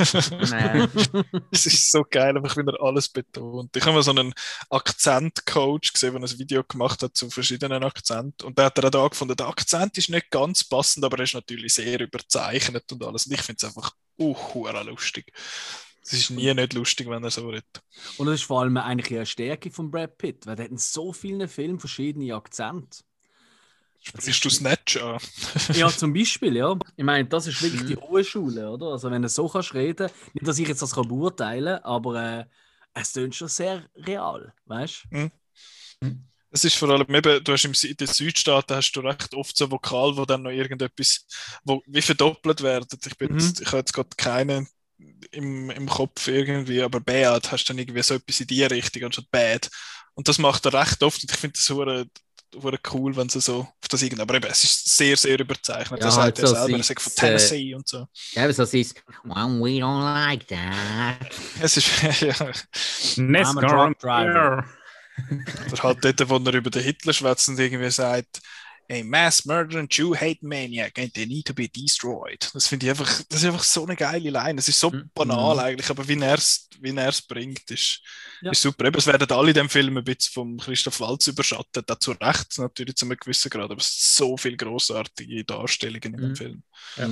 Es ist so geil, einfach wenn er alles betont. Ich habe mal so einen Akzentcoach gesehen, der ein Video gemacht hat zu verschiedenen Akzenten, und der hat auch gefunden, der Akzent ist nicht ganz passend, aber er ist natürlich sehr überzeichnet und alles, und ich finde es einfach lustig. Es ist nicht lustig, wenn er so redet. Und das ist vor allem eigentlich eine Stärke von Brad Pitt, weil er hat in so vielen Filmen verschiedene Akzente. Sprichst du Snatch an? Ja, zum Beispiel, ja. Ich meine, das ist wirklich die hohe Schule, oder? Also wenn du so kannst reden, nicht, dass ich jetzt das beurteilen kann, aber es klingt schon sehr real, weißt du? Es ist vor allem eben, du hast in den Südstaaten hast du recht oft so Vokal, wo dann noch irgendetwas, wo wie verdoppelt werden. Ich habe jetzt gerade keinen im Kopf irgendwie, aber Bad hast du dann irgendwie so etwas in die Richtung anstatt Bad. Und das macht er recht oft, und ich finde das hure cool, wenn sie so auf das irgendwie, aber eben, es ist sehr, sehr überzeichnet. Ja, er sagt ja so selber, er sagt von Tennessee und so. Ja, aber so ist well, we don't like that. Es ist, ja. I'm a drunk driver. Oder halt dort, wo er über den Hitler schwätzt und irgendwie sagt, a mass murdering Jew hate maniac and they need to be destroyed. Das finde ich einfach, das ist einfach so eine geile Line. Es ist so banal eigentlich, aber wie er es bringt, ist super. Eben, es werden alle in dem Film ein bisschen vom Christoph Waltz überschattet, auch zu Recht natürlich zu einem gewissen Grad, aber es sind so viele grossartige Darstellungen in dem Film.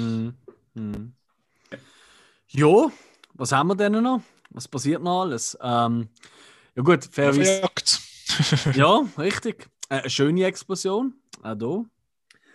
Ja, was haben wir denn noch? Was passiert noch alles? Ja gut, fairerweise. Ja, richtig. Eine schöne Explosion, auch hier.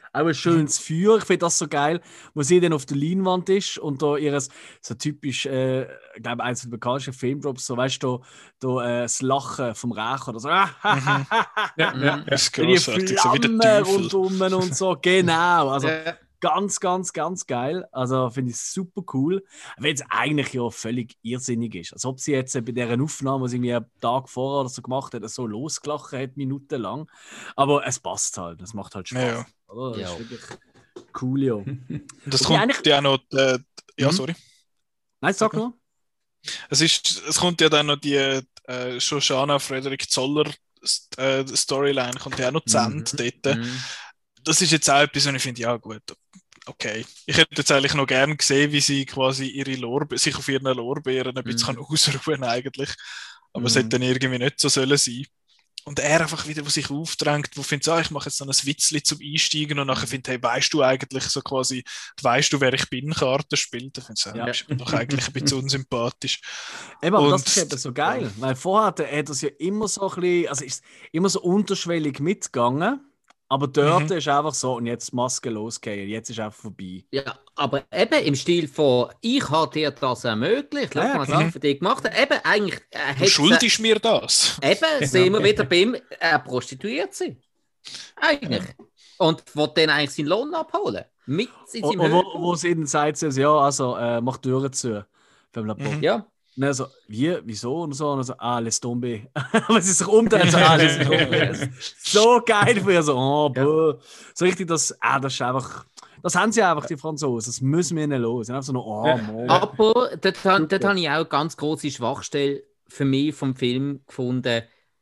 auch ein schönes Feuer. Ich finde das so geil, wo sie dann auf der Leinwand ist und da ihres, so typisch, ich glaube, eines der bekanntesten Filmdrops, so weißt du, das Lachen vom Rächer oder so. Das ist Die großartig. So wie der Flammen Teufel. rundum und so, genau. Also ganz, ganz, ganz geil. Also finde ich super cool. Weil es eigentlich ja völlig irrsinnig ist. Als ob sie jetzt bei dieser Aufnahme, die sie irgendwie einen Tag vorher oder so gemacht hat, so losgelacht hat, minutenlang. Aber es passt halt. Das macht halt Spaß. Ja. Oder? Das ist wirklich cool, ja. Und das Okay, kommt ja auch noch. Ja, sorry. Nein, sag nur. Es kommt ja dann noch die Shoshana Frederik Zoller Storyline, kommt ja auch noch zu Ende dort. Das ist jetzt auch etwas, und ich finde, ja gut, okay. Ich hätte jetzt eigentlich noch gern gesehen, wie sie quasi sich auf ihren Lorbeeren ein bisschen ausruhen eigentlich. Aber es hätte dann irgendwie nicht so sollen sein. Und er einfach wieder, wo sich aufdrängt, wo findet, ich mache jetzt noch ein Witzli zum Einsteigen und nachher findet, hey, weißt du eigentlich so quasi, weißt du, wer ich bin, Karten spielt? Da finde ich, das ist mir doch eigentlich ein bisschen unsympathisch. Eben, aber das ist eben so geil, weil vorher hat er das ja immer so ein bisschen, also ist immer so unterschwellig mitgegangen. Aber dort ist einfach so, und jetzt die Maske losgehen, jetzt ist einfach vorbei. Ja, aber eben im Stil von, ich habe dir das ermöglicht, schau mal, was ich für dich gemacht habe. Eben, eigentlich... Du schuldest mir das. Eben, sehen wir wieder bei ihm, er prostituiert sie. Eigentlich. Und will dann eigentlich seinen Lohn abholen. Mit in seinem Höhepunkt. Wo sie ihnen sagt, ja, also, mach die Türen zu. Ja. Und dann so, wieso? Und so, laisse tomber. Aber sie sich umdreht, so, laisse tomber. So geil für so, so richtig, das ist einfach, das haben sie einfach, die Franzosen, das müssen wir nicht los. Einfach so noch, Aber dort habe ich auch eine ganz große Schwachstelle für mich vom Film gefunden.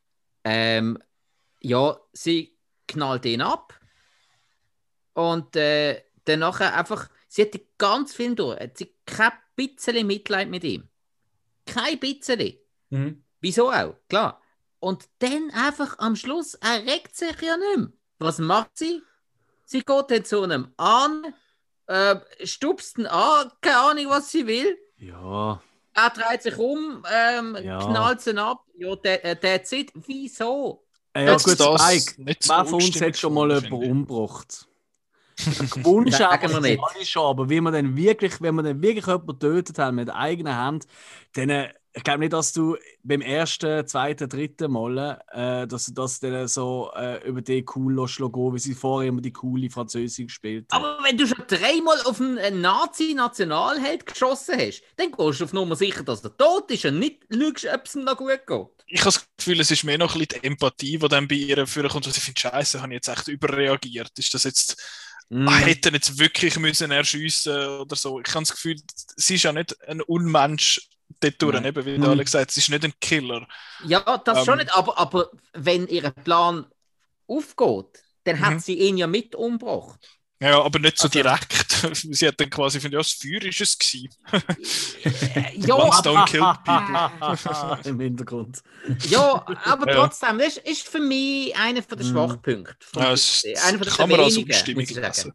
Ja, sie knallt ihn ab und dann nachher einfach, sie hat den ganzen Film durch, hat sie kein bisschen Mitleid mit ihm. Kein bisschen. Wieso auch? Klar. Und dann einfach am Schluss, er regt sich ja nicht mehr. Was macht sie? Sie geht dann zu einem an, stupst ihn an, keine Ahnung, was sie will. Ja. Er dreht sich um, knallt ihn ab. Ja, der zieht. Wieso? Ja, gut, Spike. Wer von uns hat schon mal jemanden umgebracht? Gewünscht haben wir nicht. Alle schon, aber wenn man dann wirklich jemanden getötet hat mit eigenen Händen, dann, ich glaube nicht, dass du beim ersten, zweiten, dritten Mal, dass du das dann so über die cool lässt, wie sie vorher immer die coole Französin gespielt hat. Aber wenn du schon 3-mal auf einen Nazi-Nationalheld geschossen hast, dann gehst du auf Nummer sicher, dass er tot ist und nicht schaust, ob es ihm noch gut geht. Ich habe das Gefühl, es ist mehr noch ein bisschen die Empathie, die dann bei ihr vorkommt, und ich finde, Scheiße, habe ich jetzt echt überreagiert. Ist das jetzt... hätten jetzt wirklich müssen erschiessen oder so. Ich habe das Gefühl, sie ist ja nicht ein Unmensch dort durch, eben, wie du alle gesagt hast, sie ist nicht ein Killer. Ja, das schon nicht, aber wenn ihr Plan aufgeht, dann hat sie ihn ja mit umgebracht. Ja, aber nicht so direkt. Sie hat dann quasi von das Feuer ist es gewesen. Ja, One stone killed people. Im Hintergrund. Ja, aber trotzdem, das ist für mich einer der Schwachpunkte. Ja, einer der kann man als wenigen, Umstimmung muss ich sagen.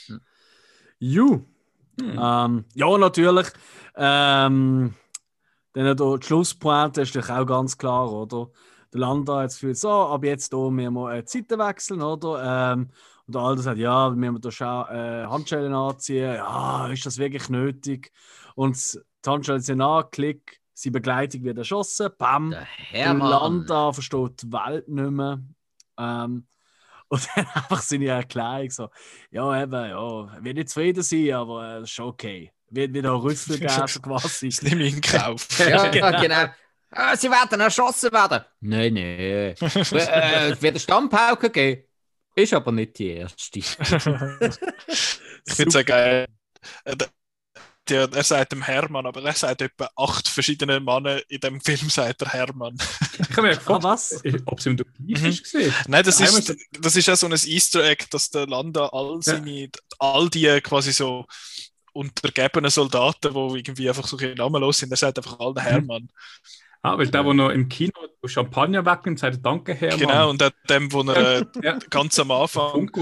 Ja, natürlich. Dann der Schlusspointe ist natürlich auch ganz klar, oder? Der Landau hat das Gefühl, so, ab jetzt hier müssen wir Zeiten wechseln, oder? Und der Alter sagt, ja, wir müssen da Handschellen anziehen. Ja, ist das wirklich nötig? Und die Handschellen sind an, Klick, seine Begleitung wird erschossen, bam. Der Landau versteht die Welt nicht mehr. Und dann einfach seine Erklärung so, ja, eben, ja, wird nicht zufrieden sein, aber das ist okay. Wird wieder ein Rüffel geben, quasi. Das nehme ich in Kauf. Ja, genau. Sie werden erschossen werden. Nein. Es wird eine Stammpauke geben. Ist aber nicht die erste. Ich finde es ja geil. Er sagt dem Hermann, aber er sagt etwa 8 verschiedene Männer in dem Film, sagt der Hermann. Ich habe mir gefragt, ob es im Dokument ist gesehen. Nein, das ist ja so ein Easter Egg, dass der Landa all die quasi so untergebenen Soldaten, die irgendwie einfach so namenlos sind, er sagt einfach allen Hermann. Weil der noch im Kino Champagner wegnimmt, sagt Danke, Hermann. Genau, und dem, wo er ganz am Anfang,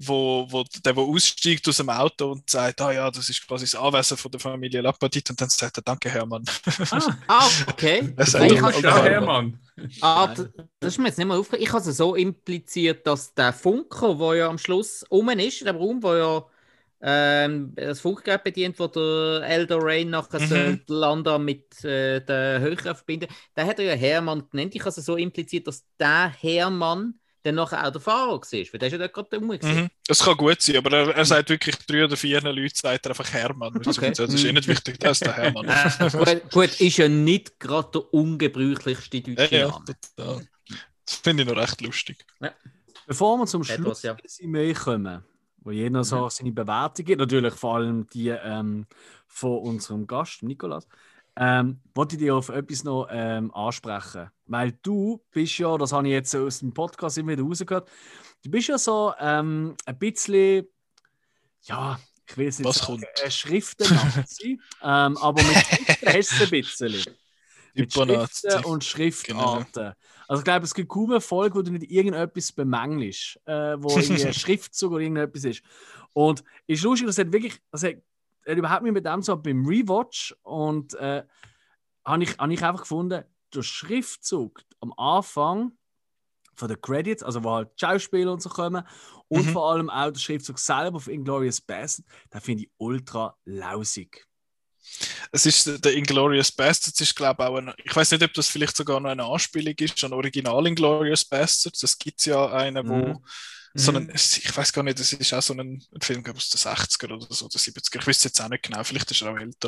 der aussteigt aus dem Auto und sagt, ah ja, das ist quasi das Anwesen von der Familie Lappadit, und dann sagt er, danke Hermann. Okay. Er sagt, Hermann. Das ist mir jetzt nicht mal aufgefallen. Ich habe es so impliziert, dass der Funker, der ja am Schluss ist, in dem Raum, wo ja das Funkgerät bedient, wo der Eldorain nachher Landa mit der Höheren verbinden, der hat er ja Hermann genannt. Ich habe es so impliziert, dass der Hermann dann nachher auch der Fahrer war, weil der ist ja dort gerade rum gewesen. Das kann gut sein, aber er sagt wirklich 3 oder 4 Leute, sagt er einfach Hermann. Okay. Das ist eh nicht wichtig, das ist der Hermann. Gut, ist ja nicht gerade der ungebräuchlichste deutsche Name. Das finde ich noch recht lustig. Ja. Bevor wir zum Schluss kommen, wo jeder so seine Bewertung gibt, natürlich vor allem die von unserem Gast, Nicolas, wollte ich dich auf etwas noch ansprechen. Weil du bist ja, das habe ich jetzt aus dem Podcast immer wieder rausgehört, du bist ja so ein bisschen, ja, ich will jetzt nicht sagen, Schriften-Nazi, aber mit Schriften hast du es ein bisschen. Mit Schriften und Schriftarten. Genau. Also ich glaube, es gibt kaum eine Folge, wo du nicht irgendetwas bemängelst, wo irgendwie ein Schriftzug oder irgendetwas ist. Und es ist lustig, das hat überhaupt nicht mit dem so beim Rewatch, und habe ich einfach gefunden, der Schriftzug am Anfang von den Credits, also wo halt die Schauspieler und so kommen, und vor allem auch der Schriftzug selber von Inglourious Basterds, den finde ich ultra lausig. Es ist der Inglourious Basterds, ist glaube auch ich weiß nicht, ob das vielleicht sogar noch eine Anspielung ist an Original Inglourious Basterds. Das gibt es ja einen, wo ich weiß gar nicht, das ist auch so ein Film aus den 60er oder so, oder 70er, ich weiß jetzt auch nicht genau, vielleicht ist er auch älter.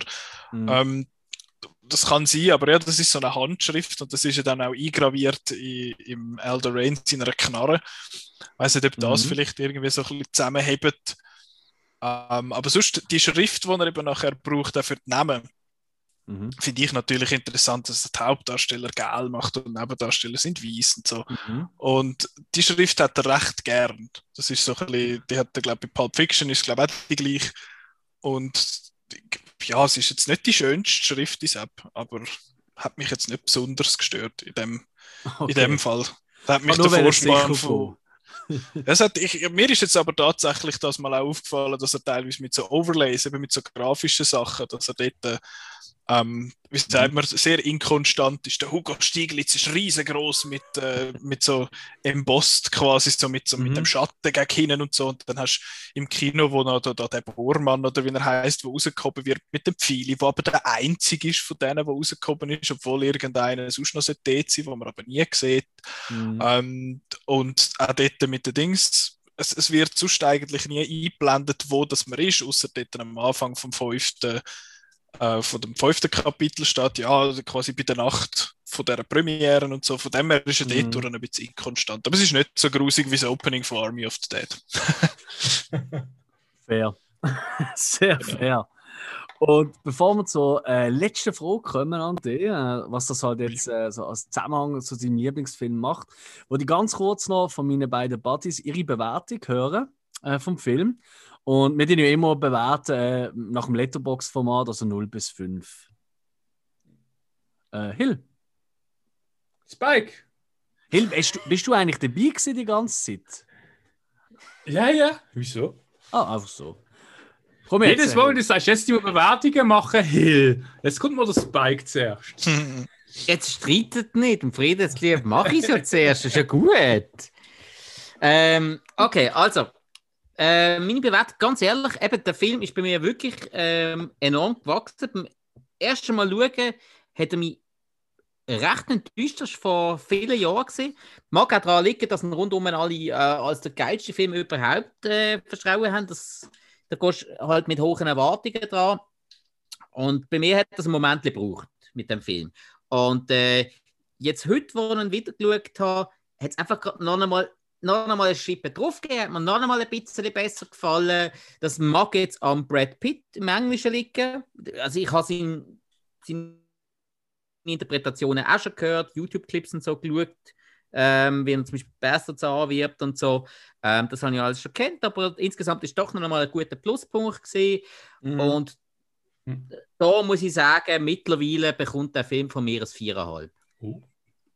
Das kann sein, aber ja, das ist so eine Handschrift, und das ist ja dann auch eingraviert im Eldorain seiner Knarre. Ich weiß nicht, ob das vielleicht irgendwie so ein bisschen zusammenhebt. Aber sonst, die Schrift, die er eben nachher braucht, auch für die Namen, finde ich natürlich interessant, dass der Hauptdarsteller gel macht und Nebendarsteller sind weiß und so. Und die Schrift hat er recht gern. Das ist so ein bisschen, die hat er, glaube ich, bei Pulp Fiction ist, glaube ich, auch die gleiche. Und ja, es ist jetzt nicht die schönste Schrift, die App, aber hat mich jetzt nicht besonders gestört in dem Fall. Da hat mich der Vorspann von... mir ist jetzt aber tatsächlich das mal auch aufgefallen, dass er teilweise mit so Overlays, eben mit so grafischen Sachen, dass er dort, wie sagt man, sehr inkonstant ist. Der Hugo Stieglitz ist riesengroß mit so embossed quasi, so mit dem Schatten gegen hinten und so. Und dann hast du im Kino, wo noch der Bohrmann, oder wie er heisst, der rausgekommen wird mit dem Pfeili, der aber der einzige ist von denen, der rausgekommen ist, obwohl irgendeiner sonst noch dort sein, den man aber nie sieht. Und auch dort mit den Dings, es wird sonst eigentlich nie eingeblendet, wo das man ist, außer dort am Anfang vom 5. Von dem 5. Kapitel steht, ja, quasi bei der Nacht von dieser Premiere und so. Von dem her ist er dort durch ein bisschen inkonstant. Aber es ist nicht so grusig wie das Opening von Army of the Dead. Fair. Sehr fair. Und bevor wir zur letzten Frage kommen an dich, was das halt jetzt so als Zusammenhang zu deinem Lieblingsfilm macht, wollte ich ganz kurz noch von meinen beiden Buddies ihre Bewertung hören vom Film. Und wir ja immer bewerten nach dem Letterboxd-Format, also 0 bis 5. Hill. Spike. Hill, bist du eigentlich dabei gewesen die ganze Zeit? Ja. Wieso? Einfach so. Komm jetzt, jedes Mal, du sagst, jetzt die Bewertungen machen, Hill. Jetzt kommt mal der Spike zuerst. Jetzt streitet nicht, im Friedenslieb mache ich es ja zuerst, das ist ja gut. Okay, also... meine Bewertung, ganz ehrlich, eben, der Film ist bei mir wirklich enorm gewachsen. Beim ersten Mal schauen, hat er mich recht enttäuscht. Das war vor vielen Jahren. Mag auch daran liegen, dass ihn rundum alle als der geilste Film überhaupt verschrauen haben. Da gehst du halt mit hohen Erwartungen dran. Und bei mir hat das einen Moment gebraucht mit dem Film. Und jetzt heute, wo ich ihn wieder geschaut habe, hat es einfach noch einmal eine Schippe draufgegeben, hat mir noch einmal ein bisschen besser gefallen. Das mag jetzt am Brad Pitt im Englischen liegen. Also ich habe seine Interpretationen auch schon gehört, YouTube-Clips und so geschaut, wie er zum Beispiel Bastards anwirbt und so. Das habe ich alles schon kennt, aber insgesamt ist doch noch einmal ein guter Pluspunkt gewesen. Und da muss ich sagen, mittlerweile bekommt der Film von mir ein 4,5.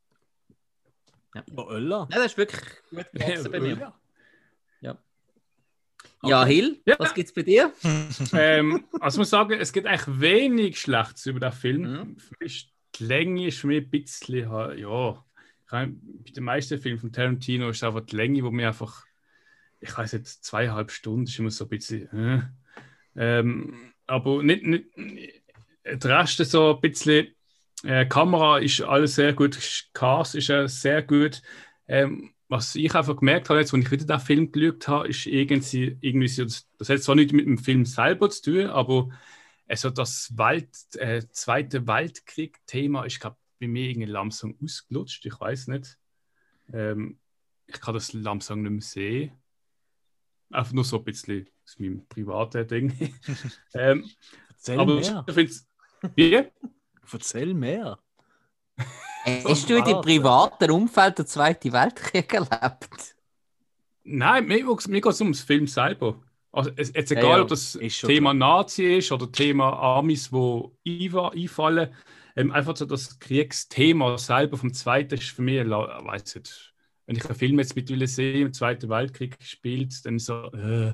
Ja. Ja, das ist wirklich gut gewachsen bei mir. Ja. Ja, Hill, Ja. was gibt es bei dir? Also ich muss sagen, es gibt eigentlich wenig Schlechtes über den Film. Mhm. Für mich, die Länge ist für mich ein bisschen, ja, bei den meisten Filmen von Tarantino ist einfach die Länge, wo mir einfach, ich weiß jetzt 2,5 Stunden ist immer so ein bisschen, aber nicht der Rest ist so ein bisschen, Kamera ist alles sehr gut, Cast ist sehr gut. Was ich einfach gemerkt habe, jetzt, als ich wieder den Film geschaut habe, ist irgendwie so, das hat zwar nicht mit dem Film selber zu tun, aber also das Zweite Weltkrieg-Thema ist, glaube bei mir irgendwie langsam ausgelutscht. Ich weiß nicht. Ich kann das langsam nicht mehr sehen. Einfach nur so ein bisschen aus meinem privaten Ding. Erzähl aber mehr. ich finde es. Wie? Erzähl mehr. Hast du in deinem privaten Umfeld den Zweiten Weltkrieg erlebt? Nein, mir geht es um den Film selber. Also, jetzt egal, Ja, ob das ist schon Thema klar. Nazi ist oder Thema Amis, die einfallen. Einfach so das Kriegsthema selber vom Zweiten ist für mich, weiß nicht, wenn ich einen Film jetzt mit sehe, im Zweiten Weltkrieg spielt, dann so, ja.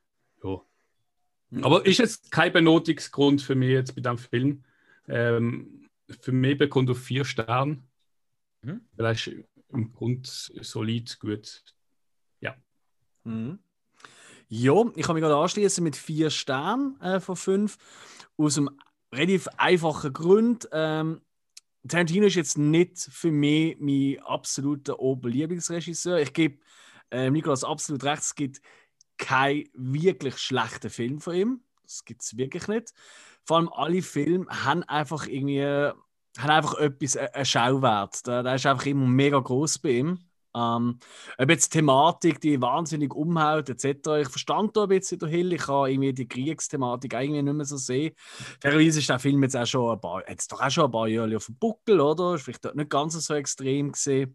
Aber ist jetzt kein Benotungsgrund für mich jetzt bei diesem Film. Für mich bekommt er 4 Sterne. Vielleicht im Grund solid, gut. Ja. Mhm. Ja, ich kann mich gerade anschließen mit 4 Sternen von 5. Aus einem relativ einfachen Grund. Tarantino ist jetzt nicht für mich mein absoluter Oberlieblingsregisseur. Ich gebe Nicolas absolut recht, es gibt keinen wirklich schlechten Film von ihm. Das gibt es wirklich nicht. Vor allem alle Filme haben einfach etwas, einen Schauwert. Der ist einfach immer mega groß bei ihm. Ob jetzt die Thematik, die wahnsinnig umhaut, etc. Ich verstand da ein bisschen der Hill, ich kann irgendwie die Kriegsthematik eigentlich nicht mehr so sehen. Fairerweise ist der Film jetzt auch schon doch auch schon ein paar Jahre auf dem Buckel, oder? Ist vielleicht dort nicht ganz so extrem gesehen.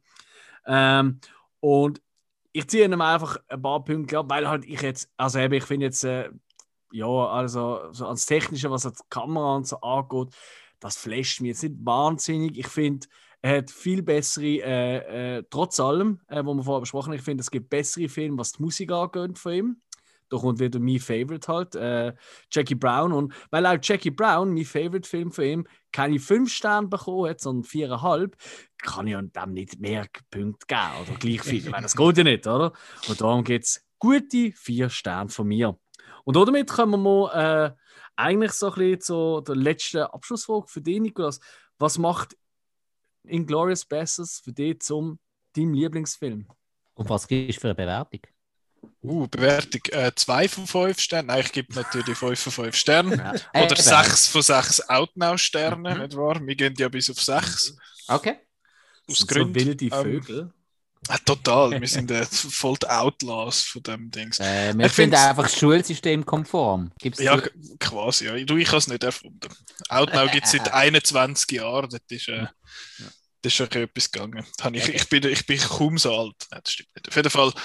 Und ich ziehe ihm einfach ein paar Punkte ab, weil halt ich jetzt, also eben, ich finde jetzt, ja, also so ans Technische, was die Kamera und so angeht, das flasht mich jetzt nicht wahnsinnig. Ich finde, er hat viel bessere, trotz allem, wo wir vorher besprochen haben, ich finde, es gibt bessere Filme, was die Musik angeht von ihm. Da kommt wieder mein Favorite halt, Jackie Brown. Und weil auch Jackie Brown, mein Favorite-Film von ihm, keine 5 Sterne bekommen hat, sondern 4,5, kann ich dem nicht mehr Punkte geben oder gleich viel. Weil das geht ja nicht, oder? Und darum gibt es gute 4 Sterne von mir. Und damit kommen wir mal eigentlich so ein bisschen zu der letzten Abschlussfrage für dich, Nicolas. Was macht Inglourious Basterds für dich zum deinem Lieblingsfilm? Und was gibst du für eine Bewertung? Bewertung 2 von 5 Sternen. Nein, ich gebe natürlich 5 von 5 Sternen. Ja. Oder 6 von 6 Outnow-Sternen, nicht wahr? Wir gehen ja bis auf 6. Okay. Aus Gründen. So wilde Vögel. Total, wir sind voll die Outlaws von dem Dings. Wir finden einfach das Schulsystem konform. Gibt's ja, quasi. Ja. Ich habe es nicht erfunden. Outnow gibt es seit 21 Jahren. Das ist schon etwas gegangen. Ich bin kaum so alt. Nein, das stimmt nicht. Auf jeden Fall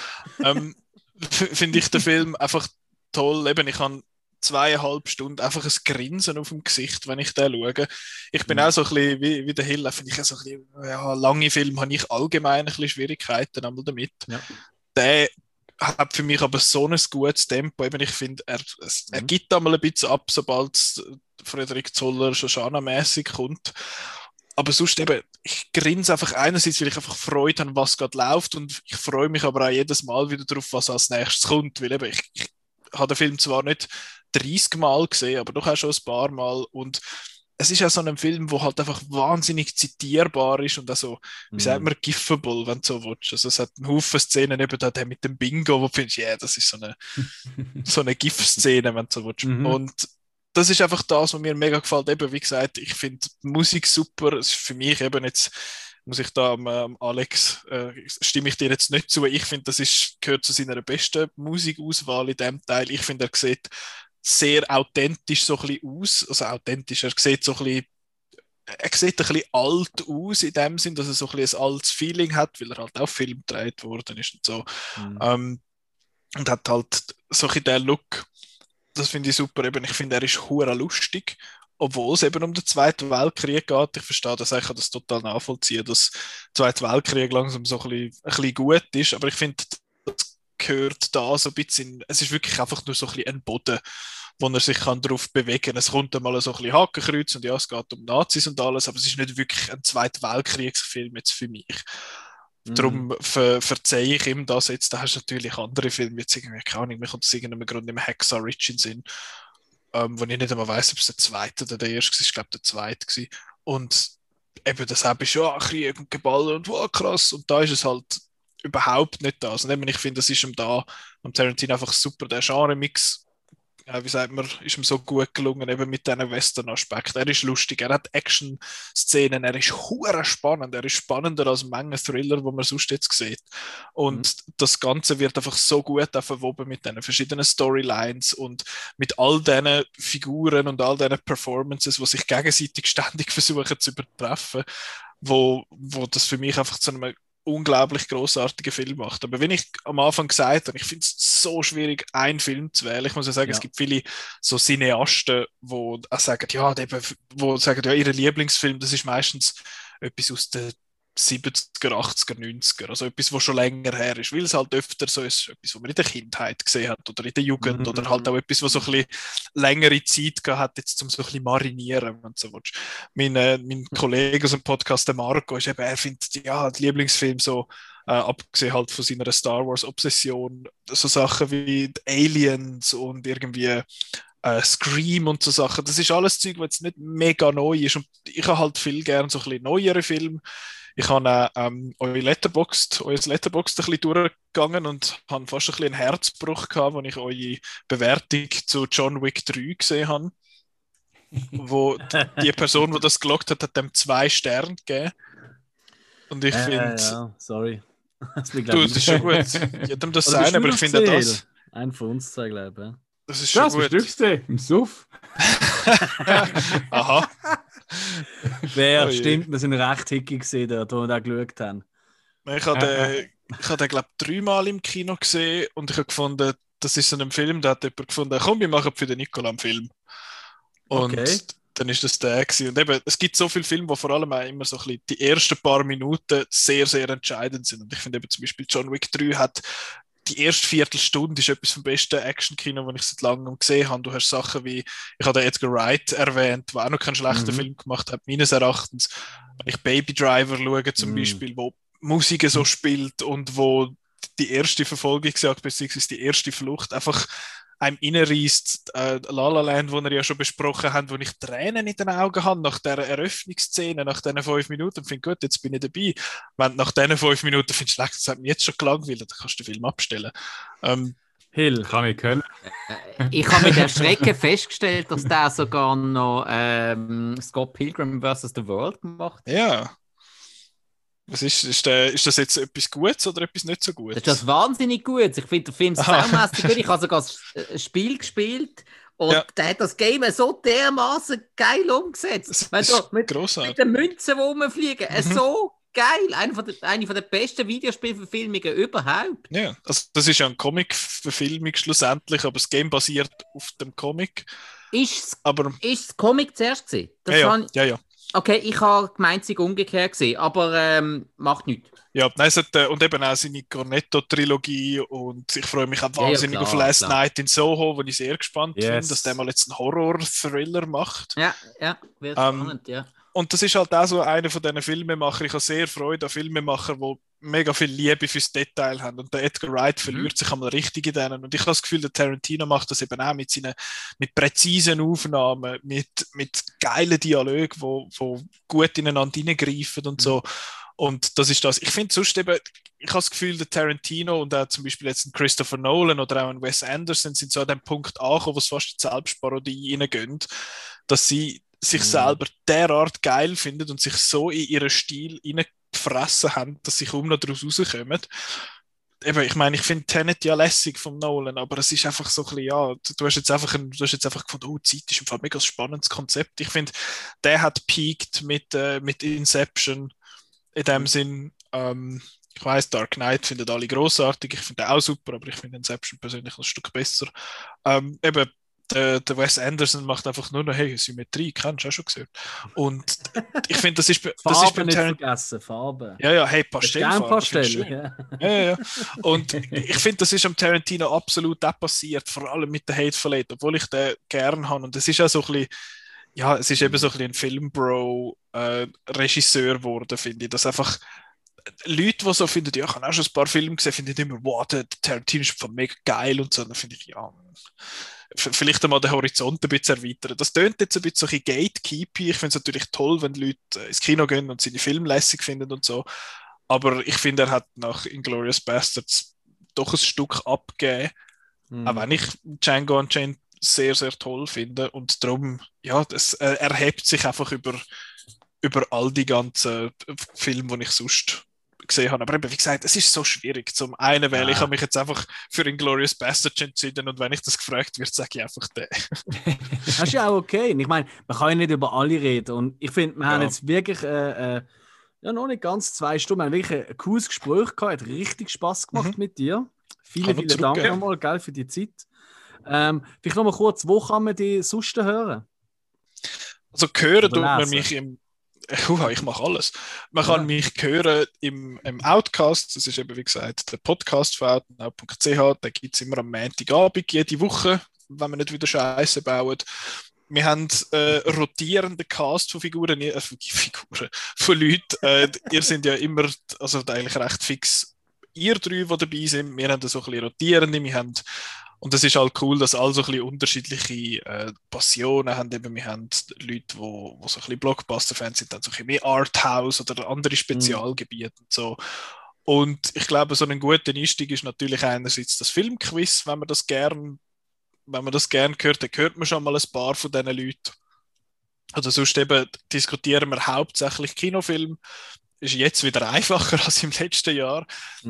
finde ich den Film einfach toll. Eben, ich habe 2,5 Stunden einfach ein Grinsen auf dem Gesicht, wenn ich den schaue. Ich bin auch so ein bisschen, wie der Hill, finde ich auch so ein bisschen, ja, lange Filme habe ich allgemein ein bisschen Schwierigkeiten einmal damit. Ja. Der hat für mich aber so ein gutes Tempo. Eben, ich finde, er gibt einmal ein bisschen ab, sobald Frederik Zoller Shoshana-mäßig kommt. Aber sonst eben, ich grinse einfach einerseits, weil ich einfach Freude habe, was gerade läuft, und ich freue mich aber auch jedes Mal wieder darauf, was als nächstes kommt, weil eben, ich habe den Film zwar nicht 30 Mal gesehen, aber doch auch schon ein paar Mal, und es ist auch so ein Film, der halt einfach wahnsinnig zitierbar ist und auch so, wie sagt man, giffable, wenn du so willst. Also es hat einen Haufen Szenen, eben da der mit dem Bingo, wo du findest, ja, das ist so eine GIF-Szene, wenn du so willst. Und das ist einfach das, was mir mega gefällt. Eben, wie gesagt, ich finde die Musik super. Es ist für mich eben jetzt, muss ich da Alex, stimme ich dir jetzt nicht zu. Ich finde, gehört zu seiner besten Musikauswahl in dem Teil. Ich finde, er sieht sehr authentisch so ein bisschen aus. Also authentisch, er sieht ein bisschen alt aus in dem Sinn, dass er so ein bisschen ein altes Feeling hat, weil er halt auch Film gedreht worden ist und so. Und hat halt so ein bisschen den Look. Das finde ich super. Eben, ich finde, er ist hure lustig, obwohl es eben um den Zweiten Weltkrieg geht. Ich verstehe das, ich kann das total nachvollziehen, dass der Zweite Weltkrieg langsam so ein bisschen gut ist, aber ich finde, das gehört da so ein bisschen, es ist wirklich einfach nur so ein bisschen ein Boden, wo er sich darauf bewegen kann. Es kommt einmal so ein bisschen Hakenkreuz und ja, es geht um Nazis und alles, aber es ist nicht wirklich ein Zweiter Weltkriegsfilm jetzt für mich. Darum verzeihe ich ihm das jetzt. Da hast du natürlich andere Filme, jetzt irgendwie, keine Ahnung, mir kommt aus irgendeinem Grund im Hacksaw Ridge in den Sinn, wo ich nicht einmal weiss, ob es der zweite oder der erste war, ich glaube der zweite war. Und eben das ist ja Krieg und Geballer und wow, krass. Und da ist es halt überhaupt nicht das. Und eben, ich finde, das ist ihm da am Tarantino einfach super, der Genre-Mix, wie sagt man, ist ihm so gut gelungen, eben mit diesen Western-Aspekten. Er ist lustig, er hat Action-Szenen, er ist hure spannend, er ist spannender als Menge Thriller, wo man sonst jetzt sieht. Und das Ganze wird einfach so gut auch verwoben mit diesen verschiedenen Storylines und mit all diesen Figuren und all diesen Performances, die sich gegenseitig ständig versuchen zu übertreffen, wo das für mich einfach zu einem unglaublich großartigen Film macht. Aber wenn ich am Anfang gesagt habe, ich finde es so schwierig, einen Film zu wählen. Ich muss ja sagen, es gibt viele so Cineasten, die auch sagen, ja, wo sagen, ja, ihr Lieblingsfilm, das ist meistens etwas aus den 70er, 80er, 90er, also etwas, was schon länger her ist, weil es halt öfter so ist, etwas, was man in der Kindheit gesehen hat oder in der Jugend oder halt auch etwas, was so ein bisschen längere Zeit gehabt hat, jetzt zum so ein bisschen marinieren und so. Mein Kollege aus dem Podcast, der Marco, ist eben, er findet, ja, die Lieblingsfilm so, abgesehen halt von seiner Star Wars Obsession, so Sachen wie Aliens und irgendwie Scream und so Sachen, das ist alles Zeug, was jetzt nicht mega neu ist und ich habe halt viel gerne so ein bisschen neuere Filme. Ich habe euer Letterboxd ein bisschen durchgegangen und habe fast ein bisschen einen Herzbruch gehabt, als ich eure Bewertung zu John Wick 3 gesehen habe. Wo die Person, die das gelockt hat, hat dem 2 Sterne gegeben. Und ich finde... Ja, sorry. Das ist schon gut. Jedem das sein, aber ich finde das... Ein von uns zwei, glaube ich. Das ist schon gut. Das hast du gesehen, im Suff. Aha. Wer stimmt, wir sind recht hickig gesehen, dort, wo wir da geschaut haben. Ich habe den, glaube ich, 3-mal im Kino gesehen und ich habe gefunden, das ist so ein Film, da hat jemand gefunden, komm, wir machen für den Nicola einen Film. Und dann ist das der gewesen. Und eben, es gibt so viele Filme, wo vor allem auch immer so ein bisschen die ersten paar Minuten sehr, sehr entscheidend sind. Und ich finde eben zum Beispiel John Wick 3 hat die erste Viertelstunde ist etwas vom besten Action-Kino, das ich seit langem gesehen habe. Du hast Sachen wie, ich habe den Edgar Wright erwähnt, der auch noch keinen schlechten Film gemacht hat, meines Erachtens. Wenn ich Baby Driver schaue zum Beispiel, wo Musik so spielt und wo die erste Verfolgungsjagd bzw. die erste Flucht einfach einem reinreisst, La La Land, wo wir ja schon besprochen haben, wo ich Tränen in den Augen habe, nach dieser Eröffnungsszene, nach diesen 5 Minuten, finde gut, jetzt bin ich dabei. Wenn du nach diesen 5 Minuten findest, das hat mich jetzt schon gelangweilt, dann kannst du den Film abstellen. Hill. Kann ich können. Ich habe mit Erschrecken festgestellt, dass der sogar noch Scott Pilgrim vs. The World gemacht hat. Ja. Was ist das jetzt etwas Gutes oder etwas nicht so Gutes? Das ist wahnsinnig gut. Ich finde den Film saumässig gut. Ich habe sogar ein Spiel gespielt und der hat das Game so dermaßen geil umgesetzt. Das ist grossartig. Mit den Münzen, die rumfliegen. So geil. Eine von der besten Videospielverfilmungen überhaupt. Ja, also das ist ja eine Comic-Verfilmung schlussendlich, aber das Game basiert auf dem Comic. Ist das Comic zuerst gewesen? Ja. Okay, ich habe gemeint, sie umgekehrt gesehen, aber macht nichts. Ja, nein, und eben auch seine Cornetto-Trilogie und ich freue mich auch wahnsinnig auf Last Night in Soho, wo ich sehr gespannt bin, dass der mal jetzt einen Horror-Thriller macht. Ja, wird spannend, ja. Und das ist halt auch so einer von diesen Filmemachern. Ich habe sehr Freude an Filmemacher, die mega viel Liebe fürs Detail haben. Und der Edgar Wright verliert sich einmal richtig in denen. Und ich habe das Gefühl, der Tarantino macht das eben auch mit präzisen Aufnahmen, mit geilen Dialogen, wo gut ineinander hineingreifen und so. Und das ist das. Ich finde sonst eben, ich habe das Gefühl, der Tarantino und auch zum Beispiel jetzt ein Christopher Nolan oder auch ein Wes Anderson sind so an dem Punkt angekommen, wo es fast in die Selbstparodie reingehen, dass sie sich selber derart geil finden und sich so in ihren Stil hineingefressen haben, dass sie kaum noch daraus rauskommen. Eben, ich meine, ich finde Tenet ja lässig vom Nolan, aber es ist einfach so ein bisschen, ja, du hast jetzt einfach gefunden, oh, Zeit ist im Fall ein mega spannendes Konzept. Ich finde, der hat peaked mit Inception in dem Sinn. Ich weiss, Dark Knight findet alle grossartig, ich finde den auch super, aber ich finde Inception persönlich ein Stück besser. Eben, der Wes Anderson macht einfach nur noch, hey, Symmetrie, kennst du auch schon gesehen. Und ich finde, das ist Farben nicht vergessen, Farben. Ja, hey, Pastellfarben. Pastell. Ja. Und ich finde, das ist am Tarantino absolut auch passiert, vor allem mit der Hateful Eight, obwohl ich den gern habe. Und es ist auch so ein bisschen, ja, es ist eben so ein bisschen ein Film-Bro-Regisseur geworden, finde ich. Dass einfach Leute, die so finden, ja, ich habe auch schon ein paar Filme gesehen, finden immer, wow, der Tarantino ist mega geil und so. Dann finde ich, ja, vielleicht einmal den Horizont ein bisschen erweitern. Das tönt jetzt ein bisschen so ein Gatekeeping. Ich finde es natürlich toll, wenn die Leute ins Kino gehen und seine Filme lässig finden und so. Aber ich finde, er hat nach Inglourious Basterds doch ein Stück abgegeben. Auch wenn ich Django Unchained sehr, sehr toll finde. Und darum, ja, er hebt sich einfach über all die ganzen Filme, die ich sonst gesehen habe. Aber eben, wie gesagt, es ist so schwierig. Zum einen, weil ich habe mich jetzt einfach für Inglourious Basterds entschieden und wenn ich das gefragt wird, sage ich einfach den. Das ist ja auch okay. Ich meine, man kann ja nicht über alle reden. Und ich finde, wir haben jetzt wirklich noch nicht ganz 2 Stunden. Wir haben wirklich ein cooles Gespräch gehabt. Hat richtig Spass gemacht mit dir. Vielen Dank nochmal, gell, für die Zeit. Vielleicht noch mal kurz, wo kann man die sonst hören? Also hören tut man mich im ich mache alles. Man kann mich hören im Outcast, das ist eben wie gesagt der Podcast von outnow.ch, den gibt es immer am Montagabend, jede Woche, wenn wir nicht wieder Scheiße bauen. Wir haben rotierenden Cast von Figuren, von Leuten. Ihr seid ja immer, also eigentlich recht fix, ihr 3, die dabei sind. Wir haben so ein bisschen rotierende, und es ist halt cool, dass alle so ein bisschen unterschiedliche Passionen haben. Eben, wir haben Leute, die so ein bisschen Blockbuster-Fans sind, dann so ein bisschen mehr Arthouse oder andere Spezialgebiete und so. Und ich glaube, so ein guter Einstieg ist natürlich einerseits das Filmquiz, wenn man das gern hört, dann hört man schon mal ein paar von diesen Leuten. Oder sonst eben diskutieren wir hauptsächlich Kinofilm. Ist jetzt wieder einfacher als im letzten Jahr.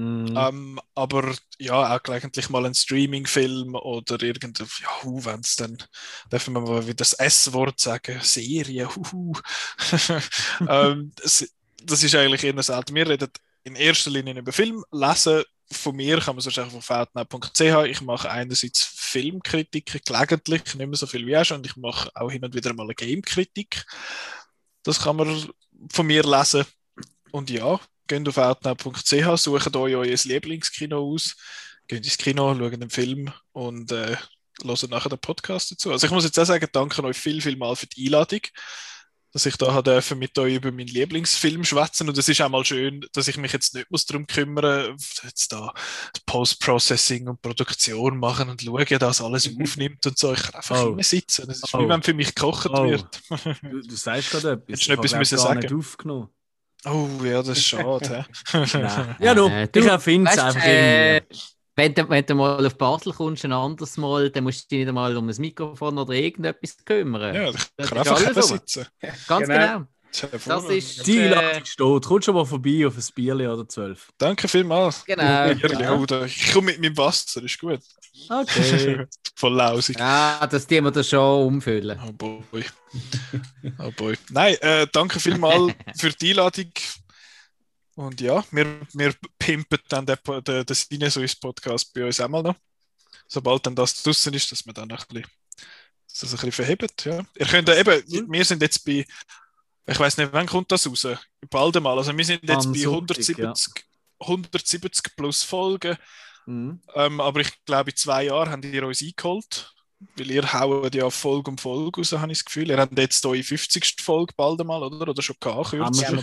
Aber ja, auch gelegentlich mal ein Streaming-Film oder irgendein, wenn es dann, dürfen wir mal wieder das S-Wort sagen, Serie, das ist eigentlich eher selten. Wir reden in erster Linie über Film, lesen. Von mir kann man sonst einfach auf outnow.ch. Ich mache einerseits Filmkritik, gelegentlich, nicht mehr so viel wie auch schon, und ich mache auch hin und wieder mal eine Game-Kritik. Das kann man von mir lesen. Und ja, geht auf outnow.ch, sucht euch euer Lieblingskino aus, geht ins Kino, schaut den Film und hört nachher den Podcast dazu. Also ich muss jetzt auch sagen, danke euch viel mal für die Einladung, dass ich da durfte mit euch über meinen Lieblingsfilm schwätzen, und es ist auch mal schön, dass ich mich jetzt nicht darum kümmern muss, jetzt da Post-Processing und Produktion machen und schauen, dass alles aufnimmt und so. Ich kann einfach immer sitzen. Es ist wie wenn für mich gekocht wird. Du sagst gerade etwas. Hättest du noch etwas sagen? Nicht aufgenommen. Oh ja, das ist schade. Ja, ich erfinde es einfach irgendwie. Wenn du mal auf Basel kommst, ein anderes Mal, dann musst du dich nicht mal um ein Mikrofon oder irgendetwas kümmern. Ja, ich kann einfach sitzen. Ganz genau. Das ist die Einladung steht. Kommst du mal vorbei auf ein Bierchen oder 12. Danke vielmals. Genau. Ich komme mit meinem Wasser, ist gut. Okay. Voll lausig. Ja, das tun wir da schon umfüllen. Oh boy. Nein, danke vielmals für die Einladung. Und ja, wir pimpen dann den Cinesuisse-Podcast bei uns auch mal noch. Sobald dann das draussen ist, dass wir dann noch ein bisschen verheben. Ja. Ihr könnt eben, wir sind jetzt bei, ich weiß nicht, wann kommt das raus? Bald einmal. Also wir sind jetzt bei 170 plus Folgen. Aber ich glaube, in 2 Jahren habt ihr uns eingeholt. Weil ihr haut ja Folge um Folge raus, habe ich das Gefühl. Ihr habt jetzt eure 50. Folge bald einmal, oder? Oder schon gehabt?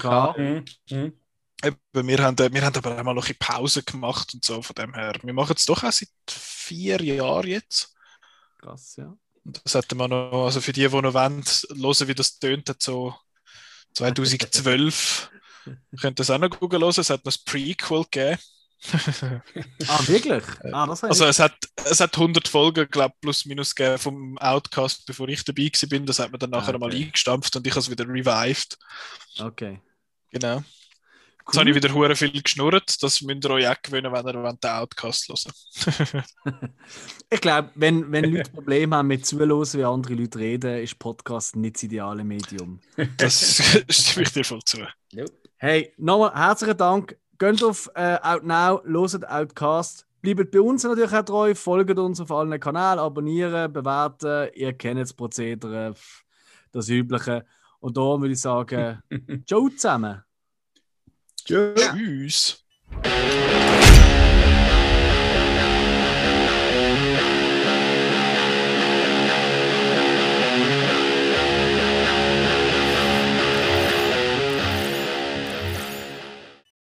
Wir haben aber auch mal noch eine Pause gemacht und so, von dem her. Wir machen es doch auch seit 4 Jahren jetzt. Krass, ja. Und das hätten wir noch, also für die noch wollen, hören, wie das tönt, so 2012. Könnt ihr das auch noch googeln hören, es hat noch das Prequel gegeben. Wirklich? Das also es hat 100 Folgen, glaube ich, plus minus gegeben vom Outcast, bevor ich dabei war. Das hat man dann nachher mal eingestampft und ich habe es wieder revived. Okay. Genau. Jetzt habe ich wieder hure viel geschnurrt. Das müsst ihr euch auch gewöhnen, wenn ihr den Outcast hören. Ich glaube, wenn Leute Probleme haben mit Zuhören, wie andere Leute reden, ist Podcast nicht das ideale Medium. Das stimme ich dir voll zu. Hey, nochmal herzlichen Dank. Geht auf Outnow, hört Outcast. Bleibt bei uns natürlich auch treu, folgt uns auf allen Kanälen, abonnieren, bewerten. Ihr kennt das Prozedere, das Übliche. Und da würde ich sagen, ciao zusammen. Tschüss. Tschüss.